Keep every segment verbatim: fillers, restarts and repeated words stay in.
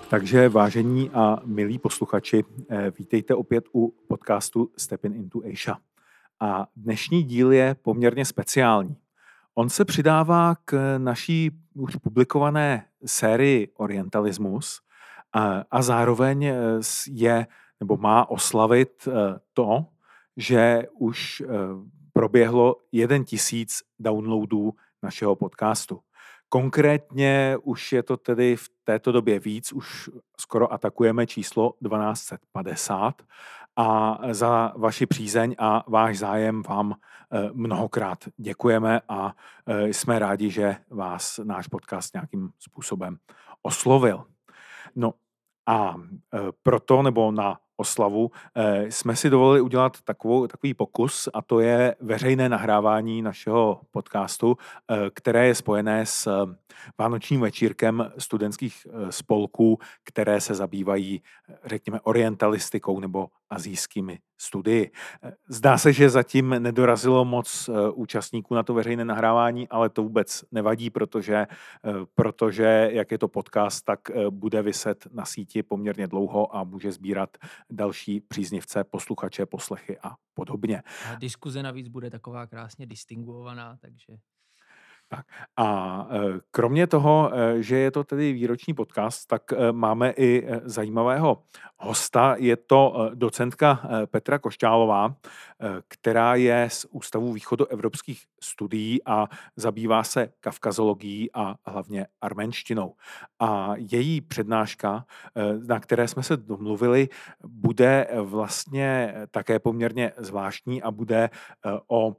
Takže vážení a milí posluchači, vítejte opět u podcastu Stepping into Asia. A dnešní díl je poměrně speciální. On se přidává k naší už publikované sérii Orientalismus a, a zároveň je nebo má oslavit to, že už proběhlo jeden tisíc downloadů našeho podcastu. Konkrétně už je to tedy v této době víc, už skoro atakujeme číslo dvanáct set padesát a za vaši přízeň a váš zájem vám mnohokrát děkujeme a jsme rádi, že vás náš podcast nějakým způsobem oslovil. No a proto nebo na oslavu jsme si dovolili udělat takovou, takový pokus a to je veřejné nahrávání našeho podcastu, které je spojené s vánočním večírkem studentských spolků, které se zabývají, řekněme, orientalistikou nebo asijskými studii. Zdá se, že zatím nedorazilo moc účastníků na to veřejné nahrávání, ale to vůbec nevadí, protože, protože jak je to podcast, tak bude vyset na síti poměrně dlouho a může sbírat další příznivce, posluchače, poslechy a podobně. A diskuze navíc bude taková krásně distinguovaná, takže... Tak. A kromě toho, že je to tedy výroční podcast, tak máme i zajímavého hosta. Je to docentka Petra Košťálová, která je z Ústavu východoevropských studií a zabývá se kavkazologií a hlavně arménštinou. A její přednáška, na které jsme se domluvili, bude vlastně také poměrně zvláštní a bude o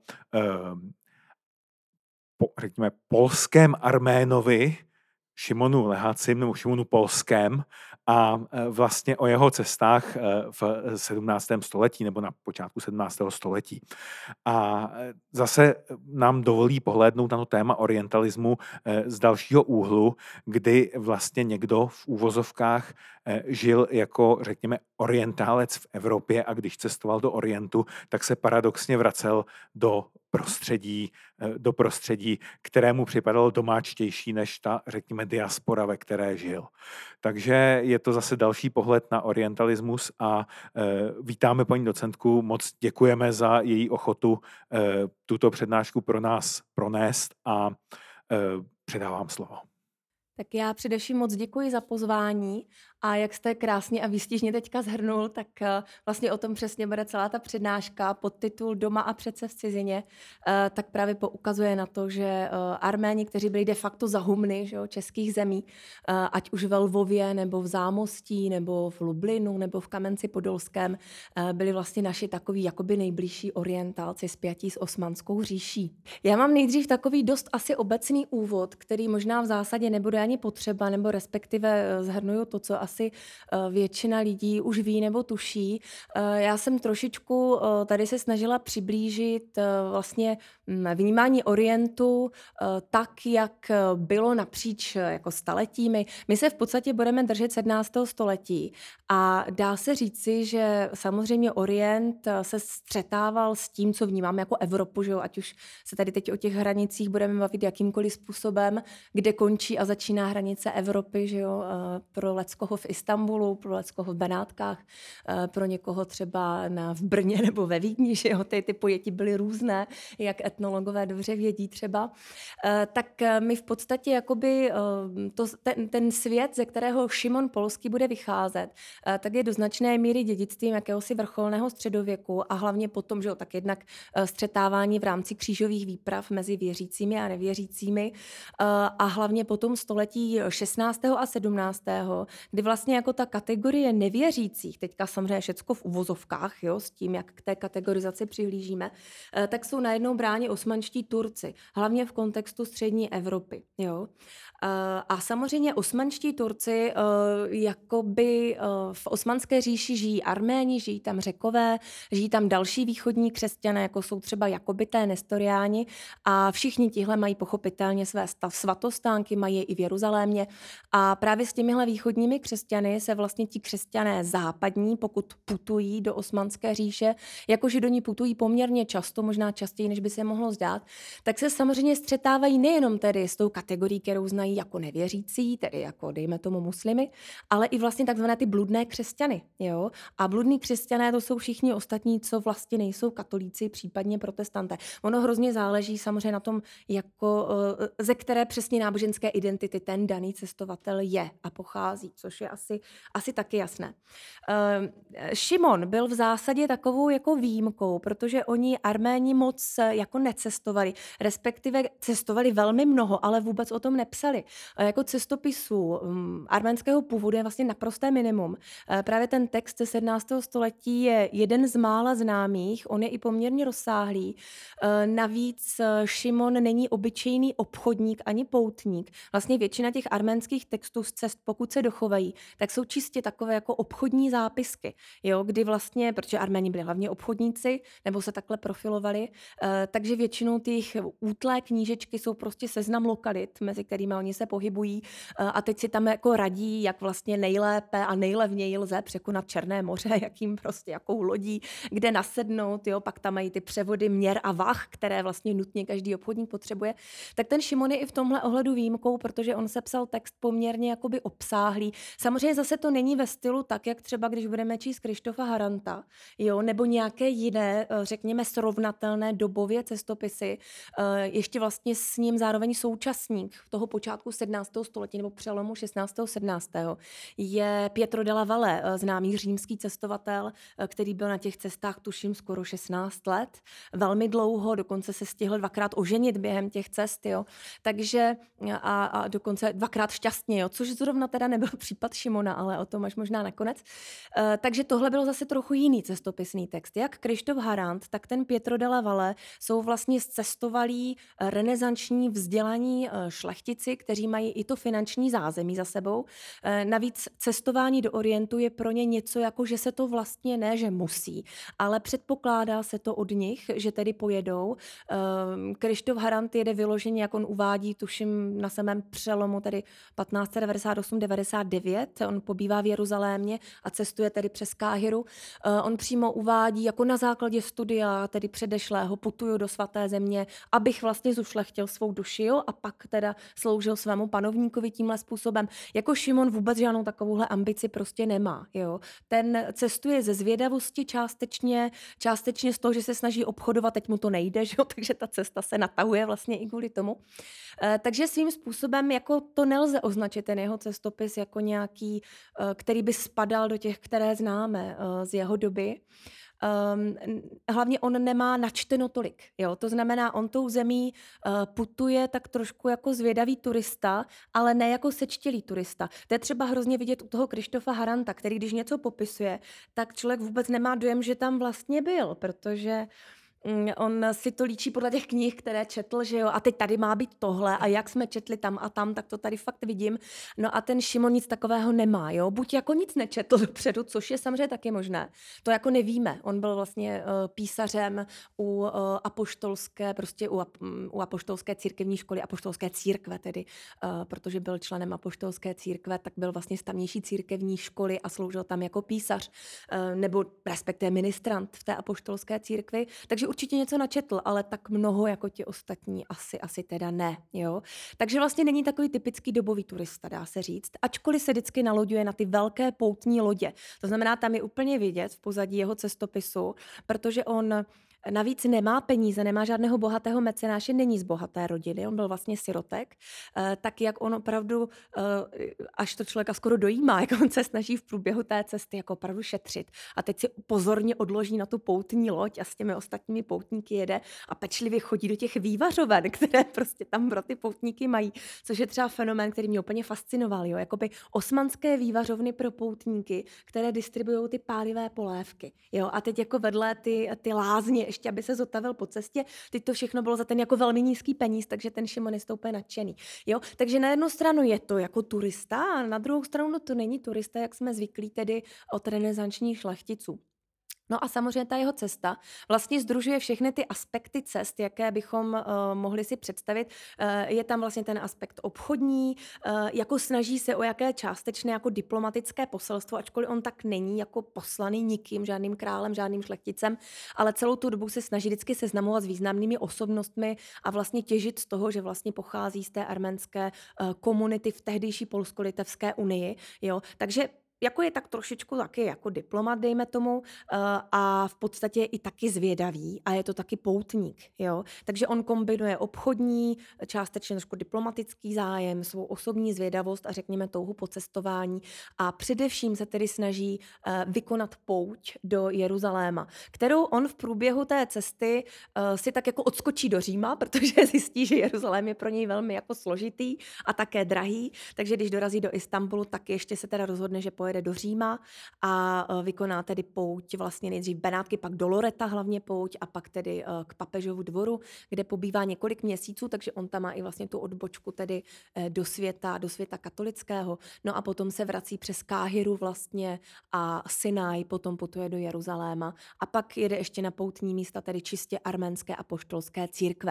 po, řekněme, polském Arménovi, Šimonu Lehacim nebo Šimonu Polském a vlastně o jeho cestách v sedmnáctém století nebo na počátku sedmnáctého století. A zase nám dovolí pohlédnout na to téma orientalismu z dalšího úhlu, kdy vlastně někdo v úvozovkách žil jako, řekněme, orientálec v Evropě a když cestoval do Orientu, tak se paradoxně vracel do prostředí, do prostředí, kterému připadalo domáčtější než ta, řekněme, diaspora, ve které žil. Takže je to zase další pohled na orientalismus a e, vítáme paní docentku, moc děkujeme za její ochotu e, tuto přednášku pro nás pronést a e, předávám slovo. Tak já především moc děkuji za pozvání a jak jste krásně a výstižně teďka zhrnul, tak vlastně o tom přesně bude celá ta přednáška, podtitul Doma a přece v cizině, tak právě poukazuje na to, že Arméni, kteří byli de facto za humny, že jo, českých zemí, ať už ve Lvově, nebo v Zámostí, nebo v Lublinu, nebo v Kamenci Podolském, byli vlastně naši takový jakoby nejbližší orientálci spjatí s Osmanskou říší. Já mám nejdřív takový dost asi obecný úvod, který možná v zásadě nebude ani potřeba, nebo respektive zhrnuju to, co asi většina lidí už ví nebo tuší. Já jsem trošičku tady se snažila přiblížit vlastně vnímání Orientu tak, jak bylo napříč jako staletími. My se v podstatě budeme držet sedmnáctého století a dá se říci, že samozřejmě Orient se střetával s tím, co vnímáme jako Evropu, že jo? Ať už se tady teď o těch hranicích budeme bavit jakýmkoliv způsobem, kde končí a začíná hranice Evropy, že jo? Pro leckoho v Istanbulu, pro leckoho v Benátkách, pro někoho třeba na, v Brně nebo ve Vídni, že jo? Ty, ty pojetí byly různé, jak etnologové dobře vědí třeba. Tak my v podstatě jakoby to, ten, ten svět, ze kterého Šimon Polský bude vycházet, tak je do značné míry dědictvím jakéhosi vrcholného středověku a hlavně potom, že jo, tak jednak střetávání v rámci křížových výprav mezi věřícími a nevěřícími a hlavně potom století šestnáctého a sedmnáctého, kdy vlastně jako ta kategorie nevěřících, teďka samozřejmě všecko v uvozovkách, jo, s tím, jak k té kategorizaci přihlížíme, tak jsou najednou bráni osmanští Turci, hlavně v kontextu střední Evropy. Jo. A samozřejmě osmanští Turci jakoby v Osmanské říši žijí Arméni, žijí tam Řekové, žijí tam další východní křesťané, jako jsou třeba Jakobité, Nestoriáni a všichni tihle mají pochopitelně své svatostánky, mají je i v Jeruzalémě. A právě s těmihle východními křesťany se vlastně ti křesťané západní, pokud putují do Osmanské říše, jakože do ní putují poměrně často, možná častěji, než by se mohlo zdát, tak se samozřejmě střetávají nejenom tedy s tou kategorií, kterou znají jako nevěřící, tedy jako dejme tomu muslimy, ale i vlastně takzvané ty bludné křesťany. Jo? A bludní křesťané to jsou všichni ostatní, co vlastně nejsou katolíci, případně protestanté. Ono hrozně záleží samozřejmě na tom, jako, ze které přesně náboženské identity ten daný cestovatel je a pochází, což je asi, asi taky jasné. Šimon byl v zásadě takovou jako výjimkou, protože oni Arméni moc jako necestovali, respektive cestovali velmi mnoho, ale vůbec o tom nepsali. Jako cestopisů arménského původu je vlastně naprosté minimum. Právě ten text ze sedmnáctého století je jeden z mála známých, on je i poměrně rozsáhlý. Navíc Šimon není obyčejný obchodník ani poutník. Vlastně většina těch arménských textů z cest, pokud se dochovají, tak jsou čistě takové jako obchodní zápisky, jo, kdy vlastně, protože Arméni byli hlavně obchodníci, nebo se takhle profilovali, takže většinou těch útlé knížečky jsou prostě seznam lokalit, mezi kterými oni se pohybují a teď si tam jako radí, jak vlastně nejlépe a nejlevněji lze překonat Černé moře, jakým prostě, jakou lodí, kde nasednout, jo, pak tam mají ty převody měr a vah, které vlastně nutně každý obchodník potřebuje. Tak ten Šimon je i v tomhle ohledu výjimkou, protože on sepsal text poměrně jakoby obsáhlý. Samozřejmě zase to není ve stylu tak, jak třeba když budeme číst Krištofa Haranta, jo, nebo nějaké jiné, řekněme, srovnatelné dobově cestopisy, ještě vlastně s ním zároveň současník toho počátku sedmnáctého století nebo přelomu šestnáctého sedmnáctého je Pietro della Valle, známý římský cestovatel, který byl na těch cestách tuším skoro šestnáct let, velmi dlouho, dokonce se stihl dvakrát oženit během těch cest, jo. Takže a, a dokonce dvakrát šťastně, jo, což zrovna teda nebyl případ Šimona, ale o tom až možná nakonec. E, takže tohle bylo zase trochu jiný cestopisný text. Jak Krištof Harant, tak ten Pietro della Valle jsou vlastně zcestovalí renesanční vzdělaní šlechtici, kteří mají i to finanční zázemí za sebou. E, navíc cestování do Orientu je pro ně něco jako, že se to vlastně ne, že musí, ale předpokládá se to od nich, že tedy pojedou. Krištof Harant jede vyloženě, jak on uvádí, tuším na samém přelomu, tedy patnáct set devadesát osm devadesát devět. On pobývá v Jeruzalémě a cestuje tedy přes Káhiru. On přímo uvádí, jako na základě studia, tedy předešlého, putuju do svaté země, abych vlastně zušlechtil svou duši, jo, a pak teda sloužil svému panovníkovi tímhle způsobem. Jako Šimon vůbec žádnou takovouhle ambici prostě nemá, jo. Ten cestuje ze zvědavosti částečně, částečně z toho, že se snaží obchodovat, teď mu to nejde, že jo, takže ta cesta se natahuje vlastně i kvůli tomu. E, takže svým způsobem jako to nelze označit ten jeho cestopis jako nějaký, e, který by spadal do těch, které známe e, z jeho doby. Um, hlavně on nemá načteno tolik. Jo? To znamená, on tou zemí uh, putuje tak trošku jako zvědavý turista, ale ne jako sečtělý turista. To je třeba hrozně vidět u toho Krištofa Haranta, který když něco popisuje, tak člověk vůbec nemá dojem, že tam vlastně byl, protože on si to líčí podle těch knih, které četl, že jo, a teď tady má být tohle a jak jsme četli tam a tam, tak to tady fakt vidím. No a ten Šimon nic takového nemá, jo, buď jako nic nečetl dopředu, což je samozřejmě taky možné. To jako nevíme. On byl vlastně uh, písařem u uh, apoštolské, prostě u, u apoštolské církevní školy, apoštolské církve tedy, uh, protože byl členem apoštolské církve, tak byl vlastně z tamnější církevní školy a sloužil tam jako písař, uh, nebo respektive ministrant v té apoštolské církvi, takže určitě něco načetl, ale tak mnoho jako ti ostatní asi, asi teda ne. Jo? Takže vlastně není takový typický dobový turista, dá se říct. Ačkoliv se vždycky naloďuje na ty velké poutní lodě. To znamená, tam je úplně vidět v pozadí jeho cestopisu, protože on navíc nemá peníze, nemá žádného bohatého mecenáše, není z bohaté rodiny, on byl vlastně sirotek, tak jak on opravdu, až to člověka skoro dojímá, jak on se snaží v průběhu té cesty jako opravdu šetřit. A teď si pozorně odloží na tu poutní loď a s těmi ostatními poutníky jede a pečlivě chodí do těch vývařoven, které prostě tam pro ty poutníky mají, což je třeba fenomén, který mě úplně fascinoval. Jo? Jakoby osmanské vývařovny pro poutníky, které distribuují ty pálivé polévky. Jo? A teď jako vedle ty, ty lázně, ještě aby se zotavil po cestě. Teď to všechno bylo za ten jako velmi nízký peníz, takže ten Šimon je úplně nadšený. Jo? Takže na jednu stranu je to jako turista a na druhou stranu no to není turista, jak jsme zvyklí tedy od renesančních šlechticů. No a samozřejmě ta jeho cesta vlastně sdružuje všechny ty aspekty cest, jaké bychom uh, mohli si představit. Uh, je tam vlastně ten aspekt obchodní, uh, jako snaží se o jaké částečné jako diplomatické poselstvo, ačkoliv on tak není jako poslaný nikým, žádným králem, žádným šlechticem, ale celou tu dobu se snaží vždycky seznamovat s významnými osobnostmi a vlastně těžit z toho, že vlastně pochází z té arménské uh, komunity v tehdejší Polsko-litevské unii. Jo? Takže jako je tak trošičku taky jako diplomat, dejme tomu, eh, a v podstatě je i taky zvědavý a je to taky poutník, jo. Takže on kombinuje obchodní, částečně trošku diplomatický zájem, svou osobní zvědavost a řekněme touhu po cestování a především se tedy snaží eh, vykonat pouť do Jeruzaléma, kterou on v průběhu té cesty eh, si tak jako odskočí do Říma, protože zjistí, že Jeruzalém je pro něj velmi jako složitý a také drahý, takže když dorazí do Istanbulu, tak ještě se teda rozhodne, že pojede do Říma a e, vykoná tedy pouť vlastně nejdřív Benátky, pak do Loreta hlavně pouť a pak tedy e, k papežovu dvoru, kde pobývá několik měsíců, takže on tam má i vlastně tu odbočku tedy e, do světa, do světa katolického. No a potom se vrací přes Káhiru vlastně a Sinaj, potom putuje do Jeruzaléma a pak jede ještě na poutní místa, tedy čistě arménské apoštolské církve.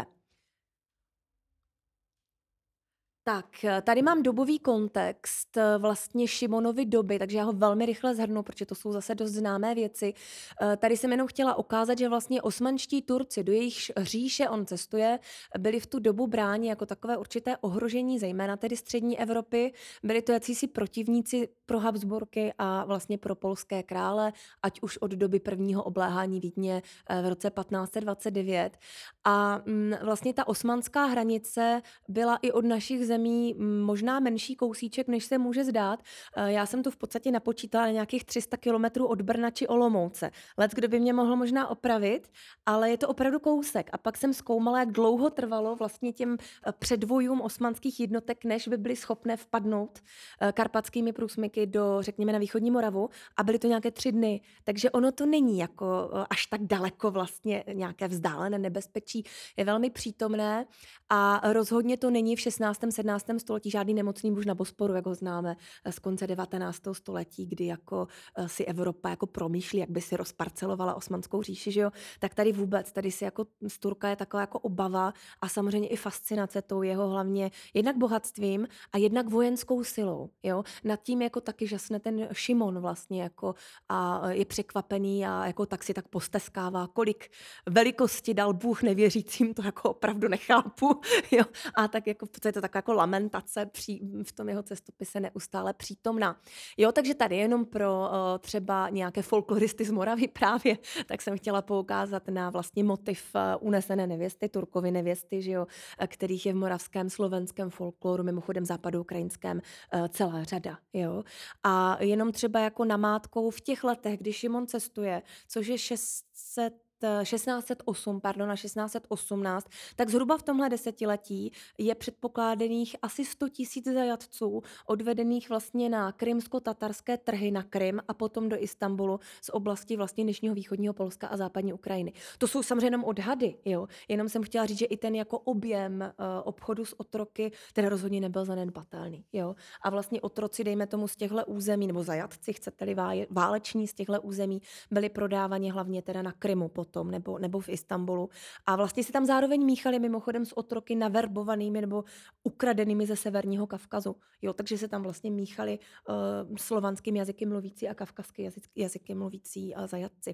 Tak, tady mám dobový kontext vlastně Šimonovy doby, takže já ho velmi rychle shrnu, protože to jsou zase dost známé věci. Tady jsem jenom chtěla ukázat, že vlastně osmanští Turci, do jejich říše on cestuje, byli v tu dobu bráni jako takové určité ohrožení, zejména tedy střední Evropy. Byli to jakýsi protivníci pro Habsburky a vlastně pro polské krále, ať už od doby prvního obléhání Vídně v roce patnáct set dvacet devět. A vlastně ta osmanská hranice byla i od našich zemí možná menší kousíček, než se může zdát. Já jsem tu v podstatě napočítala na nějakých tři sta kilometrů od Brna či Olomouce. Let, kdo by mě mohl možná opravit, ale je to opravdu kousek. A pak jsem zkoumala, jak dlouho trvalo vlastně těm předvojům osmanských jednotek, než by byly schopné vpadnout karpatskými průsmyky do, řekněme, na východní Moravu. A byly to nějaké tři dny. Takže ono to není jako až tak daleko vlastně nějaké vzdálené nebezpečí. Je velmi přítomné a rozhodně to není v šestnáctém sedmnáctém století žádný nemocný muž na Bosporu, jak ho známe z konce devatenáctého století, kdy jako si Evropa jako promýšlí, jak by si rozparcelovala Osmanskou říši, že jo? Tak tady vůbec, tady si jako z Turka je taková jako obava a samozřejmě i fascinace tou jeho hlavně jednak bohatstvím a jednak vojenskou silou, jo? Nad tím jako taky žasne ten Šimon vlastně jako a je překvapený a jako tak si tak posteskává, kolik velikosti dal Bůh nevěřícím, to jako opravdu nechápu, jo? A tak jako je to taková jako lamentace při, v tom jeho cestopise neustále přítomná. Jo, takže tady jenom pro uh, třeba nějaké folkloristy z Moravy právě, tak jsem chtěla poukázat na vlastně motiv uh, unesené nevěsty, Turkovy nevěsty, že jo, kterých je v moravském, slovenském folkloru, mimochodem západoukrajinském uh, celá řada. Jo. A jenom třeba jako namátkou v těch letech, když Šimon cestuje, což je šest set šestnáct set osm, pardon, na šestnáct set osmnáct, tak zhruba v tomhle desetiletí je předpokládaných asi sto tisíc zajatců odvedených vlastně na krymsko-tatarské trhy na Krym a potom do Istanbulu z oblasti vlastně dnešního východního Polska a západní Ukrajiny. To jsou samozřejmě jenom odhady, jo. Jenom jsem chtěla říct, že i ten jako objem uh, obchodu s otroky teda rozhodně nebyl zanedbatelný, jo. A vlastně otroci, dejme tomu z těchto území, nebo zajatci, chcete-li váleční z těchto území, byli prodáváni hlavně teda na Krymu potom, nebo, nebo v Istanbulu. A vlastně si tam zároveň míchali mimochodem s otroky naverbovanými nebo ukradenými ze severního Kavkazu. Jo, takže se tam vlastně míchali uh, slovanským jazyky mluvící a kavkazský jazyk, jazyky mluvící a zajatci.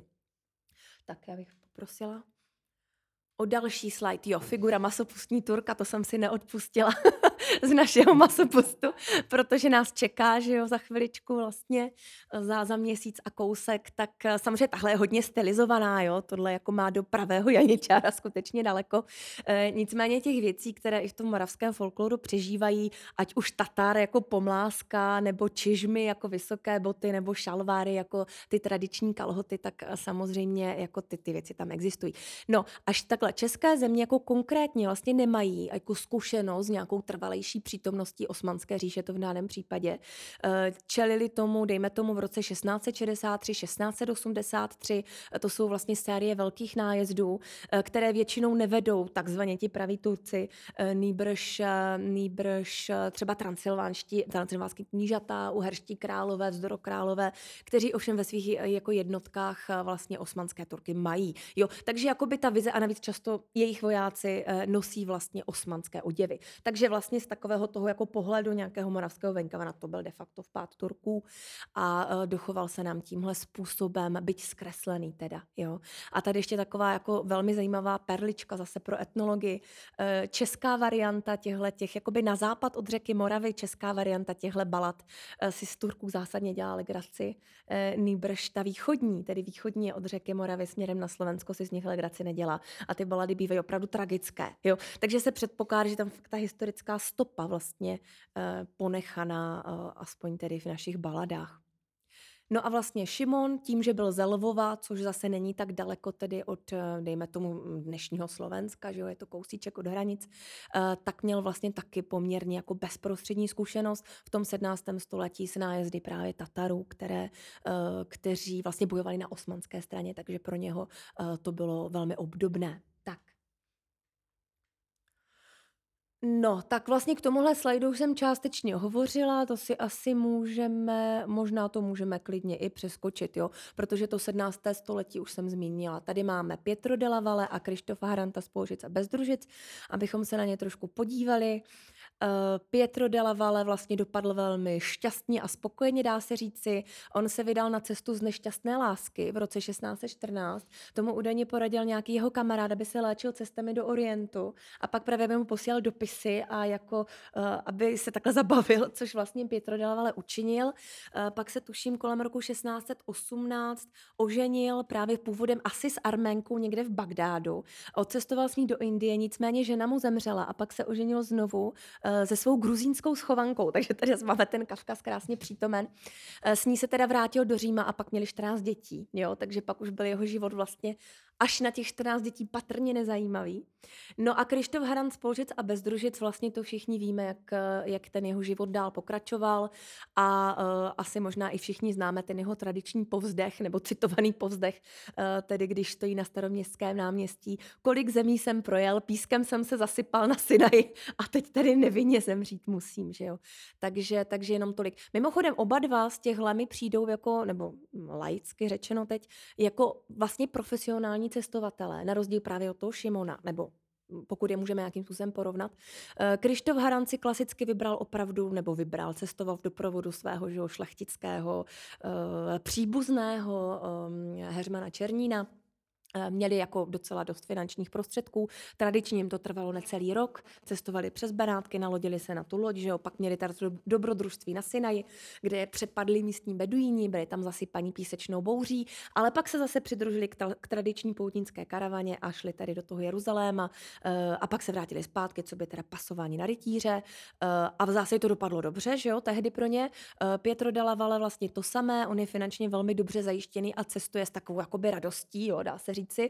Tak já bych poprosila o další slide. Jo, figura masopustní Turka, to jsem si neodpustila z našeho masopustu, protože nás čeká, že jo, za chviličku vlastně, za, za měsíc a kousek, tak samozřejmě tahle je hodně stylizovaná, jo, tohle jako má do pravého janičára skutečně daleko. E, nicméně těch věcí, které i v tom moravském folkloru přežívají, ať už Tatar jako pomláska, nebo čižmy jako vysoké boty, nebo šalváry jako ty tradiční kalhoty, tak samozřejmě jako ty, ty věci tam existují. No, až tak takhle, české země jako konkrétně vlastně nemají jako zkušenost s nějakou trvalejší přítomností Osmanské říše, to v daném případě. Eh, Čelili tomu, dejme tomu v roce šestnáct set šedesát tři, šestnáct set osmdesát tři, eh, to jsou vlastně série velkých nájezdů, eh, které většinou nevedou takzvaně ti praví Turci, eh, nýbrž, eh, nýbrž eh, třeba transylvánští, transylvánský knížata, uherští králové, vzdorokrálové, kteří ovšem ve svých eh, jako jednotkách eh, vlastně osmanské Turky mají. Jo, takže jakoby ta vize a navíc často jejich vojáci eh, nosí vlastně osmanské oděvy. Takže vlastně z takového toho jako pohledu nějakého moravského venkava na to byl de facto vpád Turků a eh, dochoval se nám tímhle způsobem, byť zkreslený teda. Jo. A tady ještě taková jako velmi zajímavá perlička zase pro etnologii. Eh, Česká varianta těchhle těch, jakoby na západ od řeky Moravy, česká varianta těchhle balad eh, si z Turků zásadně dělá legraci. Eh, Nýbrž ta východní, tedy východní od řeky Moravy směrem na Slovensko si z nich legraci nedělá. A ty balady bývají opravdu tragické. Jo. Takže se předpokládá, že tam fakt ta historická stopa vlastně eh, ponechaná, eh, aspoň tedy v našich baladách. No a vlastně Šimon tím, že byl ze Lvova, což zase není tak daleko tedy od, eh, dejme tomu, dnešního Slovenska, že jo, je to kousíček od hranic, eh, tak měl vlastně taky poměrně jako bezprostřední zkušenost v tom sedmnáctém století s nájezdy právě Tatarů, které, eh, kteří vlastně bojovali na osmanské straně, takže pro něho eh, to bylo velmi obdobné. Tak. No, tak vlastně k tomuhle slajdu už jsem částečně hovořila, to si asi můžeme, možná to můžeme klidně i přeskočit, jo, protože to sedmnácté století už jsem zmínila. Tady máme Pietro della Valle a Krištofa Haranta z Polžic a Bezdružic, abychom se na ně trošku podívali. Uh, Pietro della Valle vlastně dopadl velmi šťastně a spokojeně, dá se říci. On se vydal na cestu z nešťastné lásky v roce šestnáct set čtrnáct. Tomu údajně poradil nějaký jeho kamarád, aby se léčil cestami do Orientu a pak právě by mu posílal dopisy a jako, uh, aby se takhle zabavil, což vlastně Pietro della Valle učinil. Uh, pak se tuším kolem roku šestnáct set osmnáct oženil právě původem asi s Arménkou někde v Bagdádu. Odcestoval s ní do Indie, nicméně žena mu zemřela a pak se oženil znovu se svou gruzínskou schovankou, takže tady máme ten Kafkas krásně přítomen. S ní se teda vrátil do Říma a pak měli čtrnáct dětí, jo, takže pak už byl jeho život vlastně až na těch čtrnáct dětí patrně nezajímavý. No a Krištof Harant z Polžic a Bezdružic, vlastně to všichni víme, jak, jak ten jeho život dál pokračoval a uh, asi možná i všichni známe ten jeho tradiční povzdech, nebo citovaný povzdech, uh, tedy když stojí na Staroměstském náměstí. Kolik zemí jsem projel, pískem jsem se zasypal na Sinaji a teď tady nevinně zemřít musím, že jo. Takže, takže jenom tolik. Mimochodem oba dva z těchhle mi přijdou jako, nebo laicky řečeno teď, jako vlastně profesionální cestovatelé, na rozdíl právě od toho Šimona, nebo pokud je můžeme nějakým způsobem porovnat. Krištof Harant si klasicky vybral opravdu, nebo vybral, cestoval v doprovodu svého že, šlechtického uh, příbuzného um, Heřmana Černína. Měli jako docela dost finančních prostředků. Tradičně jim to trvalo necelý rok. Cestovali přes Benátky, nalodili se na tu loď, že jo, pak měli tady dobrodružství na Sinaji, kde je přepadli místní beduíni, byli tam zasypaní písečnou bouří, ale pak se zase přidružili k, tra- k tradiční poutnické karavaně a šli tady do toho Jeruzaléma uh, a pak se vrátili zpátky, co by teda pasování na rytíře uh, a v zásadě to dopadlo dobře, že jo, tehdy pro ně. Uh, Pietro della Valle vlastně to samé, on je finančně velmi dobře zajištěný a cestuje s takovou jakoby radostí, jo, dá se říct. Uh,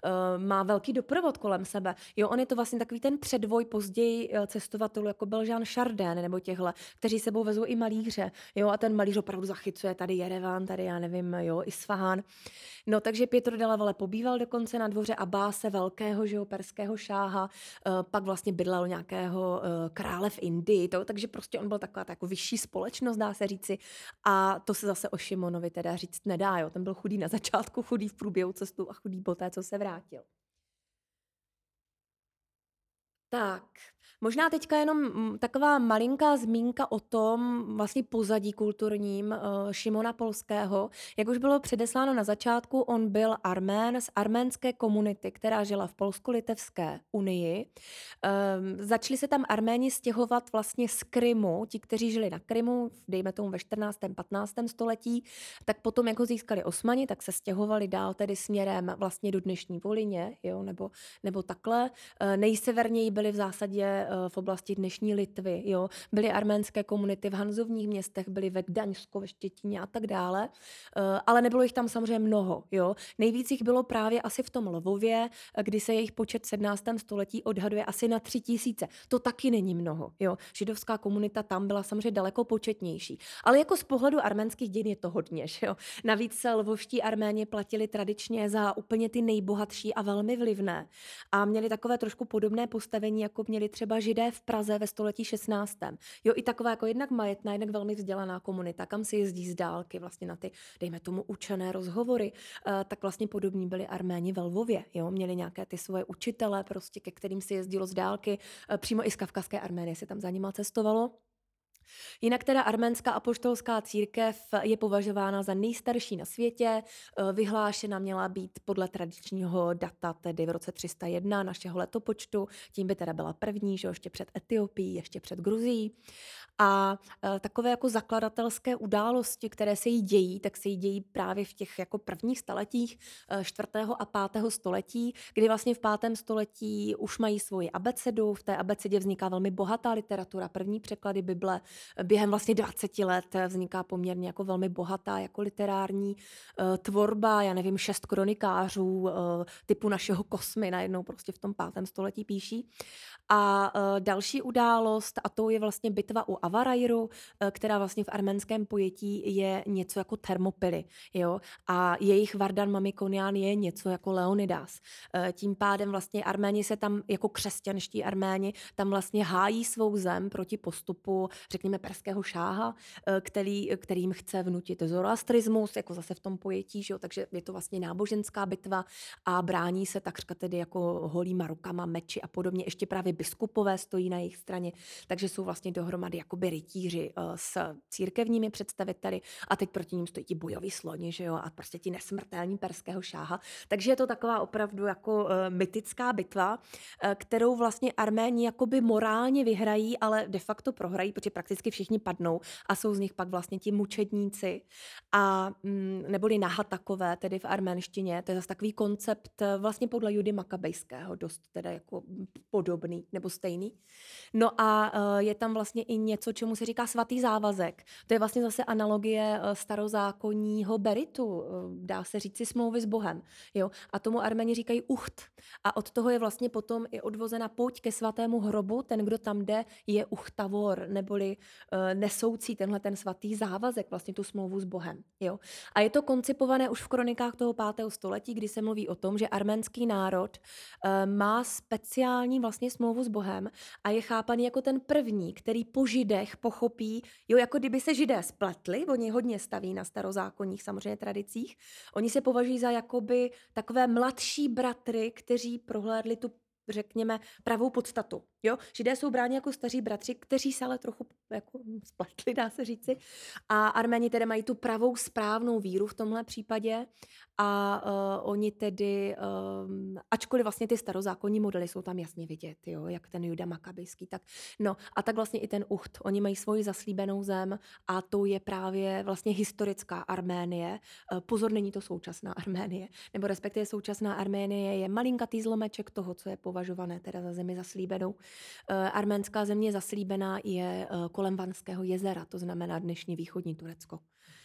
má velký doprovod kolem sebe. Jo, on je to vlastně takový ten předvoj později cestovatelů, jako byl Jean Chardin nebo těhle, kteří sebou vezou i malíře. Jo, a ten malíř opravdu zachycuje tady Jerevan, tady já nevím, jo, Isfahan. No, takže Pietro della Valle pobýval dokonce na dvoře Abáse velkého, že jo, perského šáha, uh, pak vlastně bydlel nějakého uh, krále v Indii, to, takže prostě on byl taková ta jako vyšší společnost, dá se říci. A to se zase o Šimonovi teda říct nedá, jo. Ten byl chudý na začátku, chudý v průběhu cestu a chudý poté, co se vrátil. Tak, možná teďka jenom taková malinká zmínka o tom vlastně pozadí kulturním uh, Šimona Polského. Jak už bylo předesláno na začátku, on byl Armén z arménské komunity, která žila v Polsko-litevské unii. Um, začali se tam Arméni stěhovat vlastně z Krymu, ti, kteří žili na Krymu, dejme tomu ve čtrnáctém patnáctém století, tak potom, jak ho získali Osmani, tak se stěhovali dál tedy směrem vlastně do dnešní Volyně, jo, nebo, nebo takhle. Uh, nejseverněji byli v zásadě v oblasti dnešní Litvy, jo. Byly arménské komunity v hanzovních městech, byly ve Gdaňsku, ve Štětíně a tak dále, ale nebylo jich tam samozřejmě mnoho, jo. Nejvíc jich bylo právě asi v tom Lvově, kdy se jejich počet v sedmnáctém století odhaduje asi na tři tisíce. To taky není mnoho, jo. Židovská komunita tam byla samozřejmě daleko početnější. Ale jako z pohledu arménských dějin je to hodně, že jo. Navíc se lvovští Arméni platili tradičně za úplně ty nejbohatší a velmi vlivné. A měli takové trošku podobné postavení, jako měli třeba Židé v Praze ve století šestnáctém. Jo, i taková jako jednak majetná, jednak velmi vzdělaná komunita, kam se jezdí z dálky vlastně na ty, dejme tomu, učené rozhovory, uh, tak vlastně podobní byli Arméni ve Lvově, jo, měli nějaké ty svoje učitele, prostě, ke kterým se jezdilo z dálky, uh, přímo i z Kavkazské Arménie se tam za nima cestovalo. Jinak teda arménská apoštolská církev je považována za nejstarší na světě, vyhlášena měla být podle tradičního data, tedy v roce tři sta jedna našeho letopočtu, tím by teda byla první, že ještě před Etiopií, ještě před Gruzií. A e, takové jako zakladatelské události, které se jí dějí, tak se jí dějí právě v těch jako prvních staletích e, čtvrtého a pátého století, kdy vlastně v pátém století už mají svoji abecedu, v té abecedě vzniká velmi bohatá literatura, první překlady Bible, během vlastně dvaceti let vzniká poměrně jako velmi bohatá jako literární e, tvorba, já nevím, šest kronikářů e, typu našeho Kosmy najednou prostě v tom pátém století píší. A e, další událost, a to je vlastně bitva u Avarairu, e, která vlastně v arménském pojetí je něco jako Termopily, jo, a jejich Vardan Mamikonian je něco jako Leonidas. E, tím pádem vlastně Arméni se tam, jako křesťanští Arméni, tam vlastně hájí svou zem proti postupu, řekněme, perského šáha, e, který, kterým chce vnutit zoroastrismus, jako zase v tom pojetí, že jo, takže je to vlastně náboženská bitva a brání se takřka tedy jako holýma rukama, meči a podobně, ještě právě biskupové stojí na jejich straně, takže jsou vlastně dohromady jakoby rytíři uh, s církevními představiteli a teď proti ním stojí ti bojoví sloni, že jo, a prostě ti nesmrtelní perského šáha. Takže je to taková opravdu jako uh, mytická bitva, uh, kterou vlastně Arméni jakoby morálně vyhrají, ale de facto prohrají, protože prakticky všichni padnou a jsou z nich pak vlastně ti mučedníci a mm, neboli nahatakové, tedy v arménštině, to je zase takový koncept vlastně podle Judy Makabejského, dost teda jako podobný nebo stejný. No a uh, je tam vlastně i něco, čemu se říká svatý závazek. To je vlastně zase analogie uh, starozákonního beritu, uh, dá se říct si smlouvy s Bohem. Jo? A tomu Arméni říkají ucht. A od toho je vlastně potom i odvozena pojď ke svatému hrobu, ten, kdo tam jde, je uchtavor, neboli uh, nesoucí tenhle ten svatý závazek, vlastně tu smlouvu s Bohem. Jo? A je to koncipované už v kronikách toho pátého století, kdy se mluví o tom, že arménský národ uh, má speciální vlastně smlouvu s Bohem a je chápaný jako ten první, který po Židech pochopí, jo, jako kdyby se Židé spletli, oni hodně staví na starozákonních samozřejmě tradicích, oni se považují za jakoby takové mladší bratry, kteří prohlédli tu, řekněme, pravou podstatu. Jo? Židé jsou bráni jako staří bratři, kteří se ale trochu jako spletli, dá se říci. A Arméni tedy mají tu pravou správnou víru v tomhle případě a uh, oni tedy, um, ačkoliv vlastně ty starozákonní modely jsou tam jasně vidět, jo? Jak ten Juda Makabejský, tak no a tak vlastně i ten Ucht. Oni mají svoji zaslíbenou zem a to je právě vlastně historická Arménie. Uh, pozor, není to současná Arménie, nebo respektive současná Arménie je malinkatý zlomeček toho, co je považované teda za zemi zaslíbenou. Arménská země zaslíbená je kolem Vanského jezera, to znamená dnešní východní Turecko.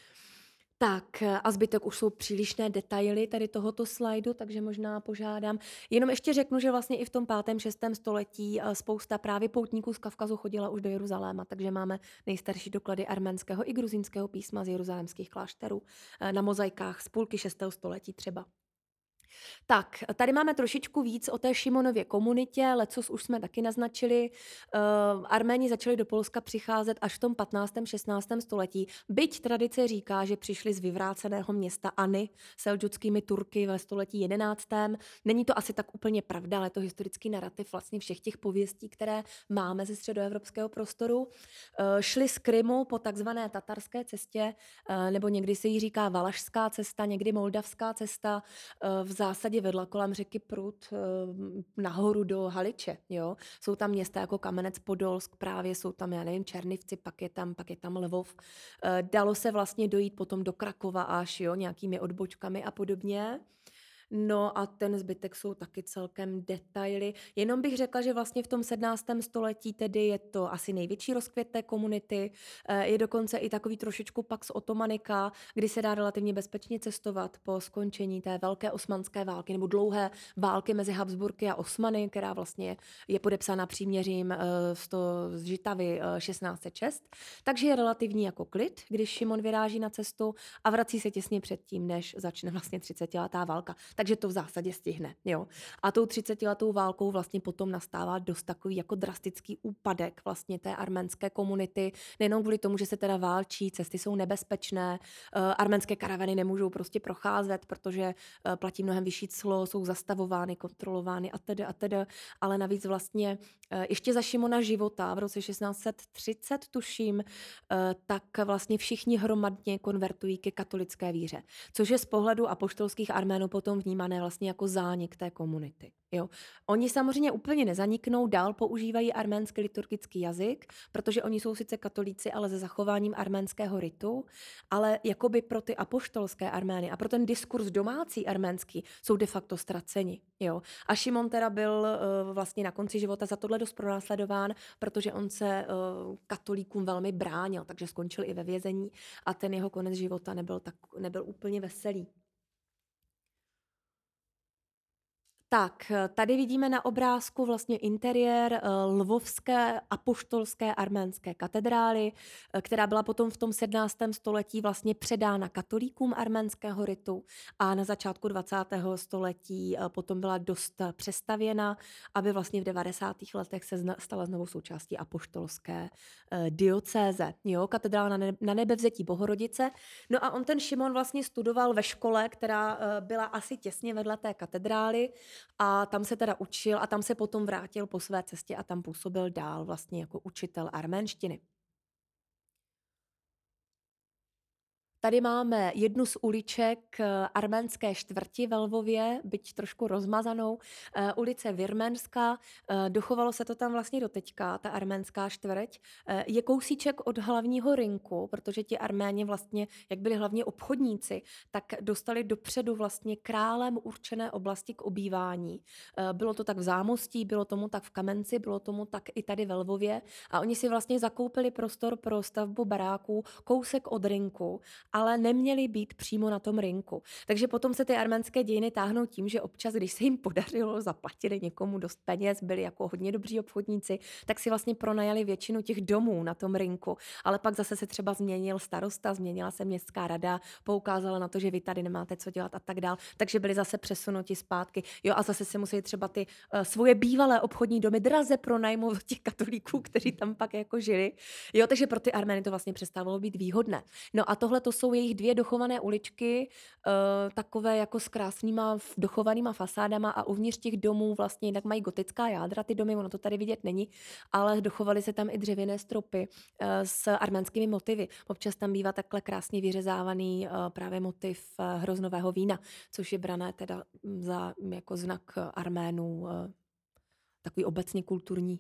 Tak a zbytek už jsou přílišné detaily tady tohoto slajdu, takže možná požádám. Jenom ještě řeknu, že vlastně i v tom pátém, šestém století spousta právě poutníků z Kavkazu chodila už do Jeruzaléma, takže máme nejstarší doklady arménského i gruzínského písma z jeruzalémských klášterů na mozaikách z půlky šestého století třeba. Tak, tady máme trošičku víc o té Šimonově komunitě, lecos už jsme taky naznačili. Uh, Arméni začali do Polska přicházet až v tom patnáctém šestnáctém století. Byť tradice říká, že přišli z vyvráceného města Ani seldžuckými Turky ve století jedenáctém. Není to asi tak úplně pravda, ale je to historický narrativ vlastně všech těch pověstí, které máme ze středoevropského prostoru. Uh, šli z Krymu po takzvané tatarské cestě, uh, nebo někdy se jí říká valašská cesta, někdy moldavská cesta, uh, v zásadě vedla kolem řeky Prut nahoru do Haliče. Jo? Jsou tam města jako Kamenec Podolsk, právě jsou tam, já nevím, Černivci, pak je tam, pak je tam Lvov. Dalo se vlastně dojít potom do Krakova až, jo, nějakými odbočkami a podobně. No a ten zbytek jsou taky celkem detaily. Jenom bych řekla, že vlastně v tom sedmnáctém století tedy je to asi největší rozkvět té komunity. Eh, Je dokonce i takový trošičku Pax Ottomanica, kdy se dá relativně bezpečně cestovat po skončení té velké osmanské války nebo dlouhé války mezi Habsburky a Osmany, která vlastně je podepsána příměřím eh, z, to, z Žitavy eh, šestnáct set šest. Takže je relativní jako klid, když Šimon vyráží na cestu a vrací se těsně předtím, než začne vlastně třicetiletá válka. Takže to v zásadě stihne. Jo. A tou třicetiletou válkou vlastně potom nastává dost takový jako drastický úpadek vlastně té arménské komunity. Nejenom kvůli tomu, že se teda válčí, cesty jsou nebezpečné, uh, arménské karavany nemůžou prostě procházet, protože uh, platí mnohem vyšší clo, jsou zastavovány, kontrolovány a tedy a tedy. Ale navíc vlastně uh, ještě za Šimona života v roce šestnáct set třicet, tuším, uh, tak vlastně všichni hromadně konvertují ke katolické víře, což je z pohledu apoštolských Arménů potom vnímané vlastně jako zánik té komunity. Jo. Oni samozřejmě úplně nezaniknou, dál používají arménský liturgický jazyk, protože oni jsou sice katolíci, ale se zachováním arménského ritu, ale jakoby pro ty apoštolské Armény a pro ten diskurs domácí arménský jsou de facto ztraceni. Jo. A Šimon teda byl uh, vlastně na konci života za tohle dost pronásledován, protože on se uh, katolíkům velmi bránil, takže skončil i ve vězení a ten jeho konec života nebyl, tak, nebyl úplně veselý. Tak, tady vidíme na obrázku vlastně interiér eh, lvovské apoštolské arménské katedrály, eh, která byla potom v tom sedmnáctém století vlastně předána katolíkům arménského ritu a na začátku dvacátého století eh, potom byla dost eh, přestavěna, aby vlastně v devadesátých letech se zna- stala znovu součástí apoštolské eh, diocéze. Jo, katedrála na, ne- na nebevzetí Bohorodice. No a on ten Šimon vlastně studoval ve škole, která eh, byla asi těsně vedle té katedrály, a tam se teda učil a tam se potom vrátil po své cestě a tam působil dál vlastně jako učitel arménštiny. Tady máme jednu z uliček eh, arménské čtvrti ve Lvově, byť trošku rozmazanou, eh, ulice Virmenská. Eh, Dochovalo se to tam vlastně doteďka, ta arménská čtvrť. Eh, Je kousíček od hlavního rynku, protože ti Arméni vlastně, jak byli hlavně obchodníci, tak dostali dopředu vlastně králem určené oblasti k obývání. Eh, Bylo to tak v Zámostí, bylo tomu tak v Kamenci, bylo tomu tak i tady ve Lvově a oni si vlastně zakoupili prostor pro stavbu baráků kousek od rynku, ale neměli být přímo na tom rynku. Takže potom se ty arménské dějiny táhnou tím, že občas, když se jim podařilo, zaplatili někomu dost peněz, byli jako hodně dobří obchodníci, tak si vlastně pronajali většinu těch domů na tom rynku. Ale pak zase se třeba změnil starosta, změnila se městská rada, poukázala na to, že vy tady nemáte co dělat a tak dál, takže byli zase přesunuti zpátky. Jo, a zase se musí třeba ty uh, svoje bývalé obchodní domy draze pronajmout od těch katolíků, kteří tam pak jako žili. Jo, takže pro ty Armény to vlastně přestávalo být výhodné. No a tohle to jsou jejich dvě dochované uličky, uh, takové jako s krásnýma f- dochovanýma fasádama a uvnitř těch domů vlastně jinak mají gotická jádra ty domy, ono to tady vidět není, ale dochovaly se tam i dřevěné stropy uh, s arménskými motivy. Občas tam bývá takhle krásně vyřezávaný uh, právě motiv uh, hroznového vína, což je brané teda mm, za mm, jako znak uh, Arménů, uh, takový obecně kulturní.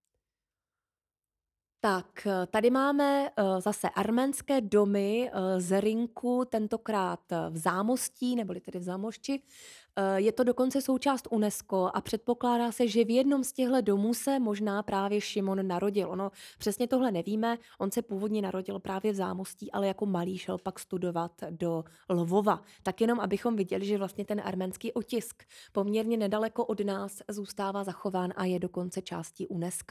Tak, eh, tady máme eh, zase arménské domy eh, z rynku, tentokrát eh, v Zámostí, neboli tedy v Zámošči. Eh, Je to dokonce součást UNESCO a předpokládá se, že v jednom z těchto domů se možná právě Šimon narodil. Ono přesně tohle nevíme, on se původně narodil právě v Zámostí, ale jako malý šel pak studovat do Lvova. Tak jenom, abychom viděli, že vlastně ten arménský otisk poměrně nedaleko od nás zůstává zachován a je dokonce částí UNESCO.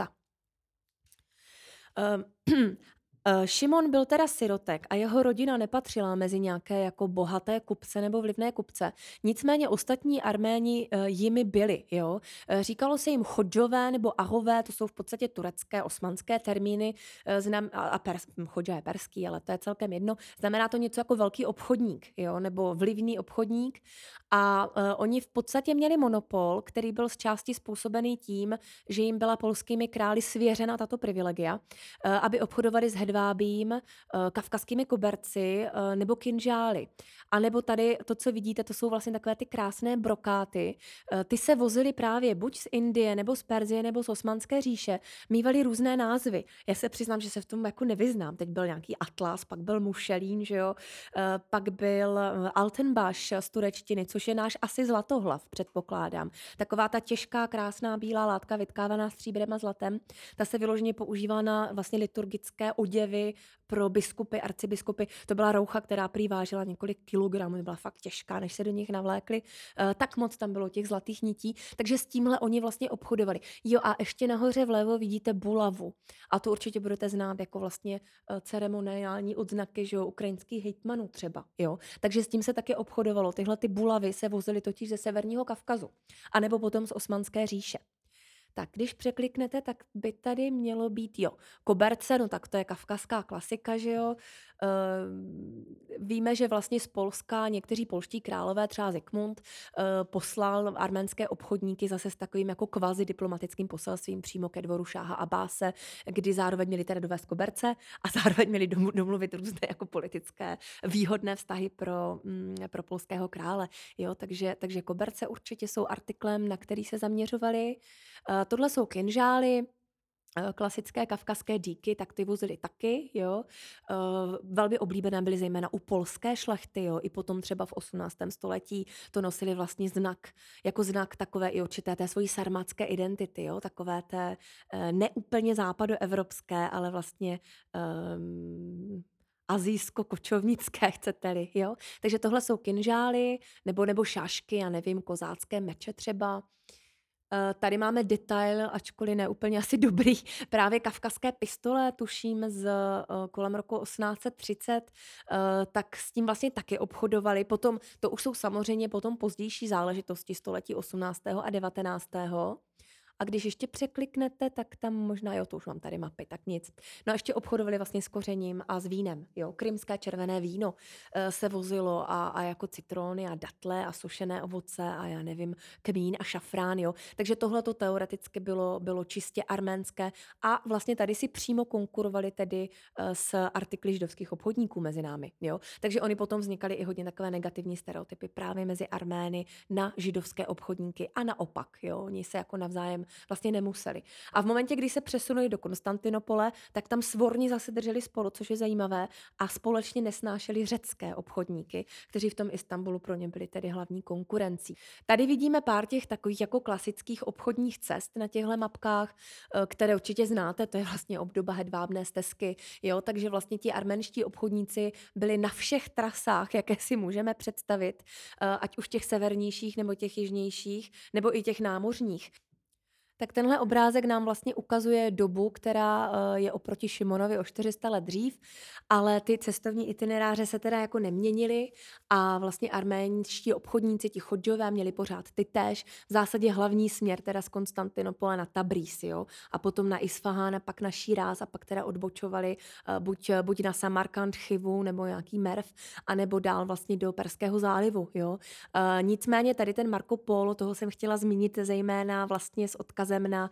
Ehm, eh, Šimon byl teda sirotek a jeho rodina nepatřila mezi nějaké jako bohaté kupce nebo vlivné kupce. Nicméně ostatní Arméni eh, jimi byli. Jo? Eh, Říkalo se jim chodžové nebo ahové, to jsou v podstatě turecké, osmanské termíny. eh, Znam, a a pers, hm, chodža je perský, ale to je celkem jedno. Znamená to něco jako velký obchodník, jo? Nebo vlivný obchodník. A eh, oni v podstatě měli monopol, který byl z části způsobený tím, že jim byla polskými králi svěřena tato privilegia, eh, aby obchodovali s hedvábí jedvábím, uh, kavkazskými koberci uh, nebo kinžály. A nebo tady to, co vidíte, to jsou vlastně takové ty krásné brokáty. Uh, ty se vozily právě buď z Indie, nebo z Perzie, nebo z Osmanské říše. Mývaly různé názvy. Já se přiznám, že se v tom jako nevyznám. Teď byl nějaký atlas, pak byl mušelín, že jo? Uh, pak byl altenbaš z turečtiny, což je náš asi zlatohlav, předpokládám. Taková ta těžká, krásná bílá látka vytkávaná stříbrem a zlatem, ta se vyloženě používala na vlastně liturgické oděvy pro biskupy, arcibiskupy. To byla roucha, která prý vážila několik kilogramů, byla fakt těžká, než se do nich navlékli. Uh, tak moc tam bylo těch zlatých nití, takže s tímhle oni vlastně obchodovali. Jo, a ještě nahoře vlevo vidíte bulavu. A to určitě budete znát jako vlastně uh, ceremoniální odznaky, že jo, ukrajinských hejtmanů třeba, jo. Takže s tím se taky obchodovalo. Tyhle ty bulavy se vozily totiž ze Severního Kavkazu, anebo potom z Osmanské říše. Tak když překliknete, tak by tady mělo být, jo, koberce, no tak to je kavkazská klasika, že jo. E, víme, že vlastně z Polska někteří polští králové, třeba Zikmund, e, poslal arménské obchodníky zase s takovým jako kvazi diplomatickým poselstvím přímo ke dvoru šáha Abáse, kdy zároveň měli teda dovést koberce a zároveň měli domluvit různé jako politické výhodné vztahy pro, mm, pro polského krále. Jo, takže, takže koberce určitě jsou artiklem, na který se zaměřovali. Uh, tohle jsou kinžály, uh, klasické kavkazské díky, tak ty vozily taky, jo. Uh, velmi oblíbené byly zejména u polské šlechty, jo. I potom třeba v osmnáctém století to nosili vlastně znak, jako znak takové i určité té svojí sarmatské identity, jo. Takové té uh, neúplně západoevropské, ale vlastně um, azijsko-kočovnické, chcete-li, jo. Takže tohle jsou kinžály, nebo, nebo šašky, já nevím, kozácké meče třeba. Tady máme detail, ačkoliv ne úplně asi dobrý, právě kavkazské pistole, tuším z kolem roku osmnáct set třicet, tak s tím vlastně taky obchodovali. Potom, to už jsou samozřejmě potom pozdější záležitosti století osmnáctého a devatenáctého A když ještě překliknete, tak tam možná, jo, to už mám tady mapy, tak nic. No a ještě obchodovali vlastně s kořením a s vínem, jo. Krymské červené víno e, se vozilo a, a jako citrony a datle a sušené ovoce a já nevím, kmín a šafrán, jo. Takže tohle to teoreticky bylo, bylo čistě arménské a vlastně tady si přímo konkurovali tedy e, s artikly židovských obchodníků mezi námi, jo. Takže oni potom vznikaly i hodně takové negativní stereotypy právě mezi Armény na židovské obchodníky a naopak, jo. Oni se jako navzájem vlastně nemuseli. A v momentě, kdy se přesunuli do Konstantinopole, tak tam svorně zase drželi spolu, což je zajímavé, a společně nesnášeli řecké obchodníky, kteří v tom Istanbulu pro ně byli tedy hlavní konkurencí. Tady vidíme pár těch takových jako klasických obchodních cest na těchto mapkách, které určitě znáte, to je vlastně obdoba hedvábné stezky, jo, takže vlastně ti arménští obchodníci byli na všech trasách, jaké si můžeme představit, ať už těch severnějších nebo těch jižnějších, nebo i těch námořních. Tak tenhle obrázek nám vlastně ukazuje dobu, která je oproti Šimonovi o čtyři sta let dřív, ale ty cestovní itineráře se teda jako neměnily a vlastně arménští obchodníci, ti chodžové, měli pořád ty též. V zásadě hlavní směr teda z Konstantinopole na Tabrís, jo, a potom na Isfahán a pak na Šíráz a pak teda odbočovali buď, buď na Samarkand, Chivu nebo nějaký Merv, anebo dál vlastně do Perského zálivu, jo. E, nicméně tady ten Marco Polo, toho jsem chtěla zmínit zejména vlastně s odkazem na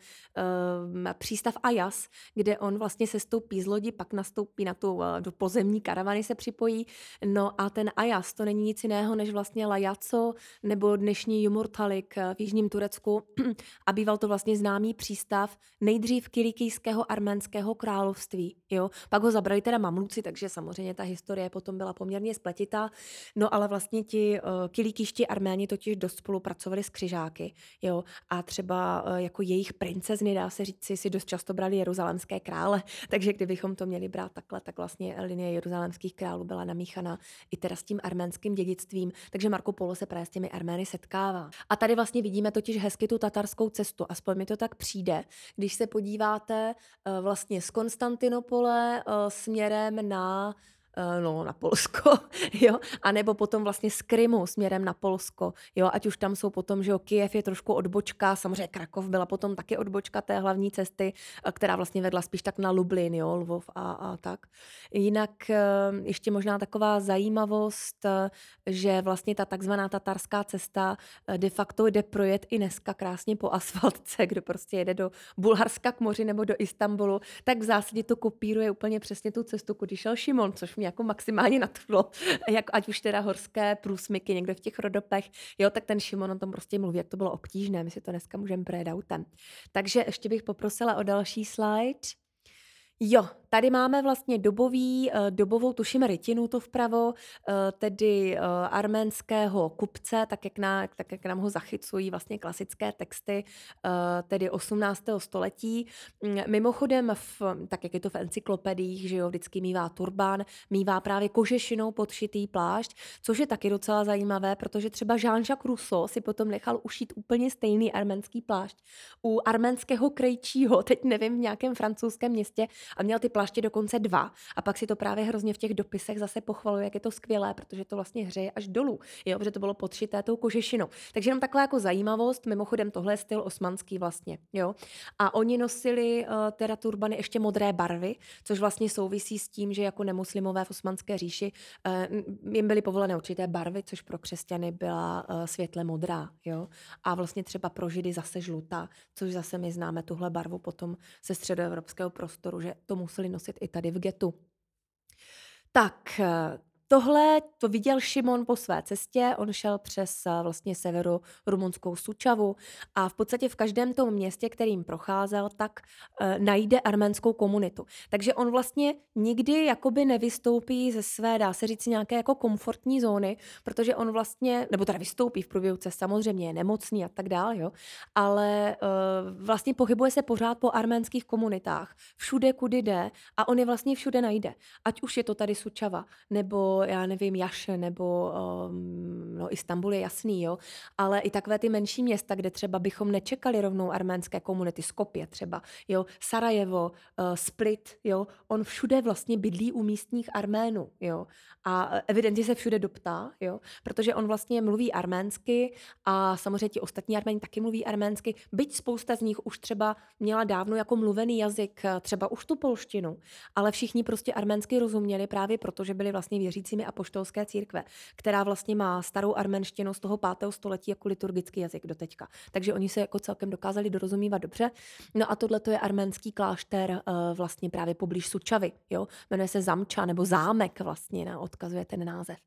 uh, přístav Ajas, kde on vlastně se stoupí z lodi, pak nastoupí na tu uh, do pozemní karavany, se připojí. No a ten Ajas, to není nic jiného než vlastně Lajaco nebo dnešní Jumurtalik v jižním Turecku a býval to vlastně známý přístav nejdřív kilikijského arménského království. Jo? Pak ho zabrali teda Mamluci, takže samozřejmě ta historie potom byla poměrně spletitá. No ale vlastně ti uh, kilikijští Arméni totiž dost spolupracovali s křižáky. Jo? A třeba uh, jako jejich princezny, dá se říct, si dost často brali jeruzalémské krále, takže kdybychom to měli brát takhle, tak vlastně linie jeruzalémských králů byla namíchaná i teda s tím arménským dědictvím, takže Marco Polo se právě s těmi Armény setkává. A tady vlastně vidíme totiž hezky tu tatarskou cestu, aspoň mi to tak přijde, když se podíváte vlastně z Konstantinopole směrem na eh, no, na Polsko, jo, anebo potom vlastně z Krymu směrem na Polsko, jo, ať už tam jsou potom, že jo, Kyjev je trošku odbočka, samozřejmě Krakov byla potom taky odbočka té hlavní cesty, eh, která vlastně vedla spíš tak na Lublin, jo, Lvov a, a tak. Jinak eh, ještě možná taková zajímavost, eh, že vlastně ta takzvaná tatarská cesta eh, de facto jde projet i dneska krásně po asfaltce, kdo prostě jede do Bulharska k moři nebo do Istanbulu, tak v zásadě to kopíruje úplně přesně tu cestu, kudy šel Šimon, což mě jako maximálně nadchlo, jak ať už teda horské průsmyky někde v těch rodopech, jo, tak ten Šimon o tom prostě mluví, jak to bylo obtížné, my si to dneska můžeme projet autem. Takže ještě bych poprosila o další slide. Jo, tady máme vlastně dobový, eh, dobovou, tuším, rytinu to vpravo, eh, tedy eh, arménského kupce, tak jak, na, tak jak nám ho zachycují vlastně klasické texty, eh, tedy osmnáctého století. Mm, Mimochodem, v, tak jak je to v encyklopediích, že jo, vždycky mívá turbán, mívá právě kožešinou podšitý plášť, což je taky docela zajímavé, protože třeba Jean-Jacques Rousseau si potom nechal ušít úplně stejný arménský plášť u arménského krejčího, teď nevím, v nějakém francouzském městě, a měl ty pláště dokonce dva. A pak si to právě hrozně v těch dopisech zase pochvaluje, jak je to skvělé, protože to vlastně hřeje až dolů, jo, protože to bylo podšité tou kožešinou. Takže jenom taková jako zajímavost, mimochodem tohle je styl osmanský vlastně, jo. A oni nosili uh, teda turbany ještě modré barvy, což vlastně souvisí s tím, že jako nemuslimové v Osmanské říši uh, jim byly povolené určité barvy, což pro křesťany byla uh, světle modrá, jo. A vlastně třeba pro Židy zase žlutá, což zase my známe tuhle barvu potom ze středoevropského prostoru, že to museli nosit i tady v getu. Tak, eh, tohle to viděl Šimon po své cestě, on šel přes eh, vlastně severu rumunskou Sučavu a v podstatě v každém tom městě, kterým procházel, tak eh, najde arménskou komunitu. Takže on vlastně nikdy jakoby nevystoupí ze své, dá se říct, nějaké jako komfortní zóny, protože on vlastně, nebo teda vystoupí v průběhu cest, samozřejmě je nemocný a tak dále, jo, ale eh, vlastně pohybuje se pořád po arménských komunitách, všude, kudy jde a on je vlastně všude najde. Ať už je to tady Sučava, nebo já nevím, Jaše, nebo um, no, Istanbul je jasný, jo, ale i takové ty menší města, kde třeba bychom nečekali rovnou arménské komunity, Skopje třeba, jo, Sarajevo, uh, Split, jo, on všude vlastně bydlí u místních Arménů, jo, a evidentně se všude doptá, jo, protože on vlastně mluví arménsky a samozřejmě ti ostatní Arméni taky mluví arménsky, byť spousta z nich už třeba měla dávno jako mluvený jazyk, třeba už tu polštinu, ale všichni prostě arménsky rozuměli právě proto, že byli vlastně věřícími apoštolské církve, která vlastně má starou arménštinu z toho pátého století jako liturgický jazyk do teďka. Takže oni se jako celkem dokázali dorozumívat dobře. No a tohle to je arménský klášter uh, vlastně právě poblíž Sučavy, jo? Jmenuje se Zamča nebo Zámek vlastně, na, odkazuje ten název.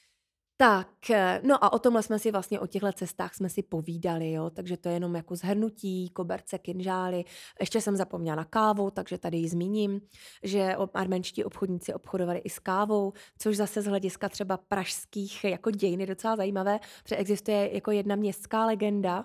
Tak, no a o tomhle jsme si vlastně, o těchto cestách jsme si povídali, jo, takže to je jenom jako zhrnutí, koberce, kinžály. Ještě jsem zapomněla na kávu, takže tady ji zmíním, že arménští obchodníci obchodovali i s kávou, což zase z hlediska třeba pražských jako dějin je docela zajímavé, protože existuje jako jedna městská legenda,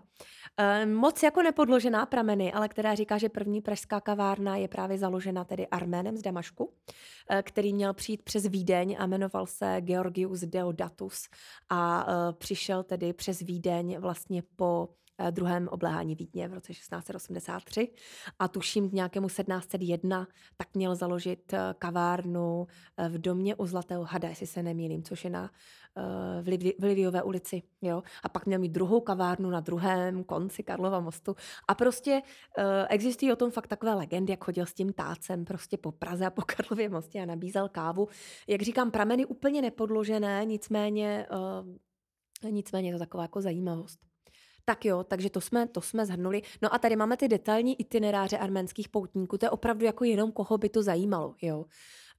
moc jako nepodložená prameny, ale která říká, že první pražská kavárna je právě založena tedy Arménem z Damašku, který měl přijít přes Vídeň a jmenoval se Georgius Deodatus a uh, přišel tedy přes Vídeň vlastně po uh, druhém obléhání Vídně v roce šestnáct set osmdesát tři a tuším k nějakému sedmnáct set jedna tak měl založit uh, kavárnu uh, v domě u Zlatého hada, jestli se nemýlím, což je na uh, v, Liv- v Liviové ulici, jo. A pak měl mít druhou kavárnu na druhém konci Karlova mostu a prostě uh, existují o tom fakt takové legendy, jak chodil s tím tácem prostě po Praze a po Karlově mostě a nabízel kávu. Jak říkám, prameny úplně nepodložené, nicméně, uh, nicméně je to taková jako zajímavost. Tak jo, takže to jsme, to jsme zhrnuli. No a tady máme ty detailní itineráře arménských poutníků. To je opravdu jako jenom koho by to zajímalo, jo. Uh,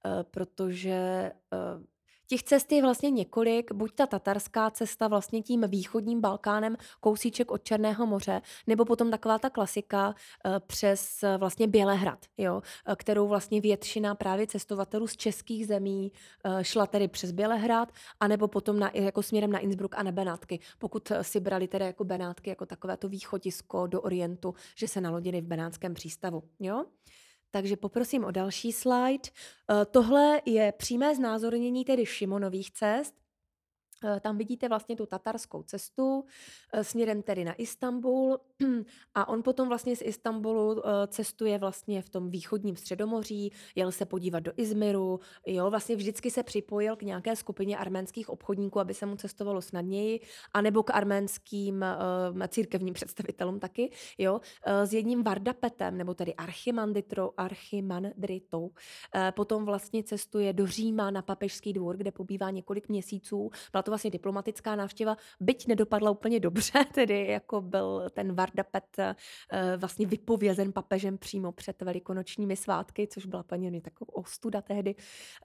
protože uh, těch cest je vlastně několik, buď ta tatarská cesta vlastně tím východním Balkánem, kousíček od Černého moře, nebo potom taková ta klasika uh, přes uh, vlastně Bělehrad, jo, uh, kterou vlastně většina právě cestovatelů z českých zemí uh, šla tedy přes Bělehrad, anebo potom na, jako směrem na Innsbruck a na Benátky, pokud uh, si brali tedy jako Benátky jako takové to východisko do Orientu, že se nalodili v benátském přístavu, jo. Takže poprosím o další slide. Tohle je přímé znázornění tedy Šimonových cest. Tam vidíte vlastně tu tatarskou cestu směrem tedy na Istanbul a on potom vlastně z Istanbulu cestuje vlastně v tom východním Středomoří, jel se podívat do Izmiru, jo, vlastně vždycky se připojil k nějaké skupině arménských obchodníků, aby se mu cestovalo snadněji, anebo k arménským uh, církevním představitelům taky, jo, uh, s jedním Vardapetem, nebo tedy Archimandritou, Archimandritou. Uh, potom vlastně cestuje do Říma na papežský dvůr, kde pobývá několik měsíců. Byla to vlastně diplomatická návštěva, byť nedopadla úplně dobře, tedy jako byl ten Vardapet vlastně vypovězen papežem přímo před velikonočními svátky, což byla paní taková ostuda tehdy,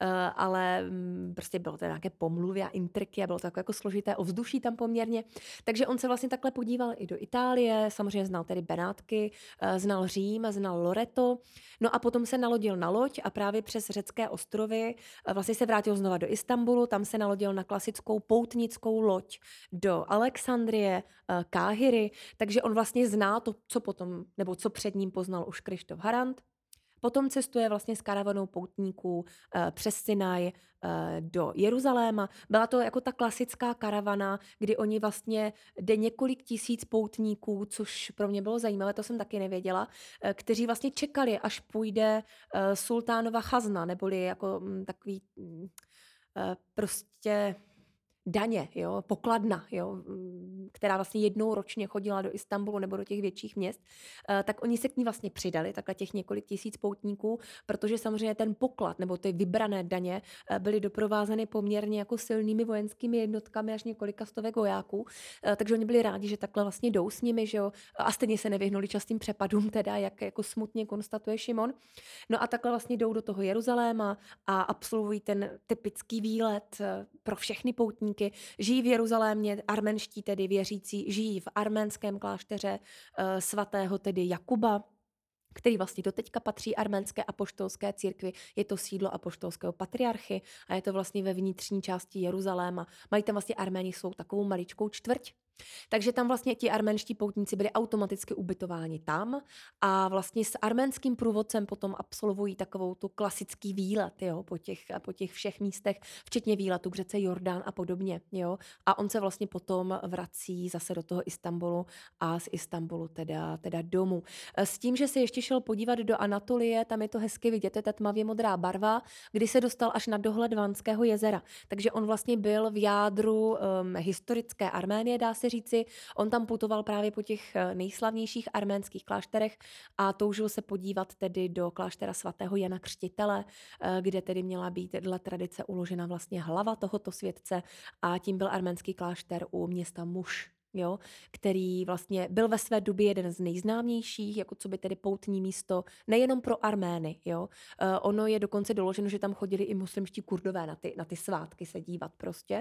ale prostě bylo to nějaké pomluvy a intriky a bylo to jako, jako složité ovzduší tam poměrně. Takže on se vlastně takhle podíval i do Itálie, samozřejmě znal tedy Benátky, znal Řím, znal Loreto, no a potom se nalodil na loď a právě přes řecké ostrovy vlastně se vrátil znova do Istanbulu, tam se nalodil na klasickou poutnickou loď do Alexandrie, Káhiry, takže on vlastně zná to, co potom, nebo co před ním poznal už Krištof Harant. Potom cestuje vlastně s karavanou poutníků e, přes Sinaj e, do Jeruzaléma. Byla to jako ta klasická karavana, kdy oni vlastně jde několik tisíc poutníků, což pro mě bylo zajímavé, to jsem taky nevěděla, e, kteří vlastně čekali, až půjde e, sultánova chazna, neboli jako m, takový m, e, prostě daně, jo, pokladna, jo, která vlastně jednou ročně chodila do Istanbulu nebo do těch větších měst, tak oni se k ní vlastně přidali, takhle těch několik tisíc poutníků, protože samozřejmě ten poklad nebo ty vybrané daně byly doprovázeny poměrně jako silnými vojenskými jednotkami až několika stovek vojáků, takže oni byli rádi, že takhle vlastně jdou s nimi, že jo, a stejně se nevyhnuli častým přepadům, teda jak jako smutně konstatuje Šimon. No a takhle vlastně jdou do toho Jeruzaléma a absolvují ten typický výlet pro všechny poutníky. Žijí v Jeruzalémě, arménští tedy věřící, žijí v arménském klášteře e, svatého tedy Jakuba, který vlastně doteďka patří arménské apoštolské církvi. Je to sídlo apoštolského patriarchy a je to vlastně ve vnitřní části Jeruzaléma. Mají tam vlastně Arméni svou takovou maličkou čtvrť. Takže tam vlastně ti arménští poutníci byli automaticky ubytováni tam a vlastně s arménským průvodcem potom absolvují takovou tu klasický výlet, jo, po těch, po těch všech místech, včetně výletu k řece Jordán a podobně, jo. A on se vlastně potom vrací zase do toho Istanbulu a z Istanbulu teda, teda domů. S tím, že se ještě šel podívat do Anatolie, tam je to hezky vidět, je ta tmavě modrá barva, kdy se dostal až na dohled Vanského jezera. Takže on vlastně byl v jádru um, historické Arménie, dá se říci. On tam putoval právě po těch nejslavnějších arménských klášterech a toužil se podívat tedy do kláštera svatého Jana Křtitele, kde tedy měla být dle tradice uložena vlastně hlava tohoto světce a tím byl arménský klášter u města Muš. Jo, který vlastně byl ve své době jeden z nejznámějších, jako co by tedy poutní místo, nejenom pro Armény. Jo. Uh, ono je dokonce doloženo, že tam chodili i muslimští Kurdové na ty, na ty svátky se dívat prostě.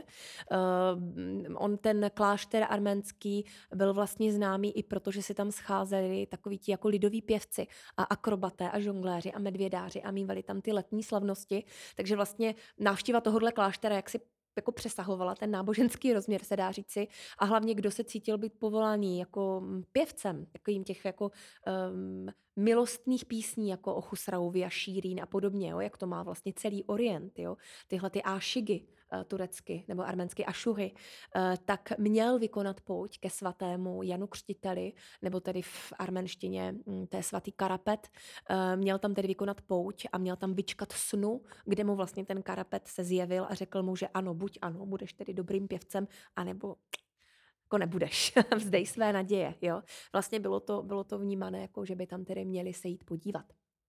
Uh, on ten klášter arménský byl vlastně známý i proto, že si tam scházeli takoví ti jako lidoví pěvci a akrobaté a žongléři a medvědáři a mívali tam ty letní slavnosti. Takže vlastně návštěva tohohle kláštera, jak si jako přesahovala ten náboženský rozměr, se dá říci, a hlavně kdo se cítil být povolaný jako pěvcem, takovým těch jako um, milostných písní, jako o Chusraovi a Šírín a podobně, jo, jak to má vlastně celý Orient, jo, tyhle ty ášigy uh, turecky nebo arménsky ašuhy, uh, tak měl vykonat pouť ke svatému Janu Křtiteli, nebo tedy v arménštině um, to je svatý Karapet, uh, měl tam tedy vykonat pouť a měl tam vyčkat snu, kde mu vlastně ten Karapet se zjevil a řekl mu, že ano, buď ano, budeš tedy dobrým pěvcem, anebo jako nebudeš, vzdej své naděje, jo. Vlastně bylo to, bylo to vnímané, jako že by tam tedy měli se jít podívat.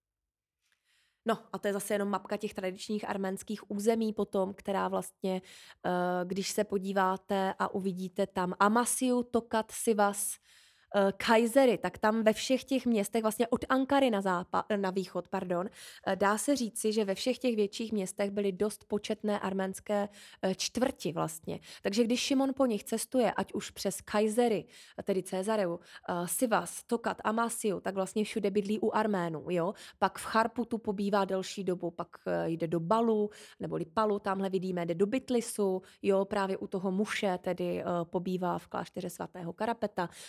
No a to je zase jenom mapka těch tradičních arménských území potom, která vlastně, když se podíváte a uvidíte tam Amasiu, Tokat, Sivas, Kajzery, tak tam ve všech těch městech, vlastně od Ankary na, západ, na východ, pardon, dá se říci, že ve všech těch větších městech byly dost početné arménské čtvrti vlastně. Takže když Šimon po nich cestuje, ať už přes Kajzery, tedy Cezareu, Sivas, Tokat, Amasiu, tak vlastně všude bydlí u Arménů, jo. Pak v Charputu pobývá delší dobu, pak jde do Balu, neboli Palu, tamhle vidíme, jde do Bitlisu, jo, právě u toho Muše, tedy pobývá v klášteře svatého Karapeta, a pak se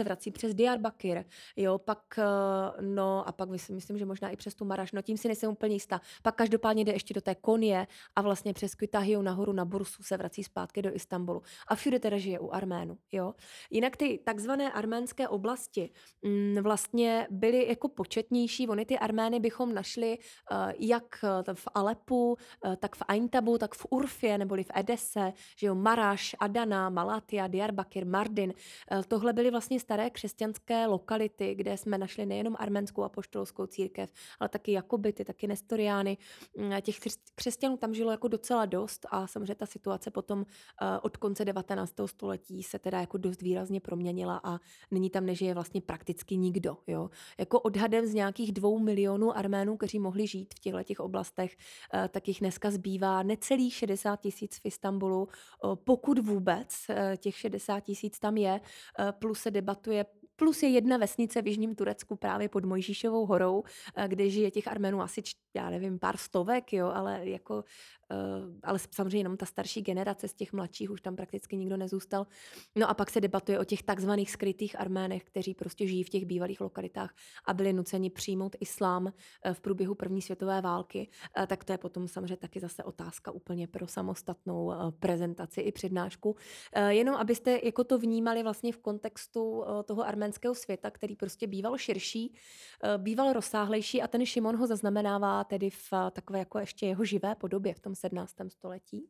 vrací přes Diyarbakir, jo, pak, eh, no a pak myslím, myslím, že možná i přes tu Maraš, no tím si nejsem úplně jistá. Pak každopádně jde ještě do té Konie a vlastně přes Kütahiju nahoru na Bursu se vrací zpátky do Istanbulu. A všude teda žije u Arménů, jo. Jinak ty takzvané arménské oblasti mm, vlastně byly jako početnější. Ony ty Armény bychom našli uh, jak eh, v Alepu, uh, tak v Aintabu, tak v Urfě, neboli v Edese, že jo, Maraš, Adana, Malatya, Diyarbakir, Mardin. Uh, tohle byly vlastně staré křesťanské lokality, kde jsme našli nejenom arménskou apoštolskou církev, ale taky Jakobity, taky Nestoriány. Mm, Těch křesťanů tam žilo jako docela dost a samozřejmě ta situace potom uh, od konce devatenáctého století se teda jako dost výrazně proměnila a nyní tam nežije vlastně prakticky nikdo. Jo. Jako odhadem z nějakých dvou milionů Arménů, kteří mohli žít v těchto těch oblastech, uh, tak jich dneska zbývá necelých šedesát tisíc v Istanbulu, uh, pokud vůbec uh, těch šedesát tisíc tam je, uh, plus se debatuje plus je jedna vesnice v jižním Turecku právě pod Mojžíšovou horou, kde žije těch Arménů asi, já nevím, pár stovek, jo, ale jako, ale samozřejmě jenom ta starší generace z těch mladších už tam prakticky nikdo nezůstal. No a pak se debatuje o těch takzvaných skrytých Arménech, kteří prostě žijí v těch bývalých lokalitách a byli nuceni přijmout islám v průběhu první světové války. Tak to je potom samozřejmě taky zase otázka úplně pro samostatnou prezentaci i přednášku. Jenom abyste jako to vnímali vlastně v kontextu toho arménského světa, který prostě býval širší, býval rozsáhlejší a ten Šimon ho zaznamenává tedy v takové jako ještě jeho živé podobě v tom sedmnáctém století.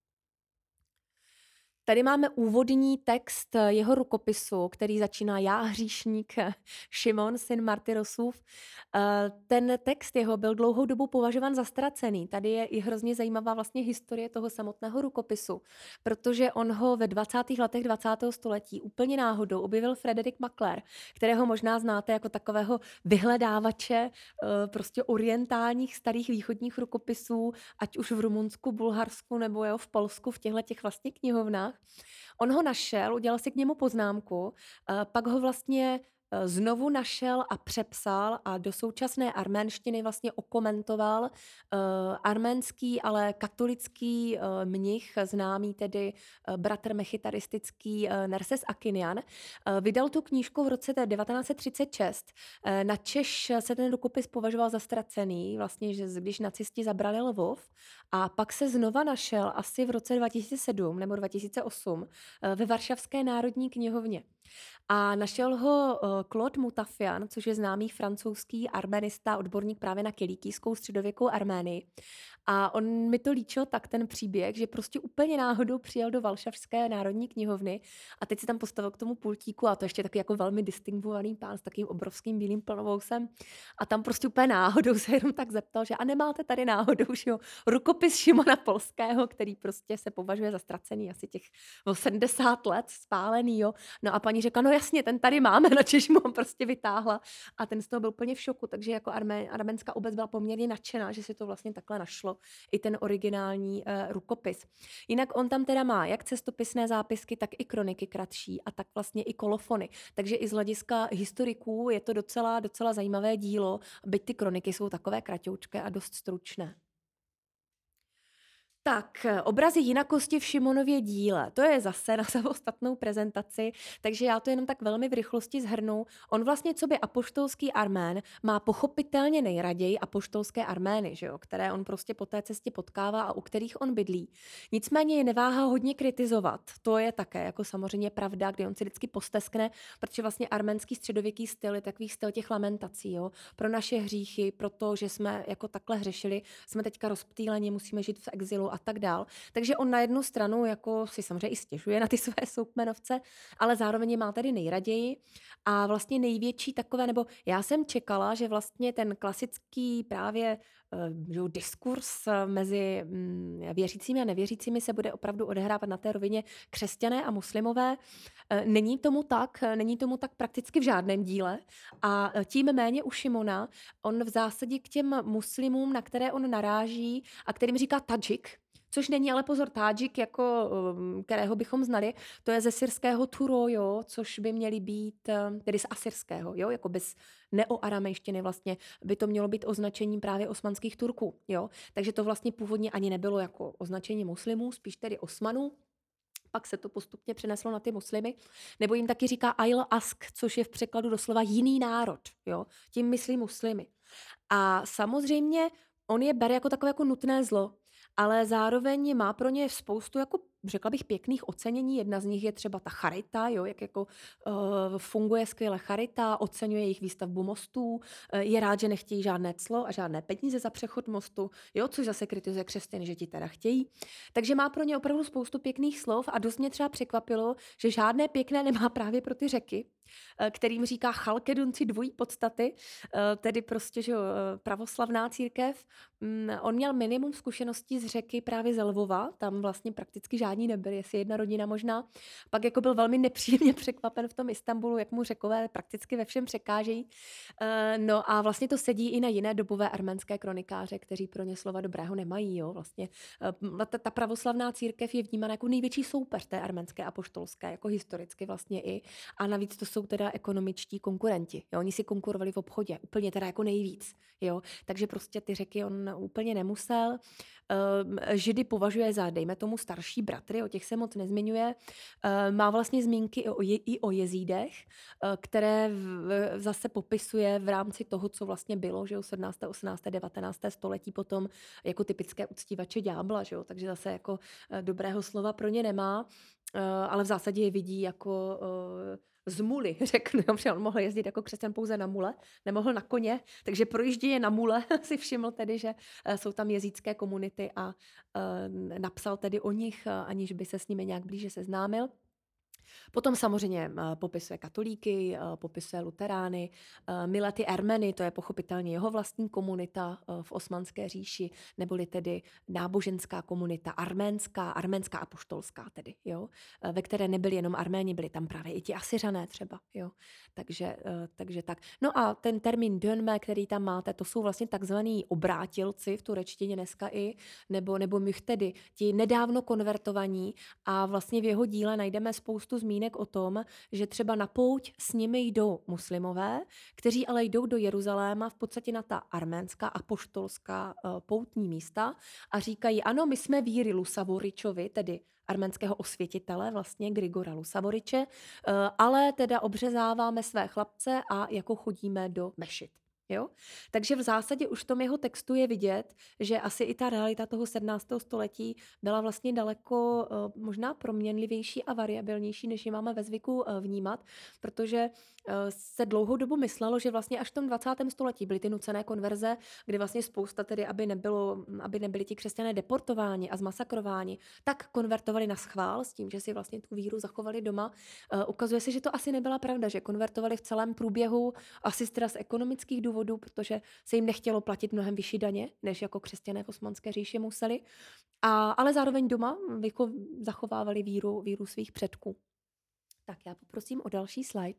Tady máme úvodní text jeho rukopisu, který začíná Já hříšník, Šimon, syn Martyrosův. Ten text jeho byl dlouhou dobu považován za ztracený. Tady je i hrozně zajímavá vlastně historie toho samotného rukopisu, protože on ho ve dvacátých letech dvacátého století úplně náhodou objevil Frederick Makler, kterého možná znáte jako takového vyhledávače prostě orientálních starých východních rukopisů, ať už v Rumunsku, Bulharsku nebo jo, v Polsku, v těchto těch vlastně knihovnách. On ho našel, udělal si k němu poznámku, pak ho vlastně znovu našel a přepsal a do současné arménštiny vlastně okomentoval uh, arménský, ale katolický uh, mnich, známý tedy uh, bratr mechitaristický uh, Nerses Akinian. Uh, vydal tu knížku v roce devatenáct set třicet šest. Uh, na Češ se ten rukopis považoval za ztracený, vlastně, že když nacisti zabrali Lvov a pak se znova našel asi v roce dva tisíce sedm nebo dva tisíce osm uh, ve Varšavské národní knihovně. A našel ho Claude Mutafian, což je známý francouzský arménista, odborník právě na kilikijskou středověkou Arménii. A on mi to líčil tak, ten příběh, že prostě úplně náhodou přijel do Varšavské národní knihovny a teď si tam postavil k tomu pultíku a to ještě taky jako velmi distingvovaný pán s takým obrovským bílým plnovousem a tam prostě úplně náhodou se jenom tak zeptal, že a nemáte tady náhodou, že jo, rukopis Šimona Polského, který prostě se považuje za ztracený asi těch sedmdesát let, spálený, jo. No a paní řekla, no jasně, ten tady máme, na Češ mu ho prostě vytáhla a ten z toho byl úplně v šoku, takže jako armé, arménská obec byla poměrně nadšená, že si to vlastně takhle našlo, i ten originální uh, rukopis. Jinak on tam teda má jak cestopisné zápisky, tak i kroniky kratší a tak vlastně i kolofony, takže i z hlediska historiků je to docela, docela zajímavé dílo, byť ty kroniky jsou takové kratoučké a dost stručné. Tak, obrazy jinakosti v Šimonově díle, to je zase na samostatnou prezentaci, takže já to jenom tak velmi v rychlosti zhrnu. On vlastně, co by apoštolský Armén, má pochopitelně nejraději apoštolské Armény, že jo, které on prostě po té cestě potkává a u kterých on bydlí. Nicméně je neváhá hodně kritizovat. To je také jako samozřejmě pravda, kdy on si vždycky posteskne, protože vlastně arménský středověký styl je takový styl těch lamentací, jo. Pro naše hříchy, proto, že jsme jako takhle hřešili, jsme teďka rozptýleni, musíme žít v exilu a tak dál. Takže on na jednu stranu jako si samozřejmě i stěžuje na ty své soukmenovce, ale zároveň je má tedy nejraději a vlastně největší takové, nebo já jsem čekala, že vlastně ten klasický právě že, diskurs mezi věřícími a nevěřícími se bude opravdu odehrávat na té rovině křesťané a muslimové. Není tomu tak, není tomu tak prakticky v žádném díle a tím méně u Šimona, on v zásadě k těm muslimům, na které on naráží a kterým říká Tadžik, což není ale pozor Tádžik, jako, kterého bychom znali, to je ze syrského Turo, jo, což by měli být, tedy z asyrského, jo, jako bez neoaramejštiny vlastně, by to mělo být označením právě osmanských Turků, jo. Takže to vlastně původně ani nebylo jako označení muslimů, spíš tedy Osmanů. pak se to postupně přeneslo na ty muslimy, nebo jim taky říká Ail Ask, což je v překladu doslova jiný národ, jo, tím myslí muslimy. A samozřejmě on je bere jako takové jako nutné zlo, ale zároveň má pro ně spoustu jako řekla bych pěkných ocenění. Jedna z nich je třeba ta charita, jo, jak jako uh, funguje skvěle charita, oceňuje jejich výstavbu mostů, uh, je rád, že nechtějí žádné clo a žádné peníze za přechod mostu, jo, což zase kritizuje křesťany, že ti teda chtějí. Takže má pro ně opravdu spoustu pěkných slov a dost mě třeba překvapilo, že žádné pěkné nemá právě pro ty řeky, kterým říká chalkedunci dvojí podstaty, tedy prostě že pravoslavná církev. On měl minimum zkušeností z řeky právě ze Lvova, tam vlastně prakticky žádní nebyli, jestli jedna rodina možná. Pak jako byl velmi nepříjemně překvapen v tom Istanbulu, jak mu Řekové prakticky ve všem překážejí. No a vlastně to sedí i na jiné dobové arménské kronikáře, kteří pro ně slova dobrého nemají. Jo? Vlastně ta, ta pravoslavná církev je vnímána jako největší soupeř té arménské apoštolské, jako historicky vlastně i. A navíc to jsou teda ekonomičtí konkurenti. Jo? Oni si konkurovali v obchodě, úplně teda jako nejvíc. Jo? Takže prostě ty Řeky on úplně nemusel. Židy považuje za, dejme tomu, starší bratry, o těch se moc nezmiňuje. Má vlastně zmínky i o, je, i o jezídech, které v, zase popisuje v rámci toho, co vlastně bylo, že jo, sedmnácté, osmnácté, devatenácté století potom jako typické uctívače ďábla, že jo? Takže zase jako dobrého slova pro ně nemá, ale v zásadě je vidí jako z muly, řeknu, že on mohl jezdit jako křesťan pouze na mule, nemohl na koně, takže projížděje na mule si všiml tedy, že jsou tam jezícké komunity a napsal tedy o nich, aniž by se s nimi nějak blíže seznámil. Potom samozřejmě popisuje katolíky, popisuje luterány, milety Ermeny, to je pochopitelně jeho vlastní komunita v Osmanské říši, neboli tedy náboženská komunita arménská, arménská apoštolská tedy, jo, ve které nebyli jenom Arméni, byli tam právě i ti Asyřané třeba, jo, takže, takže tak. No a ten termín dönme, který tam máte, to jsou vlastně takzvaný obrátilci v turečtině dneska i, nebo, nebo mühtedy, ti nedávno konvertovaní a vlastně v jeho díle najdeme spoustu zmínek o tom, že třeba na pouť s nimi jdou muslimové, kteří ale jdou do Jeruzaléma v podstatě na ta arménská apoštolská uh, poutní místa a říkají, ano, my jsme víry Lusavoričovi, tedy arménského osvětitele, vlastně Grigora Lusavoriče, uh, ale teda obřezáváme své chlapce a jako chodíme do mešit. Jo? Takže v zásadě už v tom jeho textu je vidět, že asi i ta realita toho sedmnáctého století byla vlastně daleko uh, možná proměnlivější a variabilnější, než ji máme ve zvyku uh, vnímat, protože uh, se dlouhou dobu myslelo, že vlastně až v tom dvacátém století byly ty nucené konverze, kdy vlastně spousta tedy, aby, nebylo, aby nebyli ti křesťané deportováni a zmasakrováni, tak konvertovali na schvál s tím, že si vlastně tu víru zachovali doma. Uh, ukazuje se, že to asi nebyla pravda, že konvertovali v celém průběhu asi teda z ekonomických důvodů, protože se jim nechtělo platit mnohem vyšší daně, než jako křesťané v Osmanské říši museli, a, ale zároveň doma vycho, zachovávali víru, víru svých předků. Tak já poprosím o další slide.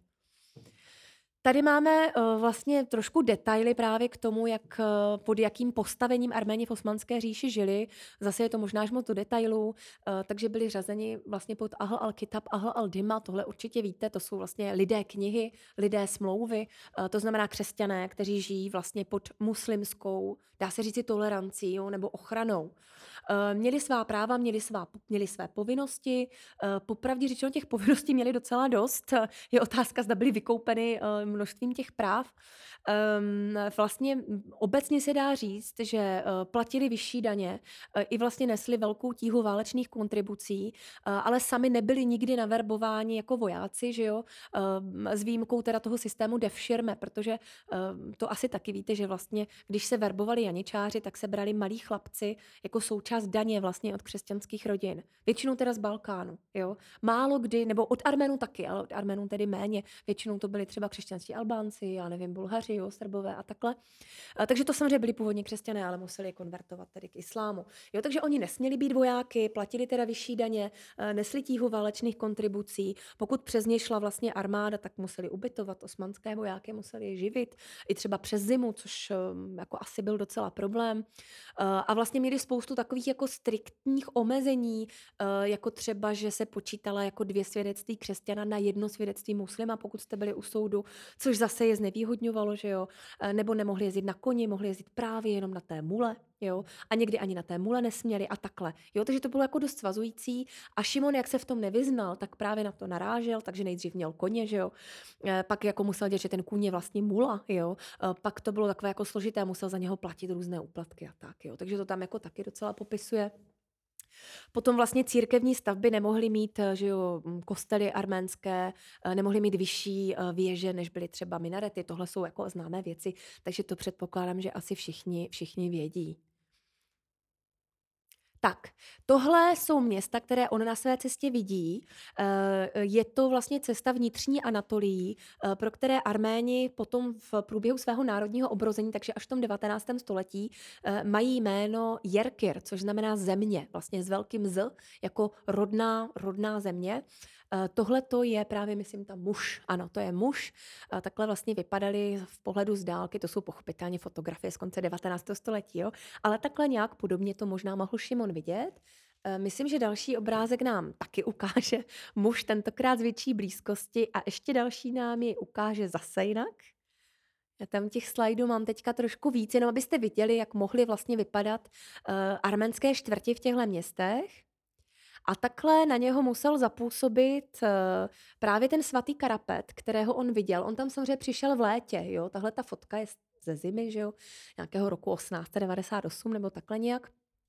Tady máme uh, vlastně trošku detaily právě k tomu, jak uh, pod jakým postavením Arméni v Osmanské říši žili. Zase je to možná až moc do detailů, uh, takže byli řazeni vlastně pod Ahl al-Kitab, Ahl al-Dima, tohle určitě víte, to jsou vlastně lidé knihy, lidé smlouvy, uh, to znamená křesťané, kteří žijí vlastně pod muslimskou, dá se říct, tolerancí, jo, nebo ochranou. Uh, měli svá práva, měli, svá, měli své povinnosti, uh, popravdě řečeno těch povinností měli docela dost, je otázka, zda byly vykoupeny uh, množstvím těch práv. Um, vlastně obecně se dá říct, že uh, platili vyšší daně, uh, i vlastně nesli velkou tíhu válečných kontribucí, uh, ale sami nebyli nikdy naverbováni jako vojáci, že jo, uh, s výjimkou teda toho systému devširme, protože uh, to asi taky víte, že vlastně, když se verbovali janičáři, tak se brali malí chlapci jako součást daně vlastně od křesťanských rodin. Většinou teda z Balkánu, jo. Málo kdy, nebo od Arménů taky, ale od Arménů tedy méně. Většinou to byli třeba křesťanští Albánci, já nevím, Bulhaři, jo, Srbové a takhle. A, takže to samozřejmě byli původně křesťané, ale museli je konvertovat tedy k islámu. Jo, takže oni nesměli být vojáky, platili teda vyšší daně, nesli tíhu válečných kontribucí. Pokud přes ně šla vlastně armáda, tak museli ubytovat osmanské vojáky, museli je živit i třeba přes zimu, což jako asi byl docela problém. A vlastně měli spoustu takových jako striktních omezení, jako třeba, že se počítala jako dvě svědectví křesťana na jedno svědectví muslima, pokud jste byli u soudu, což zase je znevýhodňovalo, že jo, nebo nemohli jezdit na koni, mohli jezdit právě jenom na té mule, jo, a někdy ani na té mule nesměli a takhle, jo, takže to bylo jako dost svazující a Šimon, jak se v tom nevyznal, tak právě na to narážel, takže nejdřív měl koně, že jo, e, pak jako musel dělat, že ten kůň je vlastně mula, jo, e, pak to bylo takové jako složité, musel za něho platit různé úplatky a tak, jo, takže to tam jako taky docela popisuje. Potom vlastně církevní stavby nemohly mít, že jo, kostely arménské, nemohly mít vyšší věže, než byly třeba minarety. Tohle jsou jako známé věci, takže to předpokládám, že asi všichni, všichni vědí. Tak, tohle jsou města, které on na své cestě vidí. Je to vlastně cesta vnitřní Anatolií, pro které Arméni potom v průběhu svého národního obrození, takže až v tom devatenáctém století, mají jméno Jerkir, což znamená země, vlastně s velkým Z, jako rodná, rodná země. Tohle to je právě, myslím, ta muž. Ano, to je muž. Takhle vlastně vypadaly v pohledu z dálky, to jsou pochopitelně fotografie z konce devatenáctého století, jo? Ale takhle nějak podobně to možná mohl Šimon vidět. Myslím, že další obrázek nám taky ukáže muž, tentokrát z větší blízkosti, a ještě další nám ji ukáže zase jinak. Já tam těch slajdů mám teďka trošku víc, jenom abyste viděli, jak mohly vlastně vypadat uh, arménské čtvrti v těchto městech. A takhle na něho musel zapůsobit uh, právě ten svatý Karapet, kterého on viděl. On tam samozřejmě přišel v létě, jo. Tahle ta fotka je ze zimy, že jo, nějakého roku osmnáct set devadesát osm nebo takhle nějak.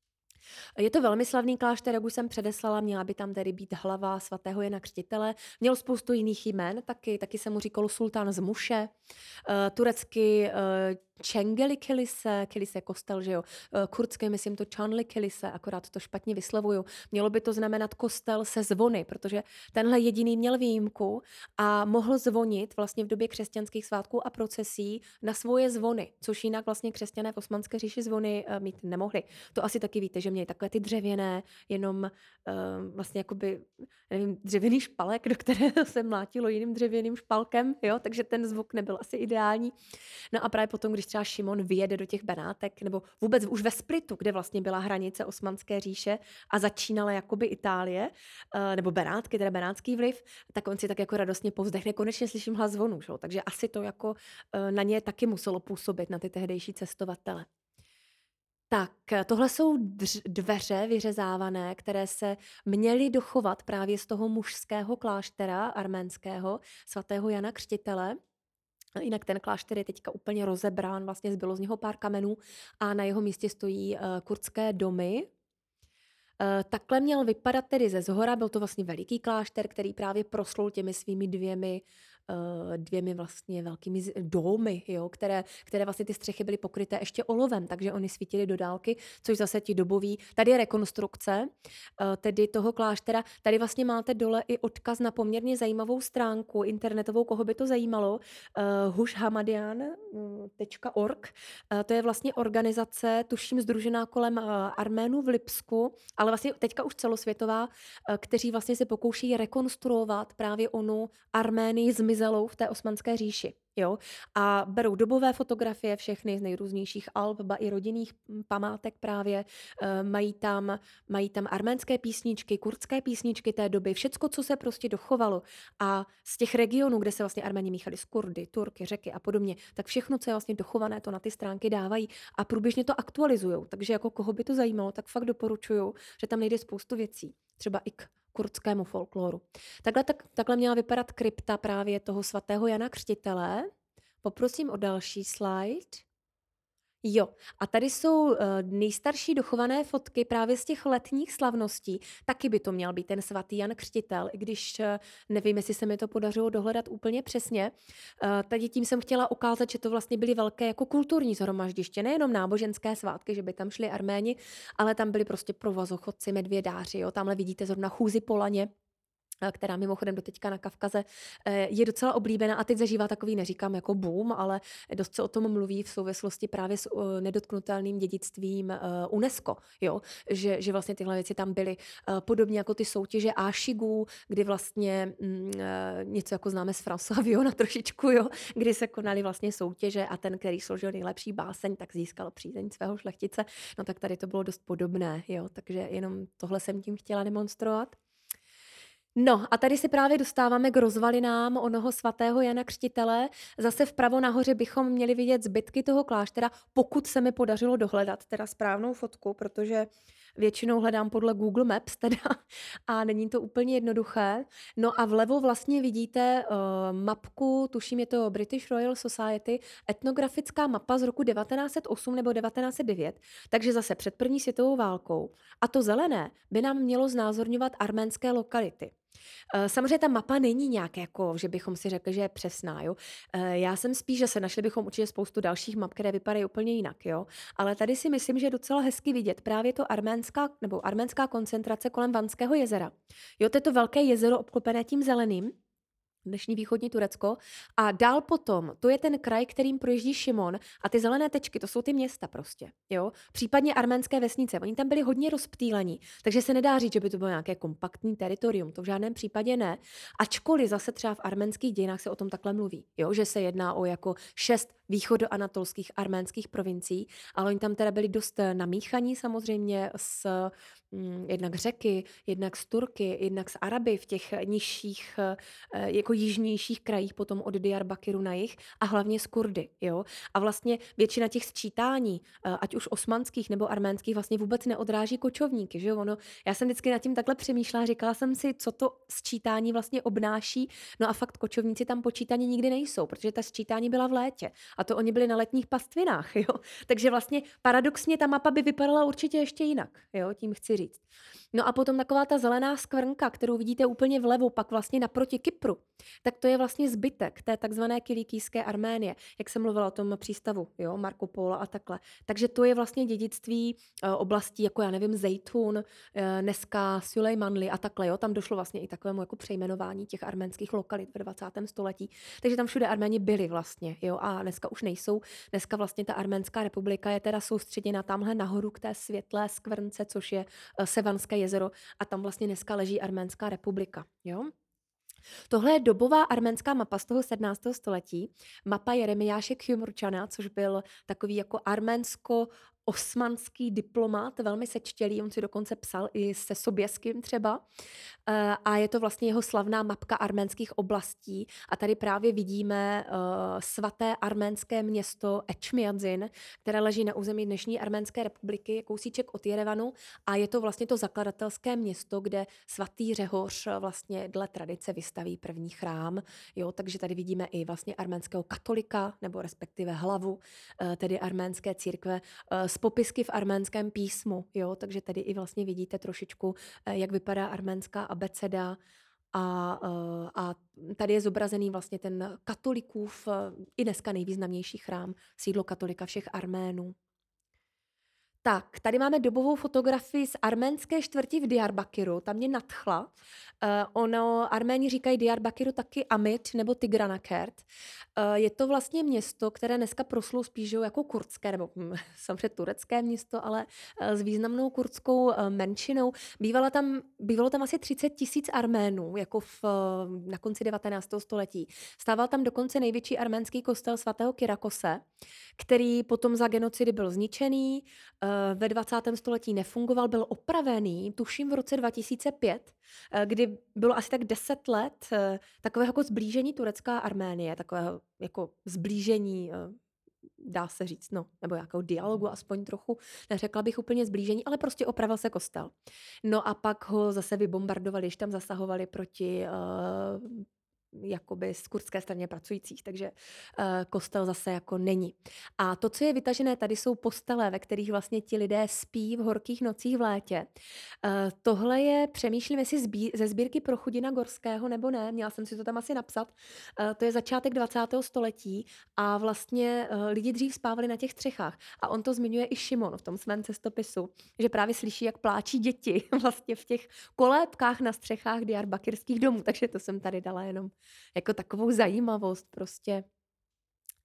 Je to velmi slavný klášter, jak už jsem předeslala, měla by tam tedy být hlava svatého Jana Křtitele. Měl spoustu jiných jmen, taky, taky se mu říkalo sultán z Muše, uh, turecky uh, Čengeli Kilise, Kilise kostel, že jo, uh, kurdsky myslím to Čanli Kilise, akorát to špatně vyslovuju. Mělo by to znamenat kostel se zvony, protože tenhle jediný měl výjimku a mohl zvonit vlastně v době křesťanských svátků a procesí na svoje zvony, což jinak vlastně křesťané v Osmanské říši zvony uh, mít nemohli. To asi taky víte, že měli takové ty dřevěné, jenom uh, vlastně jakoby, nevím, dřevěný špalek, do kterého se mlátilo jiným dřevěným špalkem, jo, takže ten zvuk nebyl asi ideální. No a právě potom, když třeba Šimon vyjede do těch Benátek, nebo vůbec už ve Splitu, kde vlastně byla hranice Osmanské říše a začínala jakoby Itálie, uh, nebo Benátky, teda benátský vliv, tak on si tak jako radostně povzdechne, konečně slyším hlas zvonu, že? Takže asi to jako uh, na ně taky muselo působit, na ty tehdejší cestovatele. Tak, tohle jsou dř- dveře vyřezávané, které se měly dochovat právě z toho mužského kláštera arménského, svatého Jana Křtitele. Jinak ten klášter je teďka úplně rozebrán, vlastně zbylo z něho pár kamenů a na jeho místě stojí uh, kurdské domy. Uh, takhle měl vypadat tedy ze zhora, byl to vlastně veliký klášter, který právě proslul těmi svými dvěmi uh, dvěmi vlastně velkými z- domy, jo, které, které vlastně ty střechy byly pokryté ještě olovem, takže oni svítily do dálky, což zase ti doboví. Tady je rekonstrukce, uh, tedy toho kláštera. Tady vlastně máte dole i odkaz na poměrně zajímavou stránku internetovou, koho by to zajímalo, uh, hushhamadian tečka org. Uh, to je vlastně organizace, tuším, sdružená kolem uh, Arménů v Lipsku, ale vlastně teďka už celosvětová, uh, kteří vlastně se pokouší rekonstruovat právě onu Arménii zmizelou v té Osmanské říši. Jo? A berou dobové fotografie všechny z nejrůznějších alb, ba i rodinných mm, památek právě. E, mají tam, mají tam arménské písničky, kurdské písničky té doby, všecko, co se prostě dochovalo. A z těch regionů, kde se vlastně Arméni míchali s Kurdy, Turky, Řeky a podobně, tak všechno, co je vlastně dochované, to na ty stránky dávají a průběžně to aktualizujou. Takže jako koho by to zajímalo, tak fakt doporučuju, že tam nejde spoustu věcí. Třeba i k kurdskému folkloru. Takhle, tak, takhle měla vypadat krypta právě toho svatého Jana Křtitele. Poprosím o další slide. Jo, a tady jsou uh, nejstarší dochované fotky právě z těch letních slavností. Taky by to měl být ten svatý Jan Křtitel, i když uh, nevím, jestli se mi to podařilo dohledat úplně přesně. Uh, tady tím jsem chtěla ukázat, že to vlastně byly velké jako kulturní shromaždiště, nejenom náboženské svátky, že by tam šli Arméni, ale tam byli prostě provazochodci, medvědáři. Jo. Tamhle vidíte zrovna chůzi po laně, která mimochodem doteďka na Kavkaze je docela oblíbená a teď zažívá takový, neříkám jako boom, ale dost se o tom mluví v souvislosti právě s uh, nedotknutelným dědictvím uh, UNESCO, jo? Že, že vlastně tyhle věci tam byly uh, podobně jako ty soutěže Ášigů, kdy vlastně mm, uh, něco jako známe z Françoise Villona trošičku, jo? Kdy se konaly vlastně soutěže a ten, který složil nejlepší báseň, tak získal přízeň svého šlechtice. No tak tady to bylo dost podobné, jo? Takže jenom tohle jsem tím chtěla demonstrovat. No a tady se právě dostáváme k rozvalinám onoho svatého Jana Křtitele. Zase vpravo nahoře bychom měli vidět zbytky toho kláštera, pokud se mi podařilo dohledat teda správnou fotku, protože většinou hledám podle Google Maps teda a není to úplně jednoduché. No a vlevo vlastně vidíte uh, mapku, tuším je to British Royal Society, etnografická mapa z roku devatenáct set osm nebo devatenáct set devět, takže zase před první světovou válkou. A to zelené by nám mělo znázorňovat arménské lokality. Eh, Samozřejmě ta mapa není nějak jako, že bychom si řekli, že je přesná, jo. Eh, Já jsem spíš, že se našli bychom určitě spoustu dalších map, které vypadají úplně jinak, jo. Ale tady si myslím, že je docela hezky vidět právě to arménská, nebo arménská koncentrace kolem Vanského jezera. Jo, to je to velké jezero obklopené tím zeleným, dnešní východní Turecko. A dál potom, to je ten kraj, kterým projíždí Šimon a ty zelené tečky, to jsou ty města prostě, jo. Případně arménské vesnice, oni tam byli hodně rozptýlení, takže se nedá říct, že by to bylo nějaké kompaktní teritorium, to v žádném případě ne. Ačkoliv zase třeba v arménských dějinách se o tom takhle mluví, jo, že se jedná o jako šest východoanatolských arménských provincií, ale oni tam teda byli dost eh, namíchaní samozřejmě s mm, jednak Řeky, jednak s Turky, jednak s Araby v těch nižších, eh, jako jižnějších krajích potom od Diyarbakyru na jih a hlavně s Kurdy, jo. A vlastně většina těch sčítání, eh, ať už osmanských nebo arménských, vlastně vůbec neodráží kočovníky, že jo. Ono, já jsem vždycky nad tím takhle přemýšlela, říkala jsem si, co to sčítání vlastně obnáší. No a fakt kočovníci tam počítaní nikdy nejsou, protože ta sčítání byla v létě a to oni byli na letních pastvinách, jo. Takže vlastně paradoxně ta mapa by vypadala určitě ještě jinak, jo, tím chci říct. No a potom taková ta zelená skvrnka, kterou vidíte úplně vlevo, pak vlastně naproti Kypru, tak to je vlastně zbytek té takzvané kilikijské Arménie, jak jsem mluvila o tom přístavu, jo, Marco Polo a takhle. Takže to je vlastně dědictví eh, oblastí, jako já nevím, Zejtun, eh, dneska Süleymanli a takhle, jo, tam došlo vlastně i takovému jako přejmenování těch arménských lokalit ve dvacátém století. Takže tam všude Arméni byli vlastně, jo, a dneska už nejsou. Dneska vlastně ta Arménská republika je teda soustředěna tamhle nahoru k té světlé skvrnce, což je eh, Sevanské jezero a tam vlastně dneska leží Arménská republika, jo. Tohle je dobová arménská mapa z toho sedmnáctého století, mapa Jeremiáše Kjumurčana, což byl takový jako arménsko-osmanský diplomat, velmi sečtělý, on si dokonce psal i se Soběským třeba. Eh, A je to vlastně jeho slavná mapka arménských oblastí. A tady právě vidíme eh, svaté arménské město Ečmiadzin, které leží na území dnešní Arménské republiky, kousíček od Jerevanu. A je to vlastně to zakladatelské město, kde svatý Řehoř eh, vlastně dle tradice vystaví první chrám. Jo, takže tady vidíme i vlastně arménského katolika, nebo respektive hlavu, eh, tedy arménské církve, eh, s popisky v arménském písmu. Jo, takže tady i vlastně vidíte trošičku, eh, jak vypadá arménská abeceda. A, eh, a tady je zobrazený vlastně ten katolikův, eh, i dneska nejvýznamnější chrám, sídlo katolika všech Arménů. Tak, tady máme dobovou fotografii z arménské čtvrti v Diyarbakyru, tam mě nadchla. Eh, ono, Arméni říkají Diyarbakyru taky Amit nebo Tigranakert. Eh, je to vlastně město, které dneska proslulo spíš že jo, jako kurdské, nebo hm, samozřejmě turecké město, ale eh, s významnou kurdskou eh, menšinou. Bývala tam, bývalo tam asi třicet tisíc Arménů, jako v, eh, na konci devatenáctého století. Stával tam dokonce největší arménský kostel svatého Kyrakose, který potom za genocidy byl zničený, eh, ve dvacátém století nefungoval, byl opravený, tuším v roce dva tisíce pět, eh, kdy bylo asi tak deset let eh, takového jako zblížení Turecka a Arménie, takového jako zblížení, eh, dá se říct, no, nebo nějakého dialogu, aspoň trochu, neřekla bych úplně zblížení, ale prostě opravil se kostel. No a pak ho zase vybombardovali, když tam zasahovali proti uh, jakoby z kurdské straně pracujících, takže uh, kostel zase jako není. A to, co je vytažené, tady jsou postele, ve kterých vlastně ti lidé spí v horkých nocích v létě. Uh, tohle je, přemýšlím, jestli zbí, ze sbírky Prochudina Gorského nebo ne, měla jsem si to tam asi napsat. Uh, to je začátek dvacátého století a vlastně uh, lidi dřív spávali na těch střechách. A on to zmiňuje i Šimon v tom svém cestopisu, že právě slyší, jak pláčí děti vlastně v těch kolébkách na střechách Diyarbakirských domů. Takže to jsem tady dala jenom jako takovou zajímavost prostě.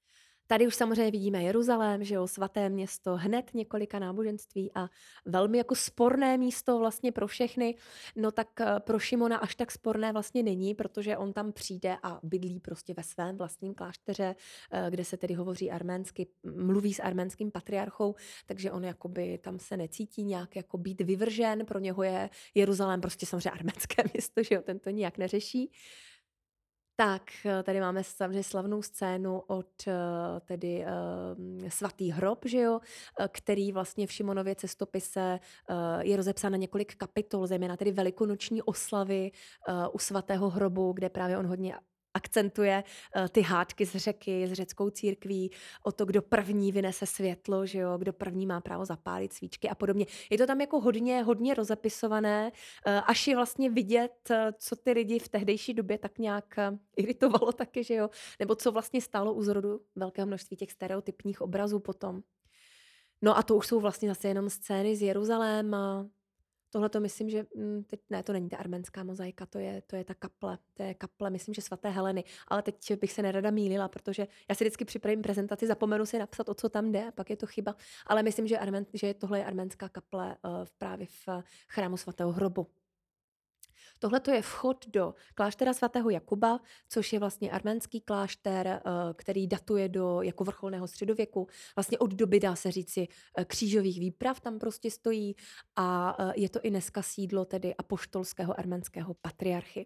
Tady už samozřejmě vidíme Jeruzalém, že jo, svaté město, hned několika náboženství a velmi jako sporné místo vlastně pro všechny. No tak eh, pro Šimona až tak sporné vlastně není, protože on tam přijde a bydlí prostě ve svém vlastním klášteře, eh, kde se tedy hovoří arménsky, mluví s arménským patriarchou, takže on jakoby tam se necítí nějak jako být vyvržen, pro něho je Jeruzalém prostě samozřejmě arménské město, že jo, ten to nijak neřeší. Tak, eh, tady máme samozřejmě slavnou scénu od eh, tedy eh, Svatý hrob, že jo, eh, který vlastně v Šimonově cestopise eh, je rozepsán na několik kapitol, zejména tedy velikonoční oslavy eh, u Svatého hrobu, kde právě on hodně akcentuje eh, ty hádky z řeky, s řeckou církví, o to, kdo první vynese světlo, že jo, kdo první má právo zapálit svíčky a podobně. Je to tam jako hodně, hodně rozepisované, eh, až je vlastně vidět, eh, co ty lidi v tehdejší době tak nějak eh, iritovalo taky, že jo, nebo co vlastně stálo u zrodu velkého množství těch stereotypních obrazů potom. No a to už jsou vlastně zase jenom scény z Jeruzaléma. Tohle to myslím, že mm, teď, ne, to není ta arménská mozaika, to je, to je ta kaple, to je kaple, myslím, že svaté Heleny, ale teď bych se nerada mýlila, protože já si vždycky připravím prezentaci, zapomenu si napsat, o co tam jde, a pak je to chyba, ale myslím, že, armén, že tohle je arménská kaple uh, právě v uh, chrámu svatého hrobu. Tohle to je vchod do kláštera svatého Jakuba, což je vlastně arménský klášter, eh, který datuje do jako vrcholného středověku. Vlastně od doby, dá se říci, eh, křížových výprav tam prostě stojí a eh, je to i dneska sídlo tedy apoštolského arménského patriarchy.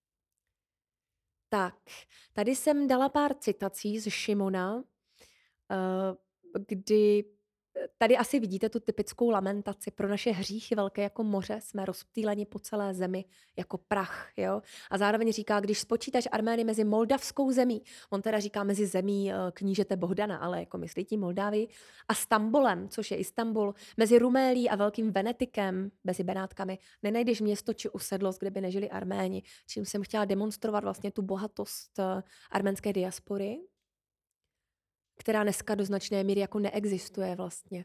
Tak, tady jsem dala pár citací z Šimona, eh, kdy tady asi vidíte tu typickou lamentaci. Pro naše hříchy velké jako moře jsme rozptýleni po celé zemi jako prach. Jo? A zároveň říká, když spočítáš Armény mezi moldavskou zemí, on teda říká mezi zemí eh, knížete Bohdana, ale jako myslí tím Moldávii, a Stambolem, což je Istanbul, mezi Rumélí a Velkým Venetikem, mezi Benátkami, nenajdeš město či usedlost, kde by nežili Arméni. Čím jsem chtěla demonstrovat vlastně tu bohatost eh, arménské diaspory, která dneska do značné míry jako neexistuje vlastně.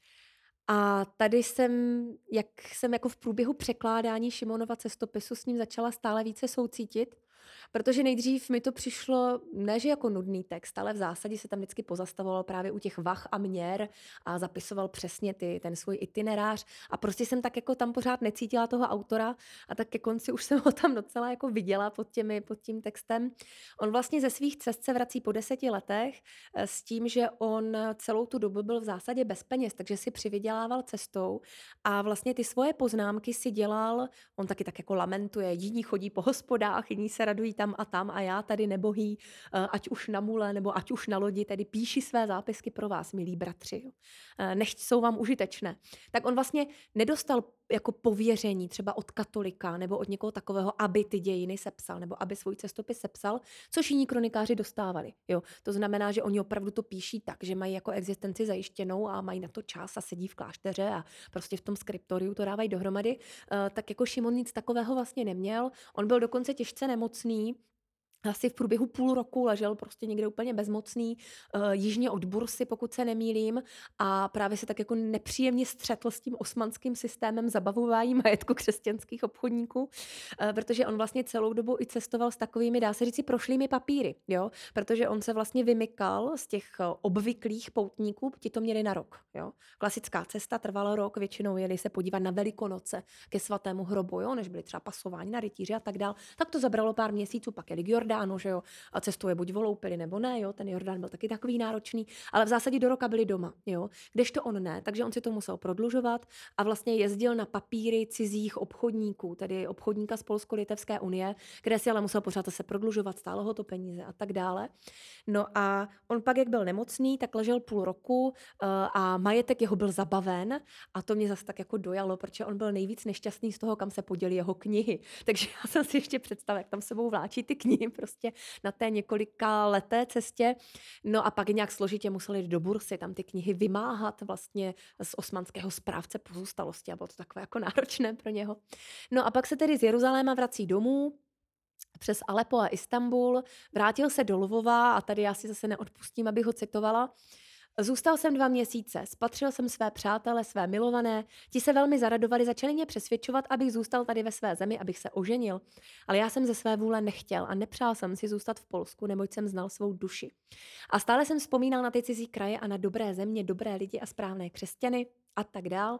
A tady jsem, jak jsem jako v průběhu překládání Šimonova cestopisu s ním začala stále více soucítit, protože nejdřív mi to přišlo, ne že jako nudný text, ale v zásadě se tam vždycky pozastavoval právě u těch vah a měr a zapisoval přesně ty, ten svůj itinerář a prostě jsem tak jako tam pořád necítila toho autora a tak ke konci už jsem ho tam docela jako viděla pod, těmi, pod tím textem. On vlastně ze svých cest se vrací po deseti letech eh, s tím, že on celou tu dobu byl v zásadě bez peněz, takže si přivydělával cestou a vlastně ty svoje poznámky si dělal, on taky tak jako lamentuje, jiní chodí po hospodách, jiní se radují tam a tam a já tady nebohý, eh, ať už na mule nebo ať už na lodi, tedy píši své zápisky pro vás, milí bratři. Jo. Eh, Nechť jsou vám užitečné. Tak on vlastně nedostal jako pověření třeba od katolika nebo od někoho takového, aby ty dějiny sepsal nebo aby svůj cestopis sepsal, což jiní kronikáři dostávali. Jo. To znamená, že oni opravdu to píší tak, že mají jako existenci zajištěnou a mají na to čas a sedí v klášteře a prostě v tom skriptoriu to dávají dohromady. Eh, Tak jako Šimon nic takového vlastně neměl. On byl dokonce těžce nemocný, asi v průběhu půl roku ležel prostě někde úplně bezmocný, uh, jižně od Bursy, pokud se nemýlím, a právě se tak jako nepříjemně střetl s tím osmanským systémem zabavování majetku křesťanských obchodníků, uh, protože on vlastně celou dobu i cestoval s takovými, dá se říci, prošlými papíry, jo? Protože on se vlastně vymykal z těch uh, obvyklých poutníků, ti to měli na rok. Jo? Klasická cesta trvala rok, většinou jeli se podívat na Velikonoce ke svatému hrobu, jo? Než byli třeba pasováni na rytíři a tak dál. Tak to zabralo pár měsíců, pak jeli k Jordánu, že jo, a cestuje buď voloupili nebo ne, jo, ten Jordán byl taky takový náročný, ale v zásadě do roka byli doma, jo, kdežto on ne, takže on si to musel prodlužovat a vlastně jezdil na papíry cizích obchodníků, tedy obchodníka z Polsko-Litevské unie, kde si ale musel pořád se prodlužovat, stálo ho to peníze a tak dále. No a on pak, jak byl nemocný, tak ležel půl roku uh, a majetek jeho byl zabaven a to mě zase tak jako dojalo, protože on byl nejvíc nešťastný z toho, kam se poděly jeho knihy. Takže já jsem si ještě představila, jak tam sebou vláčí ty knihy prostě na té několika leté cestě. No a pak nějak složitě museli jít do Bursy, tam ty knihy vymáhat vlastně z osmanského správce pozůstalosti a bylo to takové jako náročné pro něho. No a pak se tedy z Jeruzaléma vrací domů, přes Alepo a Istanbul, vrátil se do Lvova a tady já si zase neodpustím, abych ho citovala. Zůstal jsem dva měsíce, spatřil jsem své přátele, své milované, ti se velmi zaradovali, začali mě přesvědčovat, abych zůstal tady ve své zemi, abych se oženil. Ale já jsem ze své vůle nechtěl a nepřál jsem si zůstat v Polsku, neboť jsem znal svou duši. A stále jsem vzpomínal na ty cizí kraje a na dobré země, dobré lidi a správné křesťany a tak dál.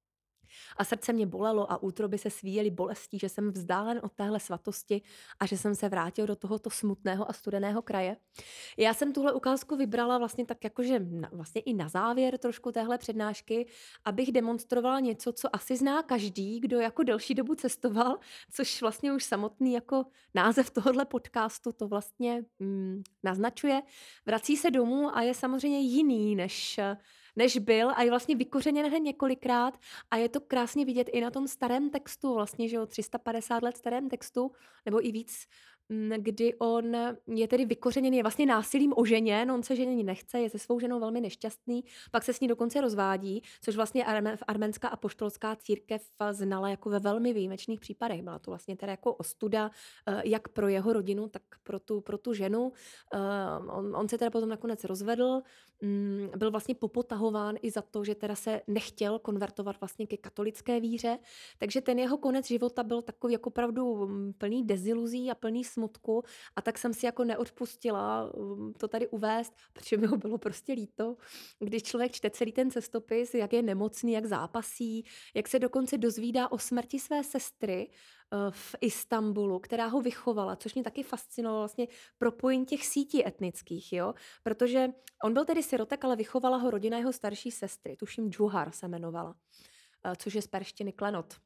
A srdce mě bolelo a útroby se svíjely bolestí, že jsem vzdálen od téhle svatosti a že jsem se vrátil do tohoto smutného a studeného kraje. Já jsem tuhle ukázku vybrala vlastně tak jakože na, vlastně i na závěr trošku téhle přednášky, abych demonstrovala něco, co asi zná každý, kdo jako delší dobu cestoval, což vlastně už samotný jako název tohohle podcastu to vlastně mm, naznačuje. Vrací se domů a je samozřejmě jiný, než než byl a je vlastně vykořeněn hned několikrát a je to krásně vidět i na tom starém textu, vlastně, že jo, tři sta padesát let starém textu, nebo i víc, mm, kdy on je tedy vykořeněný, je vlastně násilím oženěn, on se ženění nechce, je se svou ženou velmi nešťastný, pak se s ní dokonce rozvádí, což vlastně arme- arménská apoštolská církev znala jako ve velmi výjimečných případech. Byla to vlastně teda jako ostuda, eh, jak pro jeho rodinu, tak pro tu, pro tu ženu. Eh, On, on se teda potom nakonec rozvedl, mm, byl vlastně popotahován i za to, že teda se nechtěl konvertovat vlastně ke katolické víře, takže ten jeho konec života byl takový jako opravdu mm, plný deziluzí a plný smutku a tak jsem si jako neodpustila mm, to tady uvést, protože mi ho bylo prostě líto, když člověk čte celý ten cestopis, jak je nemocný, jak zápasí, jak se dokonce dozvídá o smrti své sestry eh, v Istanbulu, která ho vychovala, což mě taky fascinovalo vlastně propojení těch sítí etnických, jo, protože on byl tedy sirotek, ale vychovala ho rodina jeho starší sestry, tuším Džuhar se jmenovala, eh, což je z perštiny klenot.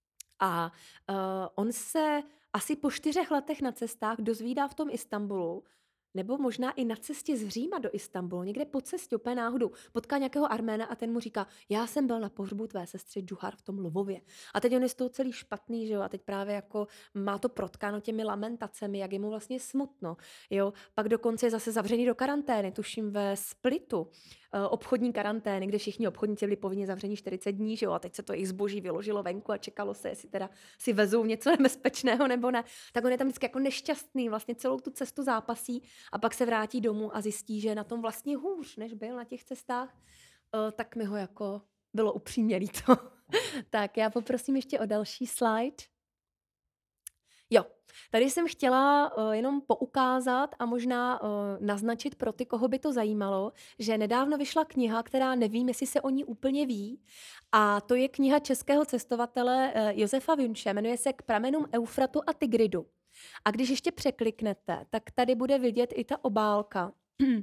A uh, on se asi po čtyřech letech na cestách dozvídá v tom Istanbulu, nebo možná i na cestě z Říma do Istanbulu, někde po cestě, úplně náhodou, potká nějakého Arména a ten mu říká, já jsem byl na pohřbu tvé sestry Džuhar v tom Lvově. A teď on je z toho celý špatný, že jo, a teď právě jako má to protkáno těmi lamentacemi, jak je mu vlastně smutno, jo. Pak dokonce je zase zavřený do karantény, tuším ve Splitu, eh, obchodní karantény, kde všichni obchodníci byli povinni zavření čtyřicet dní, že jo, a teď se to jejich zboží vyložilo venku a čekalo se, jestli teda si vezou něco nebezpečného nebo ne. Tak on je tam vždycky jako nešťastný, vlastně celou tu cestu zápasí a pak se vrátí domů a zjistí, že je na tom vlastně hůř, než byl na těch cestách. Eh, tak mi ho jako bylo upřímně líto. Tak já poprosím ještě o další slide. Jo, tady jsem chtěla uh, jenom poukázat a možná uh, naznačit pro ty, koho by to zajímalo, že nedávno vyšla kniha, která nevím, jestli se o ní úplně ví, a to je kniha českého cestovatele uh, Josefa Vünše, jmenuje se K pramenům Eufratu a Tigridu. A když ještě překliknete, tak tady bude vidět i ta obálka.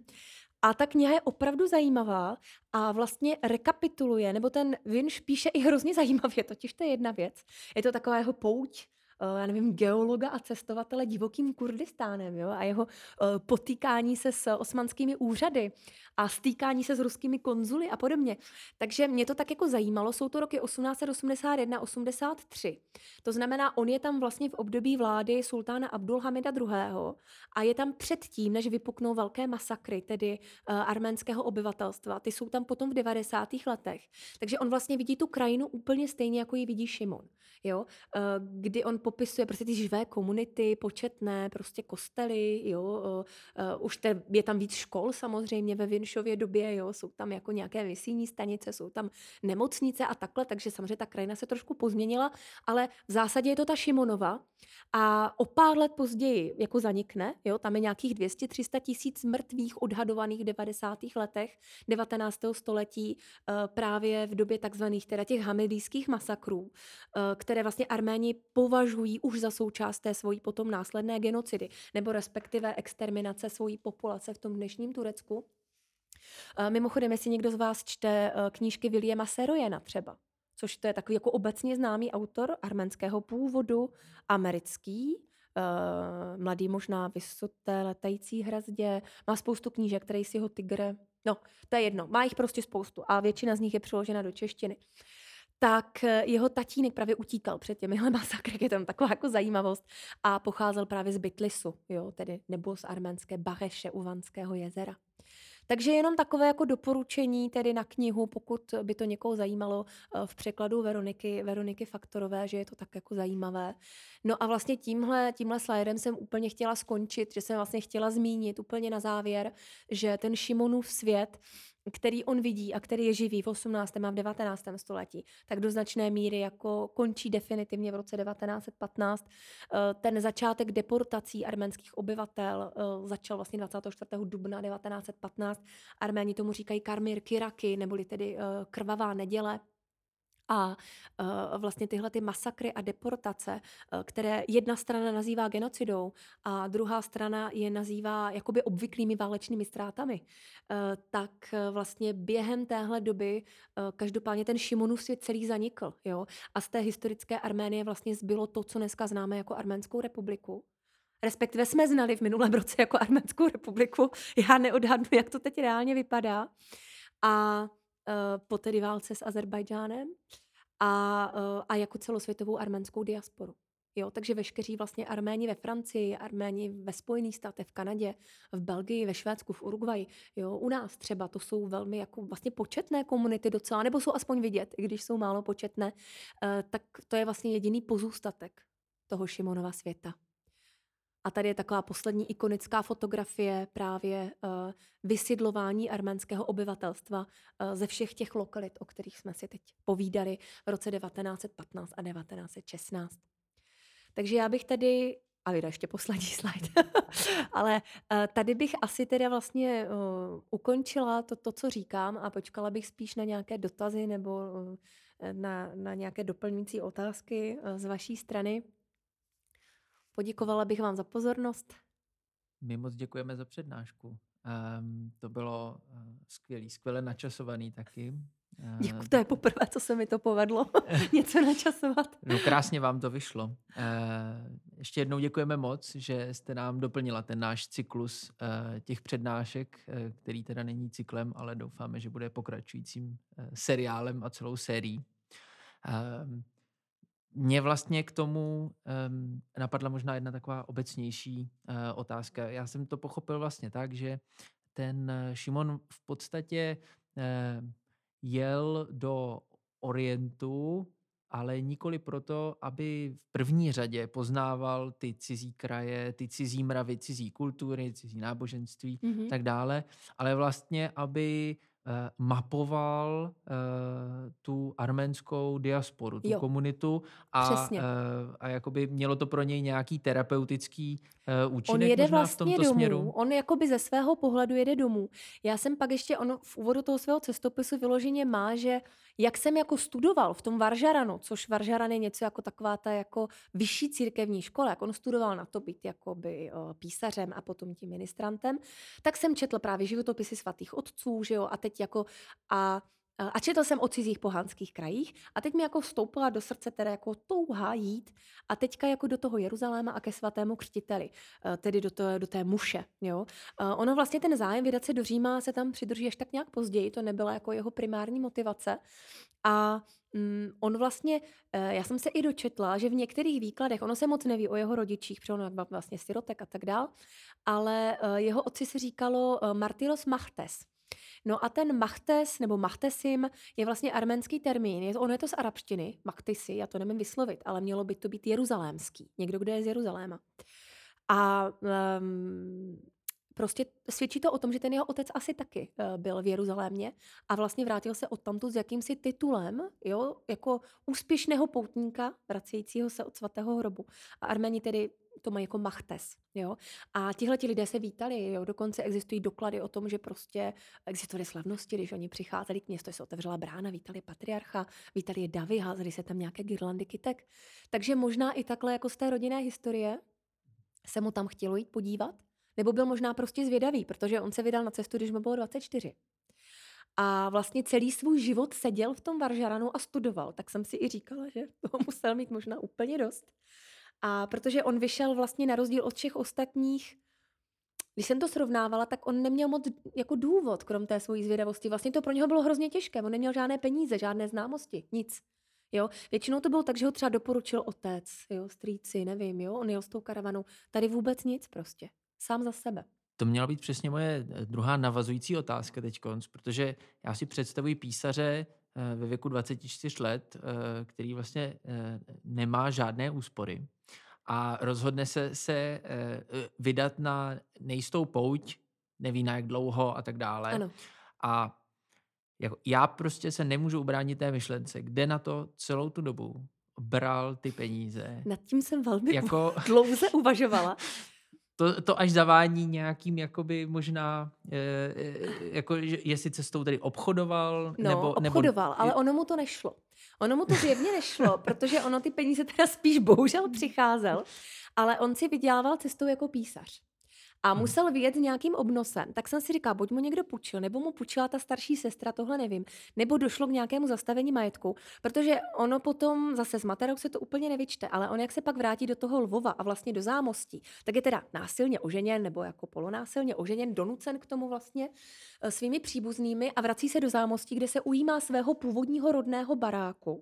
A ta kniha je opravdu zajímavá a vlastně rekapituluje, nebo ten Vinš píše i hrozně zajímavě, totiž to je jedna věc. Je to taková jeho pouť, eh, já nevím, geologa a cestovatele divokým Kurdistánem, jo, a jeho eh, potýkání se s osmanskými úřady a stýkání se s ruskými konzuly a podobně. Takže mě to tak jako zajímalo, jsou to roky osmnáct set osmdesát jedna osmdesát tři. To znamená, on je tam vlastně v období vlády sultána Abdulhamida druhého. A je tam předtím, než vypuknou velké masakry, tedy uh, arménského obyvatelstva. Ty jsou tam potom v devadesátých letech. Takže on vlastně vidí tu krajinu úplně stejně, jako ji vidí Šimon. Jo? Uh, kdy on popisuje prostě ty živé komunity, početné, prostě kostely, jo? Uh, uh, už te, je tam víc škol samozřejmě ve Vinšově době, jo? Jsou tam jako nějaké misijní stanice, jsou tam nemocnice a takhle, takže samozřejmě ta krajina se trošku pozměnila, ale v zásadě je to ta Šimonova a o pár let později jako zanikne, jo? Tam je nějakých dvě stě až tři sta tisíc mrtvých odhadovaných v devadesátých letech devatenáctého století uh, právě v době takzvaných teda těch hamidijských masakrů, uh, které vlastně Arméni považují už za součást té svojí potom následné genocidy, nebo respektive exterminace svojí populace v tom dnešním Turecku. Uh, mimochodem, jestli někdo z vás čte uh, knížky Williama Serojena třeba, což to je takový jako obecně známý autor arménského původu, americký, uh, mladý možná vysoté letající hrazdě, má spoustu knížek, který si ho Tygr, no to je jedno, má jich prostě spoustu a většina z nich je přeložena do češtiny. Tak jeho tatínek právě utíkal před těmihle masakry, je tam taková jako zajímavost a pocházel právě z Bitlisu, jo, tedy nebo z arménské Bareše u Vanského jezera. Takže jenom takové jako doporučení tedy na knihu, pokud by to někoho zajímalo, v překladu Veroniky, Veroniky Faktorové, že je to tak jako zajímavé. No a vlastně tímhle, tímhle slajdem jsem úplně chtěla skončit, že jsem vlastně chtěla zmínit úplně na závěr, že ten Šimonův svět který on vidí a který je živý v osmnáctém a v devatenáctém století, tak do značné míry jako končí definitivně v roce devatenáct set patnáct. Ten začátek deportací arménských obyvatel začal vlastně dvacátého čtvrtého dubna devatenáct set patnáct. Arméni tomu říkají Karmir Kiraky, neboli tedy krvavá neděle. A uh, vlastně tyhle ty masakry a deportace, uh, které jedna strana nazývá genocidou a druhá strana je nazývá jakoby obvyklými válečnými ztrátami, uh, tak uh, vlastně během téhle doby uh, každopádně ten Šimonův svět celý zanikl. Jo? A z té historické Arménie vlastně zbylo to, co dneska známe jako Arménskou republiku. Respektive jsme znali v minulém roce jako Arménskou republiku. Já neodhadnu, jak to teď reálně vypadá. A po tedy válce s Azerbajdžánem a, a jako celosvětovou arménskou diasporu. Jo, takže veškeří vlastně Arméni ve Francii, Arméni ve Spojených státech, v Kanadě, v Belgii, ve Švédsku, v Uruguayi, jo, u nás třeba to jsou velmi jako vlastně početné komunity docela, nebo jsou aspoň vidět, i když jsou málo početné, tak to je vlastně jediný pozůstatek toho Šimonova světa. A tady je taková poslední ikonická fotografie právě uh, vysidlování arménského obyvatelstva uh, ze všech těch lokalit, o kterých jsme si teď povídali v roce devatenáct set patnáct a devatenáct set šestnáct. Takže já bych tady, a vyjde ještě poslední slide, ale uh, tady bych asi teda vlastně uh, ukončila to, to, co říkám a počkala bych spíš na nějaké dotazy nebo uh, na, na nějaké doplňující otázky uh, z vaší strany. Poděkovala bych vám za pozornost. My moc děkujeme za přednášku. Um, to bylo uh, skvělý, skvěle načasovaný taky. Uh, Děkuji, to je poprvé, co se mi to povedlo něco načasovat. No krásně vám to vyšlo. Uh, ještě jednou děkujeme moc, že jste nám doplnila ten náš cyklus uh, těch přednášek, uh, který teda není cyklem, ale doufáme, že bude pokračujícím uh, seriálem a celou sérií. Uh, Mě vlastně k tomu um, napadla možná jedna taková obecnější uh, otázka. Já jsem to pochopil vlastně tak, že ten Šimon v podstatě uh, jel do Orientu, ale nikoli proto, aby v první řadě poznával ty cizí kraje, ty cizí mravy, cizí kultury, cizí náboženství Mhm. tak dále, ale vlastně, aby uh, mapoval uh, tu arménskou diasporu, tu Jo, komunitu a, přesně. uh, a jakoby mělo to pro něj nějaký terapeutický uh, On účinek jede možná v vlastně tomto domů, směru. on jakoby ze svého pohledu jede domů. Já jsem pak ještě, on v úvodu toho svého cestopisu vyloženě má, že jak jsem jako studoval v tom Varžaranu, což Varžaran je něco jako taková ta jako vyšší církevní škola, jak on studoval na to být jakoby uh, písařem a potom tím ministrantem, tak jsem četl právě životopisy svatých otců, že jo, a teď jako a a četl jsem o cizích pohanských krajích a teď mi jako vstoupila do srdce teda jako touha jít a teďka jako do toho Jeruzaléma a ke svatému křtiteli, tedy do, to, do té muše. Jo. Ono vlastně ten zájem vydat se do Říma se tam přidrží až tak nějak později, to nebyla jako jeho primární motivace. A mm, on vlastně, já jsem se i dočetla, že v některých výkladech, ono se moc neví o jeho rodičích, protože on byl vlastně sirotek a tak dál, ale jeho otci se říkalo Martyros Machtes. No a ten Machtes nebo Machtesim je vlastně arménský termín. Je to, ono je to z arabštiny, Machtisi, já to nevím vyslovit, ale mělo by to být jeruzalémský. Někdo, kdo je z Jeruzaléma. A um, prostě svědčí to o tom, že ten jeho otec asi taky uh, byl v Jeruzalémě a vlastně vrátil se odtamtud s jakýmsi titulem, jo, jako úspěšného poutníka, vracejícího se od svatého hrobu. A Arméni tedy to mají jako Machtes, jo. A tihleti lidé se vítali, jo. Dokonce existují doklady o tom, že prostě existovaly slavnosti, když oni přicházeli k městu, se otevřela brána, vítali patriarcha, vítali je davy, házeli se tam nějaké girlandy kytek. Takže možná i takhle jako z té rodinné historie se mu tam chtělo jít podívat, nebo byl možná prostě zvědavý, protože on se vydal na cestu, když mu bylo dvacet čtyři. A vlastně celý svůj život seděl v tom Varžaranu a studoval. Tak jsem si i říkala, že toho musel mít možná úplně dost. A protože on vyšel vlastně na rozdíl od všech ostatních, když jsem to srovnávala, tak on neměl moc jako důvod, krom té svojí zvědavosti. Vlastně to pro něho bylo hrozně těžké. On neměl žádné peníze, žádné známosti, nic. Jo? Většinou to bylo tak, že ho třeba doporučil otec, jo? Strýci, nevím, jo? On jel s tou karavanou. Tady vůbec nic prostě. Sám za sebe. To měla být přesně moje druhá navazující otázka teďkonc, protože já si představuji písaře ve věku dvacet čtyři let, který vlastně nemá žádné úspory a rozhodne se, se vydat na nejistou pouť, neví na jak dlouho a tak dále. Ano. A jako já prostě se nemůžu ubránit té myšlence, kde na to celou tu dobu bral ty peníze. Nad tím jsem velmi Jako, dlouze uvažovala. to, to až zavání nějakým, jakoby možná, e, jako, že jestli cestou tedy obchodoval, No, nebo... obchodoval, nebo, ale ono mu to nešlo. Ono mu to zjevně nešlo, protože ono ty peníze teda spíš bohužel přicházel, ale on si vydělával cestou jako písař. A musel vyjet s nějakým obnosem. Tak jsem si říkala, buď mu někdo půjčil, nebo mu půjčila ta starší sestra, tohle nevím. Nebo došlo k nějakému zastavení majetku, protože ono potom, zase z materiálu se to úplně nevyčte, ale on jak se pak vrátí do toho Lvova a vlastně do Zámostí, tak je teda násilně oženěn, nebo jako polonásilně oženěn, donucen k tomu vlastně svými příbuznými a vrací se do Zámostí, kde se ujímá svého původního rodného baráku.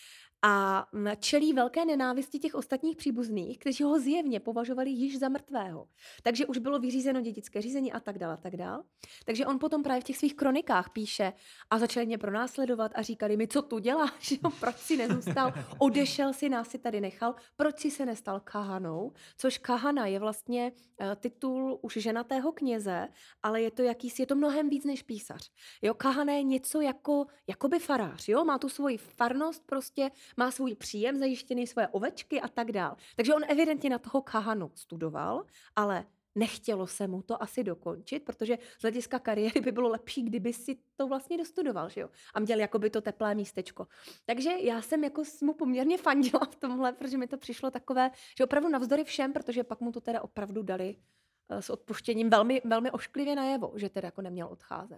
A čelí velké nenávisti těch ostatních příbuzných, kteří ho zjevně považovali již za mrtvého. Takže už bylo vyřízeno dědické řízení a tak dále, a tak dále. Takže on potom právě v těch svých kronikách píše a začali mě pronásledovat a říkali mi, co tu děláš, jo, proč si nezůstal, odešel si, nás si tady nechal, proč si se nestal kahanou, což kahana je vlastně uh, titul už ženatého kněze, ale je to jakýsi, je to mnohem víc než písař. Jo, kahana je něco jako, jakoby farář, jo, má tu svoji farnost prostě, má svůj příjem zajištěný, svoje ovečky a tak dál. Takže on evidentně na toho kahanu studoval, ale nechtělo se mu to asi dokončit, protože z hlediska kariéry by bylo lepší, kdyby si to vlastně dostudoval, že jo? A měl jakoby to teplé místečko. Takže já jsem jako mu poměrně fandila v tomhle, protože mi to přišlo takové, že opravdu navzdory všem, protože pak mu to teda opravdu dali uh, s odpuštěním velmi, velmi ošklivě najevo, že teda jako neměl odcházet.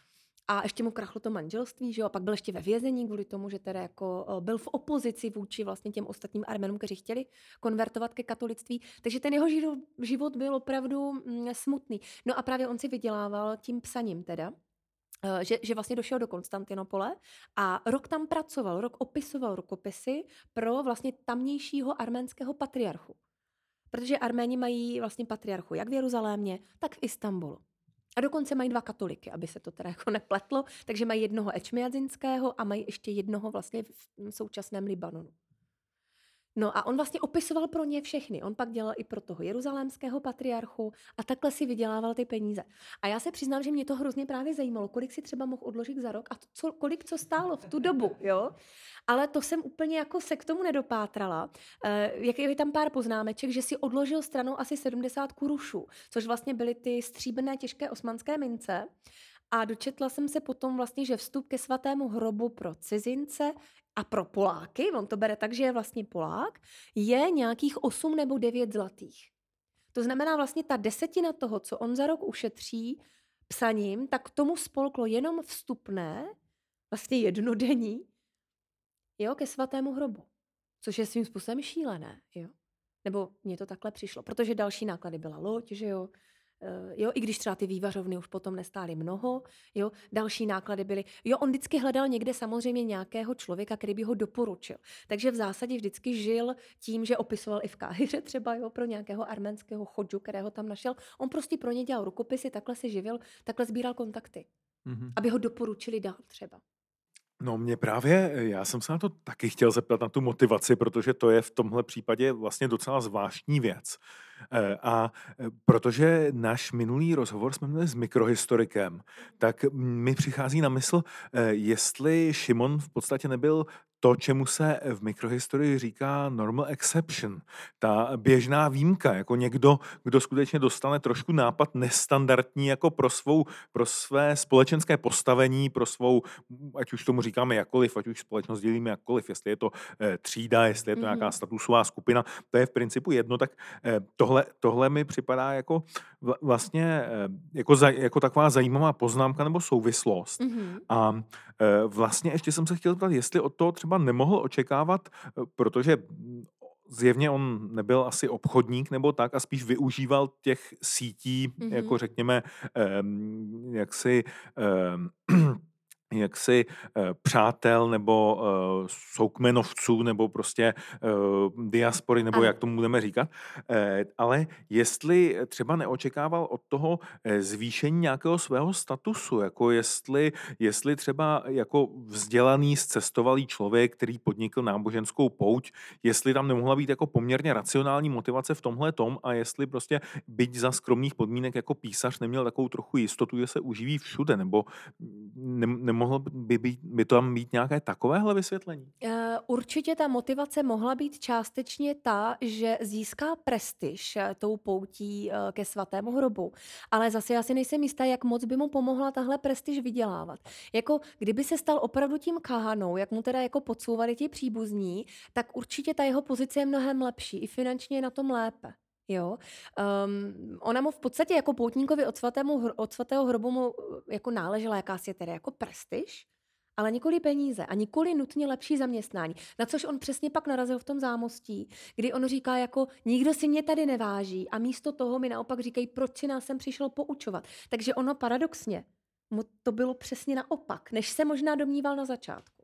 A ještě mu krachlo to manželství, že jo, a pak byl ještě ve vězení kvůli tomu, že teda jako byl v opozici vůči vlastně těm ostatním Arménům, kteří chtěli konvertovat ke katolictví. Takže ten jeho život byl opravdu mm, smutný. No a právě on si vydělával tím psaním teda, že, že vlastně došel do Konstantinopole a rok tam pracoval, rok opisoval rukopisy pro vlastně tamnějšího arménského patriarchu. Protože Arméni mají vlastně patriarchu jak v Jeruzalémě, tak v Istanbulu. A dokonce mají dva katoliky, aby se to teda jako nepletlo, takže mají jednoho ečmiadzinského a mají ještě jednoho vlastně v současném Libanonu. No a on vlastně opisoval pro ně všechny. On pak dělal i pro toho jeruzalémského patriarchu a takhle si vydělával ty peníze. A já se přiznám, že mě to hrozně právě zajímalo, kolik si třeba mohl odložit za rok a co, kolik co stálo v tu dobu, jo? Ale to jsem úplně jako se k tomu nedopátrala. E, jak je tam pár poznámeček, že si odložil stranou asi sedmdesát kurušů, což vlastně byly ty stříbrné těžké osmanské mince. A dočetla jsem se potom vlastně, že vstup ke svatému hrobu pro cizince a pro Poláky, on to bere tak, že je vlastně Polák, je nějakých osm nebo devět zlatých. To znamená vlastně ta desetina toho, co on za rok ušetří psaním, tak k tomu spolklo jenom vstupné, vlastně jednodenní, jo, ke svatému hrobu. Což je svým způsobem šílené, jo. Nebo mně to takhle přišlo, protože další náklady byla loď, že jo, jo, i když třeba ty vývařovny už potom nestály mnoho, jo, další náklady byly, jo, on vždycky hledal někde samozřejmě nějakého člověka, který by ho doporučil. Takže v zásadě vždycky žil tím, že opisoval i v Káhiře třeba, jo, pro nějakého arménského chodžu, kterého tam našel. On prostě pro ně dělal rukopisy, takhle se živil, takhle sbíral kontakty, mm-hmm. aby ho doporučili dál třeba. No mě právě, já jsem se na to taky chtěl zeptat, na tu motivaci, protože to je v tomhle případě vlastně docela zvláštní věc. A protože náš minulý rozhovor jsme měli s mikrohistorikem, tak mi přichází na mysl, jestli Šimon v podstatě nebyl to, čemu se v mikrohistorii říká normal exception, ta běžná výjimka, jako někdo, kdo skutečně dostane trošku nápad nestandardní jako pro, svou, pro své společenské postavení, pro svou, ať už tomu říkáme jakkoliv, ať už společnost dělíme jakkoliv, jestli je to eh, třída, jestli je to mm-hmm. nějaká statusová skupina, to je v principu jedno, tak eh, tohle, tohle mi připadá jako vlastně eh, jako, za, jako taková zajímavá poznámka nebo souvislost. Mm-hmm. A eh, vlastně ještě jsem se chtěl zeptat, jestli od toho třeba nemohl očekávat, protože zjevně on nebyl asi obchodník nebo tak a spíš využíval těch sítí, mm-hmm. jako řekněme, um, jaksi um, jaksi uh, přátel nebo uh, soukmenovců nebo prostě uh, diaspory, nebo ano. jak tomu budeme říkat. Uh, ale jestli třeba neočekával od toho uh, zvýšení nějakého svého statusu, jako jestli, jestli třeba jako vzdělaný, zcestovalý člověk, který podnikl náboženskou pouť, jestli tam nemohla být jako poměrně racionální motivace v tomhle tom a jestli prostě byť za skromných podmínek jako písař neměl takovou trochu jistotu, že se uživí všude, nebo ne, nemohlo by, být, by to tam mít nějaké takovéhle vysvětlení? Uh, určitě ta motivace mohla být částečně ta, že získá prestiž eh, tou poutí eh, ke svatému hrobu. Ale zase já si nejsem jistá, jak moc by mu pomohla tahle prestiž vydělávat. Jako kdyby se stal opravdu tím káhanou, jak mu teda jako podsouvali ti příbuzní, tak určitě ta jeho pozice je mnohem lepší. I finančně je na tom lépe. Jo, um, ona mu v podstatě jako poutníkovi od, svatému, hro- od svatého hrobu mu eh, jako náležela jakási tedy jako prestiž, ale nikoli peníze a nikoli nutně lepší zaměstnání. Na což on přesně pak narazil v tom Zámostí, kdy on říká jako nikdo si mě tady neváží a místo toho mi naopak říkají, proč si nás sem přišel poučovat. Takže ono paradoxně mu to bylo přesně naopak, než se možná domníval na začátku.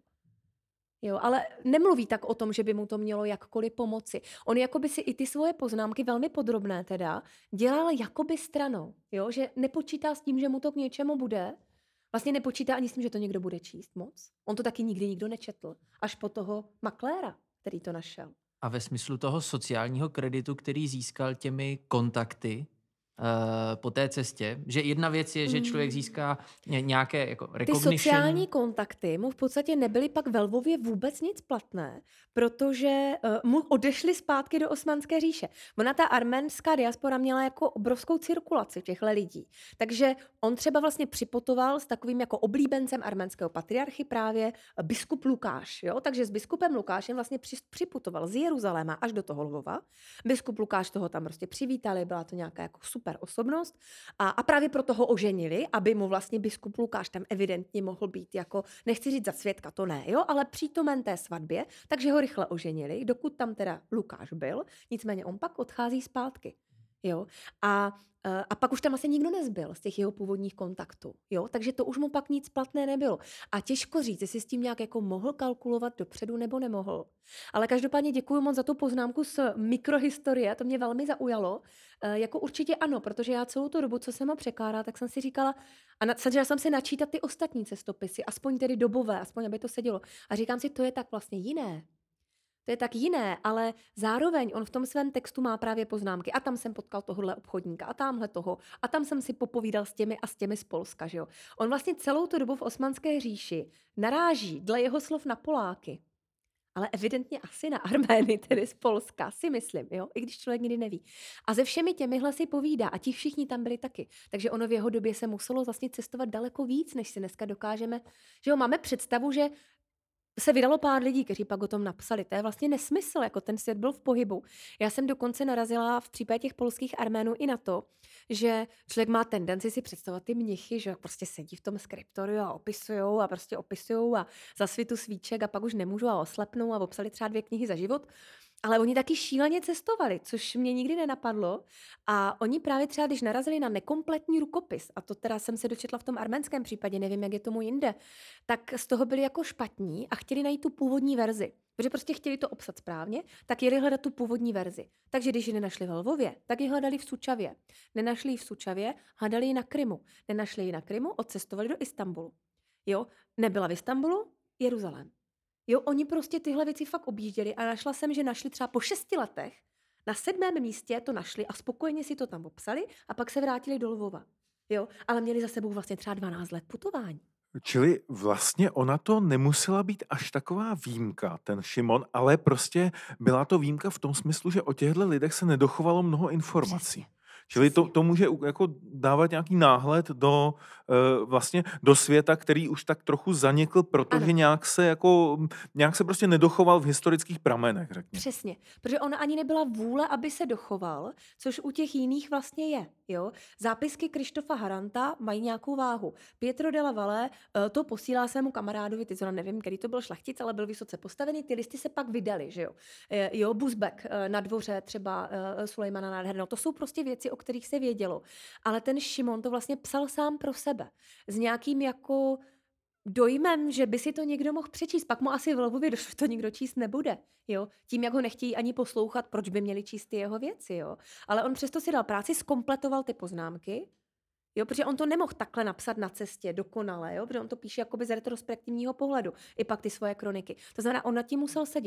Jo, ale nemluví tak o tom, že by mu to mělo jakkoliv pomoci. On jakoby si i ty svoje poznámky, velmi podrobné teda, dělal jakoby stranou. Jo, že nepočítá s tím, že mu to k něčemu bude. Vlastně nepočítá ani s tím, že to někdo bude číst moc. On to taky nikdy nikdo nečetl. Až po toho makléra, který to našel. A ve smyslu toho sociálního kreditu, který získal těmi kontakty uh, po té cestě, že jedna věc je, že člověk získá ně- nějaké jako Ty recognition. sociální kontakty mu v podstatě nebyly pak ve Lvově vůbec nic platné, protože uh, mu odešly zpátky do Osmanské říše. Ona ta arménská diaspora měla jako obrovskou cirkulaci těchto lidí. Takže on třeba vlastně připutoval s takovým jako oblíbencem arménského patriarchy právě uh, biskup Lukáš. Jo? Takže s biskupem Lukášem vlastně při, připutoval z Jeruzaléma až do toho Lvova. Biskup Lukáš toho tam prostě přivítali, byla to nějaká jako super osobnost a, a právě proto ho oženili, aby mu vlastně biskup Lukáš tam evidentně mohl být jako, nechci říct za svědka, to ne, jo, ale přítomen té svatbě, takže ho rychle oženili, dokud tam teda Lukáš byl, nicméně on pak odchází zpátky, jo, a eh, a pak už tam asi nikdo nezbyl z těch jeho původních kontaktů, jo, takže to už mu pak nic platné nebylo. A těžko říct, jestli s tím nějak jako mohl kalkulovat dopředu nebo nemohl. Ale každopádně děkuji moc za tu poznámku z mikrohistorie, to mě velmi zaujalo. Eh, jako určitě ano, protože já celou tu dobu, co jsem ho překládala, tak jsem si říkala, a na, snažila jsem se načítat ty ostatní cestopisy, aspoň tedy dobové, aspoň aby to sedělo. A říkám si, to je tak vlastně jiné. To je tak jiné, ale zároveň on v tom svém textu má právě poznámky. A tam jsem potkal tohohle obchodníka a tamhle toho. A tam jsem si popovídal s těmi a s těmi z Polska. Že jo? On vlastně celou tu dobu v Osmanské říši naráží dle jeho slov na Poláky. Ale evidentně asi na Armény, tedy z Polska, si myslím, jo? I když člověk nikdy neví. A se všemi těmihle si povídá a ti všichni tam byli taky. Takže ono v jeho době se muselo vlastně cestovat daleko víc, než si dneska dokážeme. Že jo, máme představu, že se vydalo pár lidí, kteří pak o tom napsali. To je vlastně nesmysl, jako ten svět byl v pohybu. Já jsem dokonce narazila v případě těch polských Arménů i na to, že člověk má tendenci si představovat ty mnichy, že prostě sedí v tom skriptoriu a opisujou a prostě opisujou a za svitu svíček a pak už nemůžou a oslepnou a obsali třeba dvě knihy za život. Ale oni taky šíleně cestovali, což mě nikdy nenapadlo. A oni právě třeba, když narazili na nekompletní rukopis, a to teda jsem se dočetla v tom arménském případě, nevím, jak je tomu jinde, tak z toho byli jako špatní a chtěli najít tu původní verzi. Protože prostě chtěli to obsat správně, tak jeli hledat tu původní verzi. Takže když ji nenašli ve Lvově, tak ji hledali v Sučavě. Nenašli ji v Sučavě, hledali ji na Krymu. Nenašli ji na Krymu, odcestovali do Istanbulu. Jo, nebyla v Istanbulu, Jeruzalém. Jo, oni prostě tyhle věci fakt objížděli a našla jsem, že našli třeba po šesti letech, na sedmém místě to našli a spokojeně si to tam obsali a pak se vrátili do Lvova. Jo, ale měli za sebou vlastně třeba dvanáct let putování. Čili vlastně ona to nemusela být až taková výjimka, ten Šimon, ale prostě byla to výjimka v tom smyslu, že o těchto lidech se nedochovalo mnoho informací. Přesně. Čili to, to může jako dávat nějaký náhled do, uh, vlastně do světa, který už tak trochu zanikl, protože nějak se, jako, nějak se prostě nedochoval v historických pramenech, řekněme. Přesně, protože ona ani nebyla vůle, aby se dochoval, což u těch jiných vlastně je. Jo? Zápisky Krištofa Haranta mají nějakou váhu. Pietro della Valle uh, to posílá svému kamarádovi, ty zrovna nevím, který to byl šlachtic, ale byl vysoce postavený, ty listy se pak vydali, že jo. Uh, jo, Buzbek uh, na dvoře třeba uh, Sulejmana Nádherného, to jsou prostě věci, o kterých se vědělo. Ale ten Šimon to vlastně psal sám pro sebe. S nějakým jako dojmem, že by si to někdo mohl přečíst. Pak mu asi v Lvově došlo, že to nikdo číst nebude. Jo? Tím, jak ho nechtějí ani poslouchat, proč by měli číst ty jeho věci. Jo? Ale on přesto si dal práci, zkompletoval ty poznámky, jo? Protože on to nemohl takhle napsat na cestě dokonale, jo? Protože on to píše jakoby z retrospektivního pohledu. I pak ty svoje kroniky. To znamená, on nad tím musel sedět.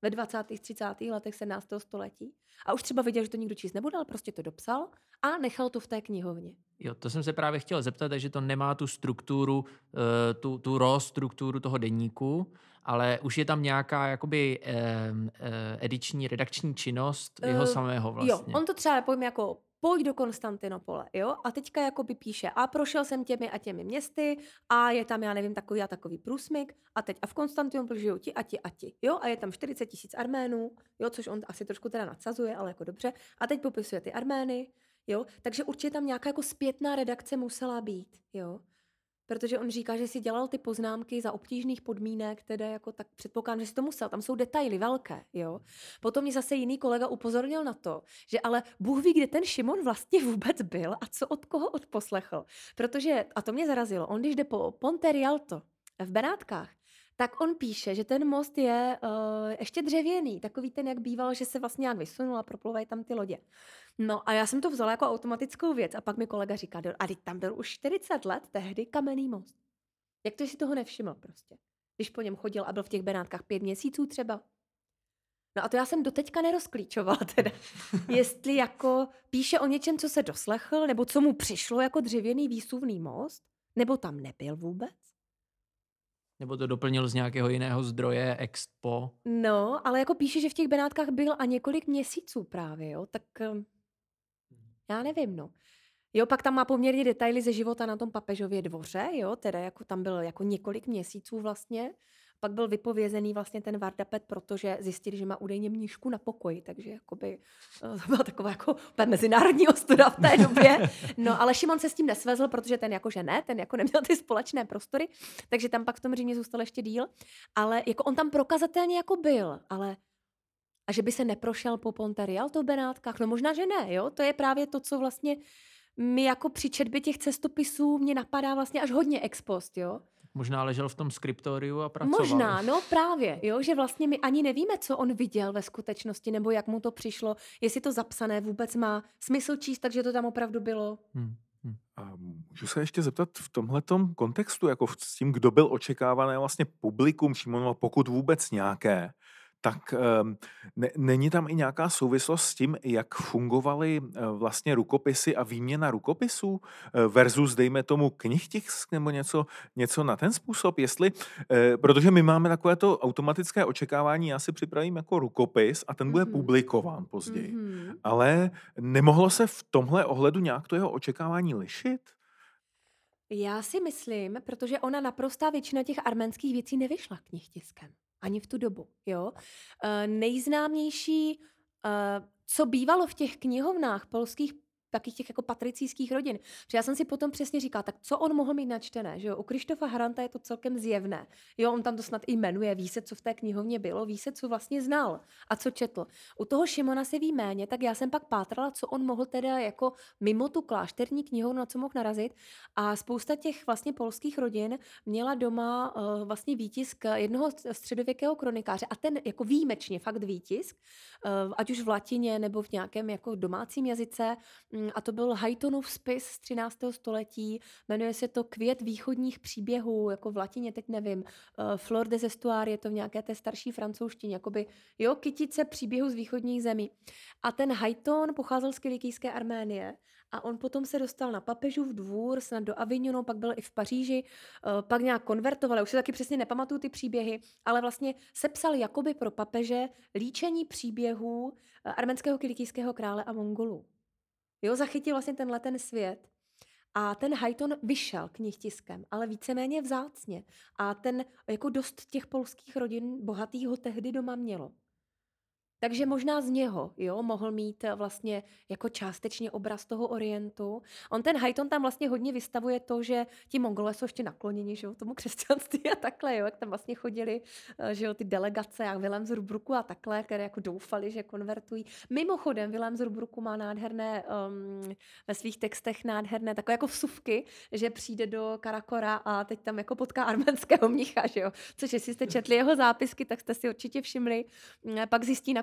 ve dvacátých třicátých letech sedmnáctého století a už třeba viděl, že to nikdo číst nebude, ale prostě to dopsal a nechal to v té knihovně. Jo, to jsem se právě chtěl zeptat, takže to nemá tu strukturu, eh, tu, tu raw strukturu toho deníku, ale už je tam nějaká jakoby eh, eh, ediční, redakční činnost jeho Eh, samého vlastně. Jo, on to třeba pojme jako pojď do Konstantinopole, jo, a teďka jakoby píše a prošel jsem těmi a těmi městy a je tam, já nevím, takový a takový průsmyk a teď a v Konstantinopoli žijou ti a ti a ti, jo, a je tam čtyřicet tisíc Arménů, jo, což on asi trošku teda nadsazuje, ale jako dobře, a teď popisuje ty Armény, jo, takže určitě tam nějaká jako zpětná redakce musela být, jo. Protože on říká, že si dělal ty poznámky za obtížných podmínek, teda jako tak předpokládám, že si to musel. Tam jsou detaily velké, jo. Potom mě zase jiný kolega upozornil na to, že ale Bůh ví, kde ten Šimon vlastně vůbec byl a co od koho odposlechl. Protože, a to mě zarazilo, on když jde po Ponte Rialto v Benátkách, tak on píše, že ten most je uh, ještě dřevěný, takový ten, jak býval, že se vlastně nějak vysunul a proplouvají tam ty lodě. No a já jsem to vzala jako automatickou věc a pak mi kolega říká, a teď tam byl už čtyřicet let tehdy kamenný most. Jak to, že si toho nevšiml prostě? Když po něm chodil a byl v těch Benátkách pět měsíců třeba. No a to já jsem doteďka nerozklíčovala teda. Jestli jako píše o něčem, co se doslechl, nebo co mu přišlo jako dřevěný výsuvný most, nebo tam nebyl vůbec. Nebo to doplnil z nějakého jiného zdroje, expo. No, ale jako píše, že v těch Benátkách byl a několik měsíců právě, jo, tak um, já nevím, no. Jo, pak tam má poměrně detaily ze života na tom papežově dvoře, jo, teda jako tam byl jako několik měsíců vlastně. Pak byl vypovězený vlastně ten Vardapet, protože zjistili, že má údajně mníšku na pokoji, takže jakoby to byla taková jako mezinárodní ostuda v té době. No, ale Šimon se s tím nesvezl, protože ten jakože ne, ten jako neměl ty společné prostory, takže tam pak v tom Římě zůstal ještě díl, ale jako on tam prokazatelně jako byl, ale a že by se neprošel po Ponte Rialto v Benátkách, no možná, že ne, jo, to je právě to, co vlastně mi jako při četbě těch cestopisů mě napadá vlastně až hodně ex post, jo. Možná ležel v tom skriptoriu a pracoval. Možná, no právě, jo, že vlastně my ani nevíme, co on viděl ve skutečnosti, nebo jak mu to přišlo, jestli to zapsané vůbec má smysl číst, takže to tam opravdu bylo. Hmm. Hmm. A můžu se ještě zeptat v tomhletom kontextu, jako s tím, kdo byl očekávaný vlastně publikum Šimonova, pokud vůbec nějaké, tak ne, není tam i nějaká souvislost s tím, jak fungovaly vlastně rukopisy a výměna rukopisů versus, dejme tomu, knihtisk nebo něco, něco na ten způsob, jestli, protože my máme takové to automatické očekávání, já si připravím jako rukopis a ten bude mm-hmm. publikován později. Mm-hmm. Ale nemohlo se v tomhle ohledu nějak to jeho očekávání lišit? Já si myslím, protože ona naprostá většina těch arménských věcí nevyšla knihtiskem. Ani v tu dobu, jo. E, nejznámější, e, co bývalo v těch knihovnách polských, takých těch jako patricijských rodin. Protože já jsem si potom přesně říkala, tak co on mohl mít načtené, že jo. U Krištofa Haranta je to celkem zjevné. Jo, on tam to snad i jmenuje, ví se, co v té knihovně bylo, ví se, co vlastně znal a co četl. U toho Šimona se ví méně, tak já jsem pak pátrala, co on mohl teda jako mimo tu klášterní knihovnu, na co mohl narazit. A spousta těch vlastně polských rodin měla doma uh, vlastně výtisk jednoho středověkého kronikáře a ten jako výjimečně fakt výtisk, uh, ať už v latině nebo v nějakém jako domácím jazyce, a to byl Haytonův spis z třináctého století, jmenuje se to Květ východních příběhů, jako v latině, teď nevím, uh, Fleur des Estuaires, je to v nějaké té starší francouzštině, jakoby, jo, kytice příběhů z východních zemí. A ten Hayton pocházel z Kilikijské Arménie a on potom se dostal na papežův dvůr, snad do Avignonu, pak byl i v Paříži, uh, pak nějak konvertoval, už se taky přesně nepamatuju ty příběhy, ale vlastně sepsal jakoby pro papeže líčení příběhů uh, arménského kilikijského krále a Mongolů. Jo, zachytil vlastně tenhle ten svět. A ten Hayton vyšel knihtiskem, ale víceméně vzácně. A ten jako dost těch polských rodin bohatých ho tehdy doma mělo. Takže možná z něho, jo, mohl mít vlastně jako částečně obraz toho Orientu. On ten Hayton tam vlastně hodně vystavuje to, že ti Mongolé jsou ještě nakloněni, že jo, tomu křesťanství a takhle, jo, jak tam vlastně chodili, že jo, ty delegace, jak Vilém z Rubruku a takhle, které jako doufali, že konvertují. Mimochodem, Vilém z Rubruku má nádherné, um, ve svých textech nádherné, takové jako vsuvky, že přijde do Karakora a teď tam jako potká arménského mnicha, že jo, což jestli jste četli jeho zápisky, tak jste si určitě všimli. Pak zjistí na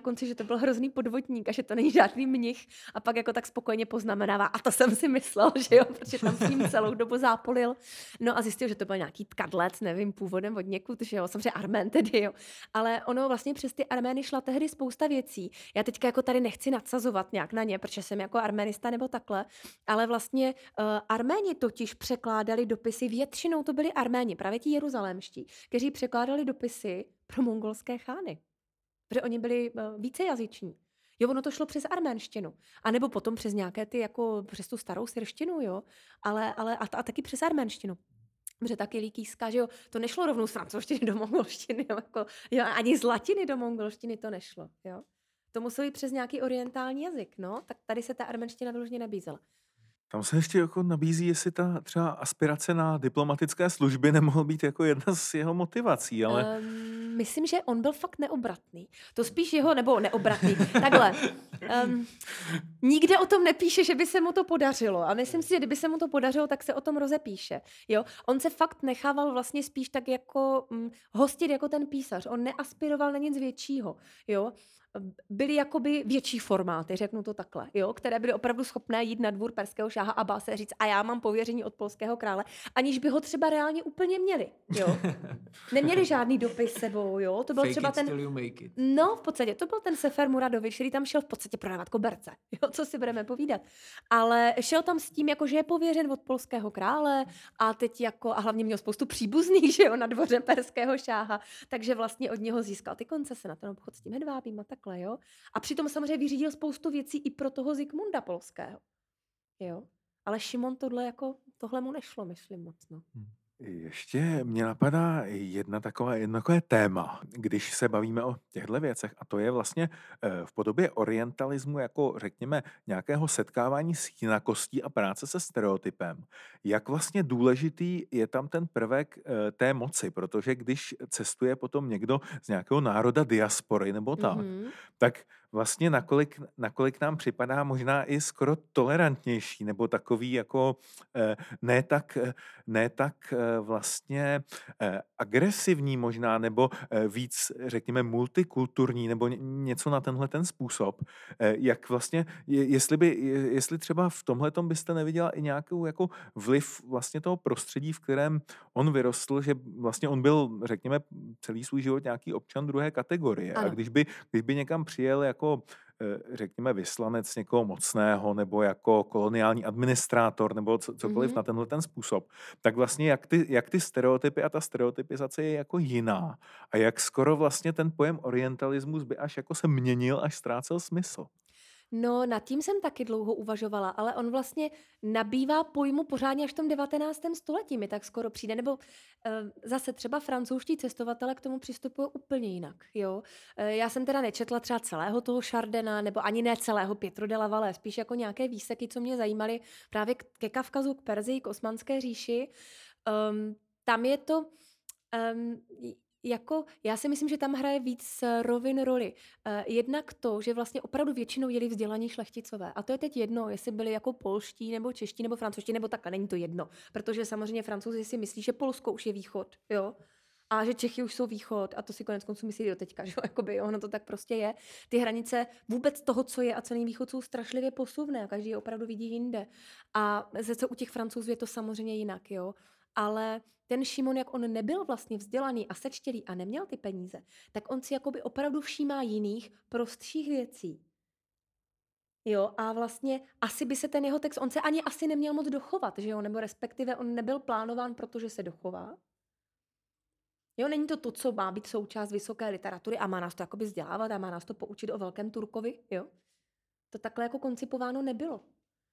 konci, že to byl hrozný podvodník a že to není žádný mnich a pak jako tak spokojně poznamenává a to jsem si myslel, že jo, protože tam s ním celou dobu zápolil. No a zjistil, že to byl nějaký tkadlec, nevím, původem od někud, že jo, samozřejmě Armén tedy, jo. Ale ono vlastně přes ty Armény šla tehdy spousta věcí. Já teďka jako tady nechci nadsazovat nějak na ně, protože jsem jako arménista nebo takhle, ale vlastně uh, Arméni totiž překládali dopisy, většinou to byli Arméni, právě ti jeruzalémští, kteří překládali dopisy pro mongolské chány. Protože oni byli uh, vícejazyční. Jo, ono to šlo přes arménštinu. A nebo potom přes nějaké ty, jako přes tu starou syrštinu, jo. Ale, ale a, a taky přes arménštinu. Protože taky líkýská, že jo, to nešlo rovnou z francouzštiny do mongolštiny, jo, jako, jo, ani z latiny do mongolštiny to nešlo, jo. To muselo jít přes nějaký orientální jazyk, no, tak tady se ta arménština vyloženě nabízela. Tam se ještě jako nabízí, jestli ta třeba aspirace na diplomatické služby nemohl být jako jedna z jeho motivací, ale... Um, myslím, že on byl fakt neobratný. To spíš jeho, nebo neobratný. Takhle. Um, nikde o tom nepíše, že by se mu to podařilo. A myslím si, že kdyby se mu to podařilo, tak se o tom rozepíše. Jo? On se fakt nechával vlastně spíš tak jako um, hostit jako ten písař. On neaspiroval na nic většího. Jo? Byly jakoby větší formáty, řeknu to takhle, jo, které byly opravdu schopné jít na dvůr perského šáha Abáse a říct a já mám pověření od polského krále, aniž by ho třeba reálně úplně měli, jo. Neměli žádný dopis sebou, jo, to byl Fake třeba it ten... till you make it. No, v podstatě, to byl ten Sefer Muradovič, který tam šel v podstatě prodávat koberce, jo, co si budeme povídat. Ale šel tam s tím, jako, že je pověřen od polského krále a teď jako, a hlavně měl spoustu příbuzných, že jo, na dvoře perského šáha, takže vlastně od něho získal ty koncese na ten obchod s tím hedvábím a takhle, jo. A přitom samozřejmě vyřídil spoustu věcí i pro toho Zikmunda polského, jo. Ale Šimon tohle jako, tohle mu nešlo, myslím moc, no. Ještě mě napadá jedna taková, jedno takové téma, když se bavíme o těchto věcech, a to je vlastně eh, v podobě orientalismu jako, řekněme, nějakého setkávání s jinakostí a práce se stereotypem. Jak vlastně důležitý je tam ten prvek eh, té moci, protože když cestuje potom někdo z nějakého národa diaspory nebo tak, Mhm. tak vlastně nakolik, nakolik nám připadá možná i skoro tolerantnější, nebo takový jako eh, ne tak, eh, ne tak eh, vlastně eh, agresivní možná, nebo eh, víc, řekněme, multikulturní, nebo ně- něco na tenhle ten způsob. Eh, jak vlastně, je- jestli, by, je- jestli třeba v tomhletom byste neviděla i nějakou jako vliv vlastně toho prostředí, v kterém on vyrostl, že vlastně on byl, řekněme, celý svůj život nějaký občan druhé kategorie. A Ano. když by, když by někam přijel jako, eh, řekněme, vyslanec někoho mocného, nebo jako koloniální administrátor, nebo co, cokoliv Mhm. na tenhle ten způsob, tak vlastně jak ty, jak ty stereotypy a ta stereotypizace je jako jiná. A jak skoro vlastně ten pojem orientalismus by až jako se měnil, až ztrácel smysl. No, nad tím jsem taky dlouho uvažovala, ale on vlastně nabývá pojmu pořádně až v tom devatenáctém století, mi tak skoro přijde, nebo eh, zase třeba francouzští cestovatelé k tomu přistupují úplně jinak, jo. Eh, já jsem teda nečetla třeba celého toho Chardena, nebo ani ne celého Pietro de la Valle, spíš jako nějaké výseky, co mě zajímaly právě k- ke Kavkazu, k Perzii, k Osmanské říši. Um, tam je to... Um, jako, já si myslím, že tam hraje víc eh, rovin roli. Eh, jednak to, že vlastně opravdu většinou jeli vzdělaní šlechticové. A to je teď jedno, jestli byli jako polští, nebo čeští, nebo francouzští, nebo takhle, není to jedno. Protože samozřejmě Francouzi si myslí, že Polsko už je východ, jo. A že Čechy už jsou východ, a to si konec konců myslí do teďka, že jo, jakoby, ono to tak prostě je. Ty hranice vůbec toho, co je a co není východ, jsou strašlivě posuvné a každý je opravdu vidí jinde. A ze co u těch Francouzů je to samozřejmě jinak, jo. Ale ten Šimon, jak on nebyl vlastně vzdělaný a sečtělý a neměl ty peníze, tak on si jakoby opravdu všímá jiných prostších věcí. Jo, a vlastně asi by se ten jeho text, on se ani asi neměl moc dochovat, že jo, nebo respektive on nebyl plánován, protože se dochová. Jo, není to to, co má být součást vysoké literatury a má nás to jakoby vzdělávat a má nás to poučit o velkém Turkovi, jo. To takhle jako koncipováno nebylo.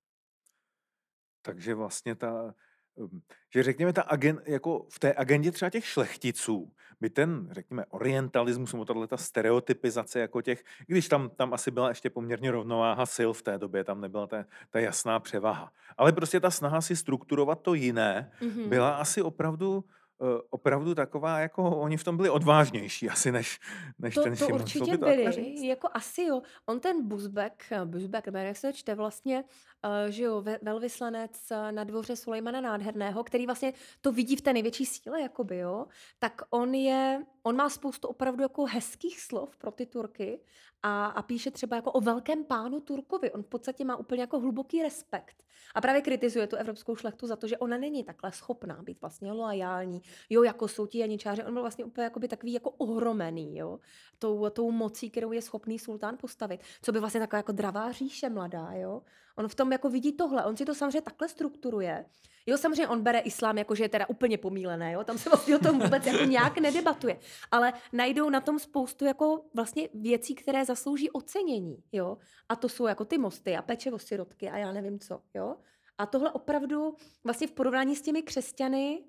Takže vlastně ta, um, že řekněme, ta agen, jako v té agendě třeba těch šlechticů by ten, řekněme, orientalismus nebo tato stereotypizace jako těch, i když tam, tam asi byla ještě poměrně rovnováha sil v té době, tam nebyla ta, ta jasná převaha. Ale prostě ta snaha si strukturovat to jiné Mhm. byla asi opravdu eh, opravdu taková, jako oni v tom byli odvážnější asi než, než To, ten to Šimon. Šlo určitě by to takhle byli, říct? jako asi jo. On ten Buzbek, eh, Buzbek, nebo jak se to čte vlastně, uh, že jo, ve, velvyslanec eh, na dvoře Sulejmana Nádherného, který vlastně to vidí v té největší síle, jakoby, jo, tak on je, on má spoustu opravdu jako hezkých slov pro ty Turky a, a píše třeba jako o velkém pánu Turkovi. On v podstatě má úplně jako hluboký respekt. A právě kritizuje tu evropskou šlechtu za to, že ona není takhle schopná být vlastně loajální. Jo, jako jsou ti janičáři. On byl vlastně úplně jakoby takový jako ohromený, jo, tou, tou mocí, kterou je schopný sultán postavit. Co by vlastně taková jako dravá říše mladá, jo. On v tom jako vidí tohle. On si to samozřejmě takhle strukturuje. Jo, samozřejmě on bere islám jako, že je teda úplně pomílené, jo, tam se vlastně o tom vůbec jako nějak nedebatuje, ale najdou na tom spoustu jako vlastně věcí, které zaslouží ocenění, jo, a to jsou jako ty mosty a péče o sirotky a já nevím co, jo, a tohle opravdu vlastně v porovnání s těmi křesťany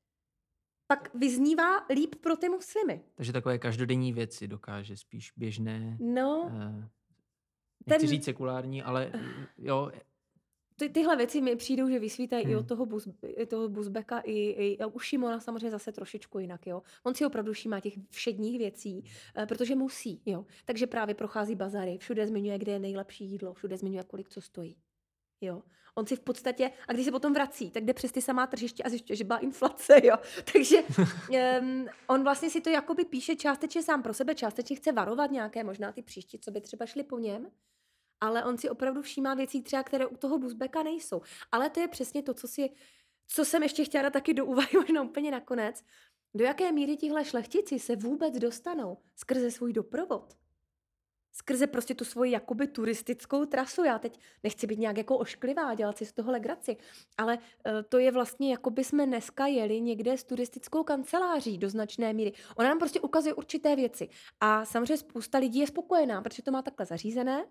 pak vyznívá líp pro ty muslimy. Takže takové každodenní věci dokáže spíš běžné, no, uh, nechci ten... říct sekulární, ale jo. Ty, tyhle věci mi přijdou, že vysvítají hmm. i od toho, buz, toho Buzbeka, i, i u Šimona samozřejmě zase trošičku jinak. Jo. On si opravdu všímá těch všedních věcí, protože musí. Jo. Takže právě prochází bazary, všude zmiňuje, kde je nejlepší jídlo, všude zmiňuje, kolik co stojí. Jo. On si v podstatě, a když se potom vrací, tak jde přes ty samá tržiště a zjišťuje, že byla inflace. Jo. Takže um, on vlastně si to jakoby píše částečně sám pro sebe, částečně chce varovat nějaké možná ty příští, co by třeba šli po něm. Ale on si opravdu všímá věcí třeba, které u toho Buzbeka nejsou. Ale to je přesně to, co, si, co jsem ještě chtěla taky do úvahy možná úplně nakonec. Do jaké míry tihle šlechtici se vůbec dostanou skrze svůj doprovod? Skrze prostě tu svoji jakoby turistickou trasu. Já teď nechci být nějak jako ošklivá, dělat si z toho legraci, ale uh, to je vlastně, jako by jsme dneska jeli někde s turistickou kanceláří do značné míry. Ona nám prostě ukazuje určité věci. A samozřejmě spousta lidí je spokojená, protože to má takhle zařízené.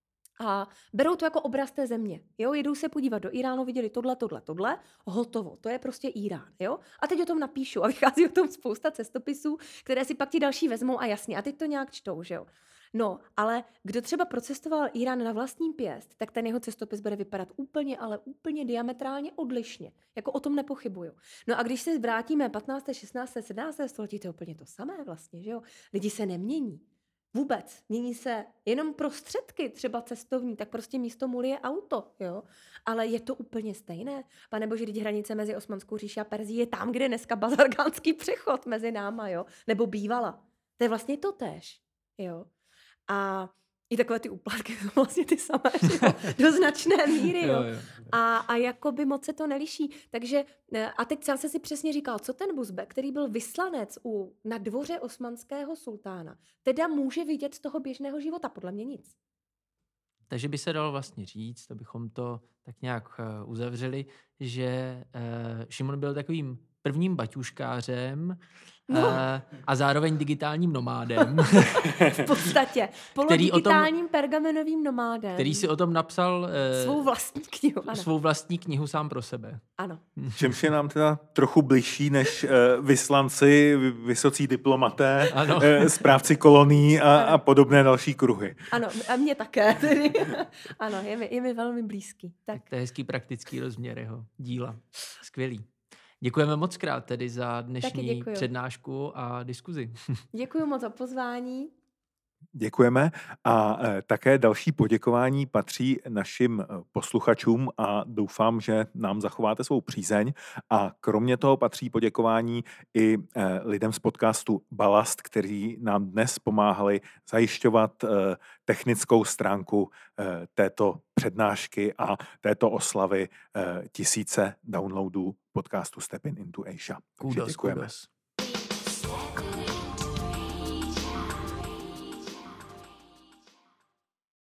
A berou to jako obraz té země. Jo? Jedou se podívat do Iránu, viděli tohle, tohle, tohle, hotovo. To je prostě Irán. Jo? A teď o tom napíšu a vychází o tom spousta cestopisů, které si pak ti další vezmou a jasně. A teď to nějak čtou, že jo. No, ale kdo třeba procestoval Irán na vlastní pěst, tak ten jeho cestopis bude vypadat úplně, ale úplně diametrálně odlišně. Jako o tom nepochybuju. No a když se vrátíme patnácté, šestnácté, sedmnácté století, to je úplně to samé vlastně, že jo. Lidi se nemění. Vůbec. Mění se jenom prostředky, třeba cestovní, tak prostě místo muly je auto, jo. Ale je to úplně stejné. Panebože, když hranice mezi Osmanskou říší a Perzií je tam, kde je dneska bazargánský přechod mezi náma, jo. Nebo bývala. To je vlastně to též, jo. A i takové ty úplatky jsou vlastně ty samé, jo, do značné míry, jo. jo, jo. A, a jakoby moc se to neliší. Takže, a teď jsem se si přesně říkal, co ten Buzbek, který byl vyslanec u, na dvoře osmanského sultána, teda může vidět z toho běžného života? Podle mě nic. Takže by se dalo vlastně říct, abychom to tak nějak uh, uzavřeli, že uh, Šimon byl takovým prvním baťuškářem no. uh, a zároveň digitálním nomádem. V podstatě. Polodigitálním pergamenovým nomádem. Který si o tom napsal uh, svou vlastní knihu. Ano. Svou vlastní knihu sám pro sebe. Ano. Čemž je nám teda trochu bližší než uh, vyslanci, vysocí diplomaté, uh, správci kolonií a, a podobné další kruhy. Ano, a mě také. Tedy. Ano, je mi, je mi velmi blízký. Tak. tak to je hezký praktický rozměr jeho díla. Skvělý. Děkujeme moc krát tedy za dnešní přednášku a diskuzi. Děkuji moc za pozvání. Děkujeme a také další poděkování patří našim posluchačům a doufám, že nám zachováte svou přízeň. A kromě toho patří poděkování i lidem z podcastu Balast, kteří nám dnes pomáhali zajišťovat technickou stránku této přednášky a této oslavy tisíce downloadů podcastu Step In Into Asia. Kudos, děkujeme. Kudos.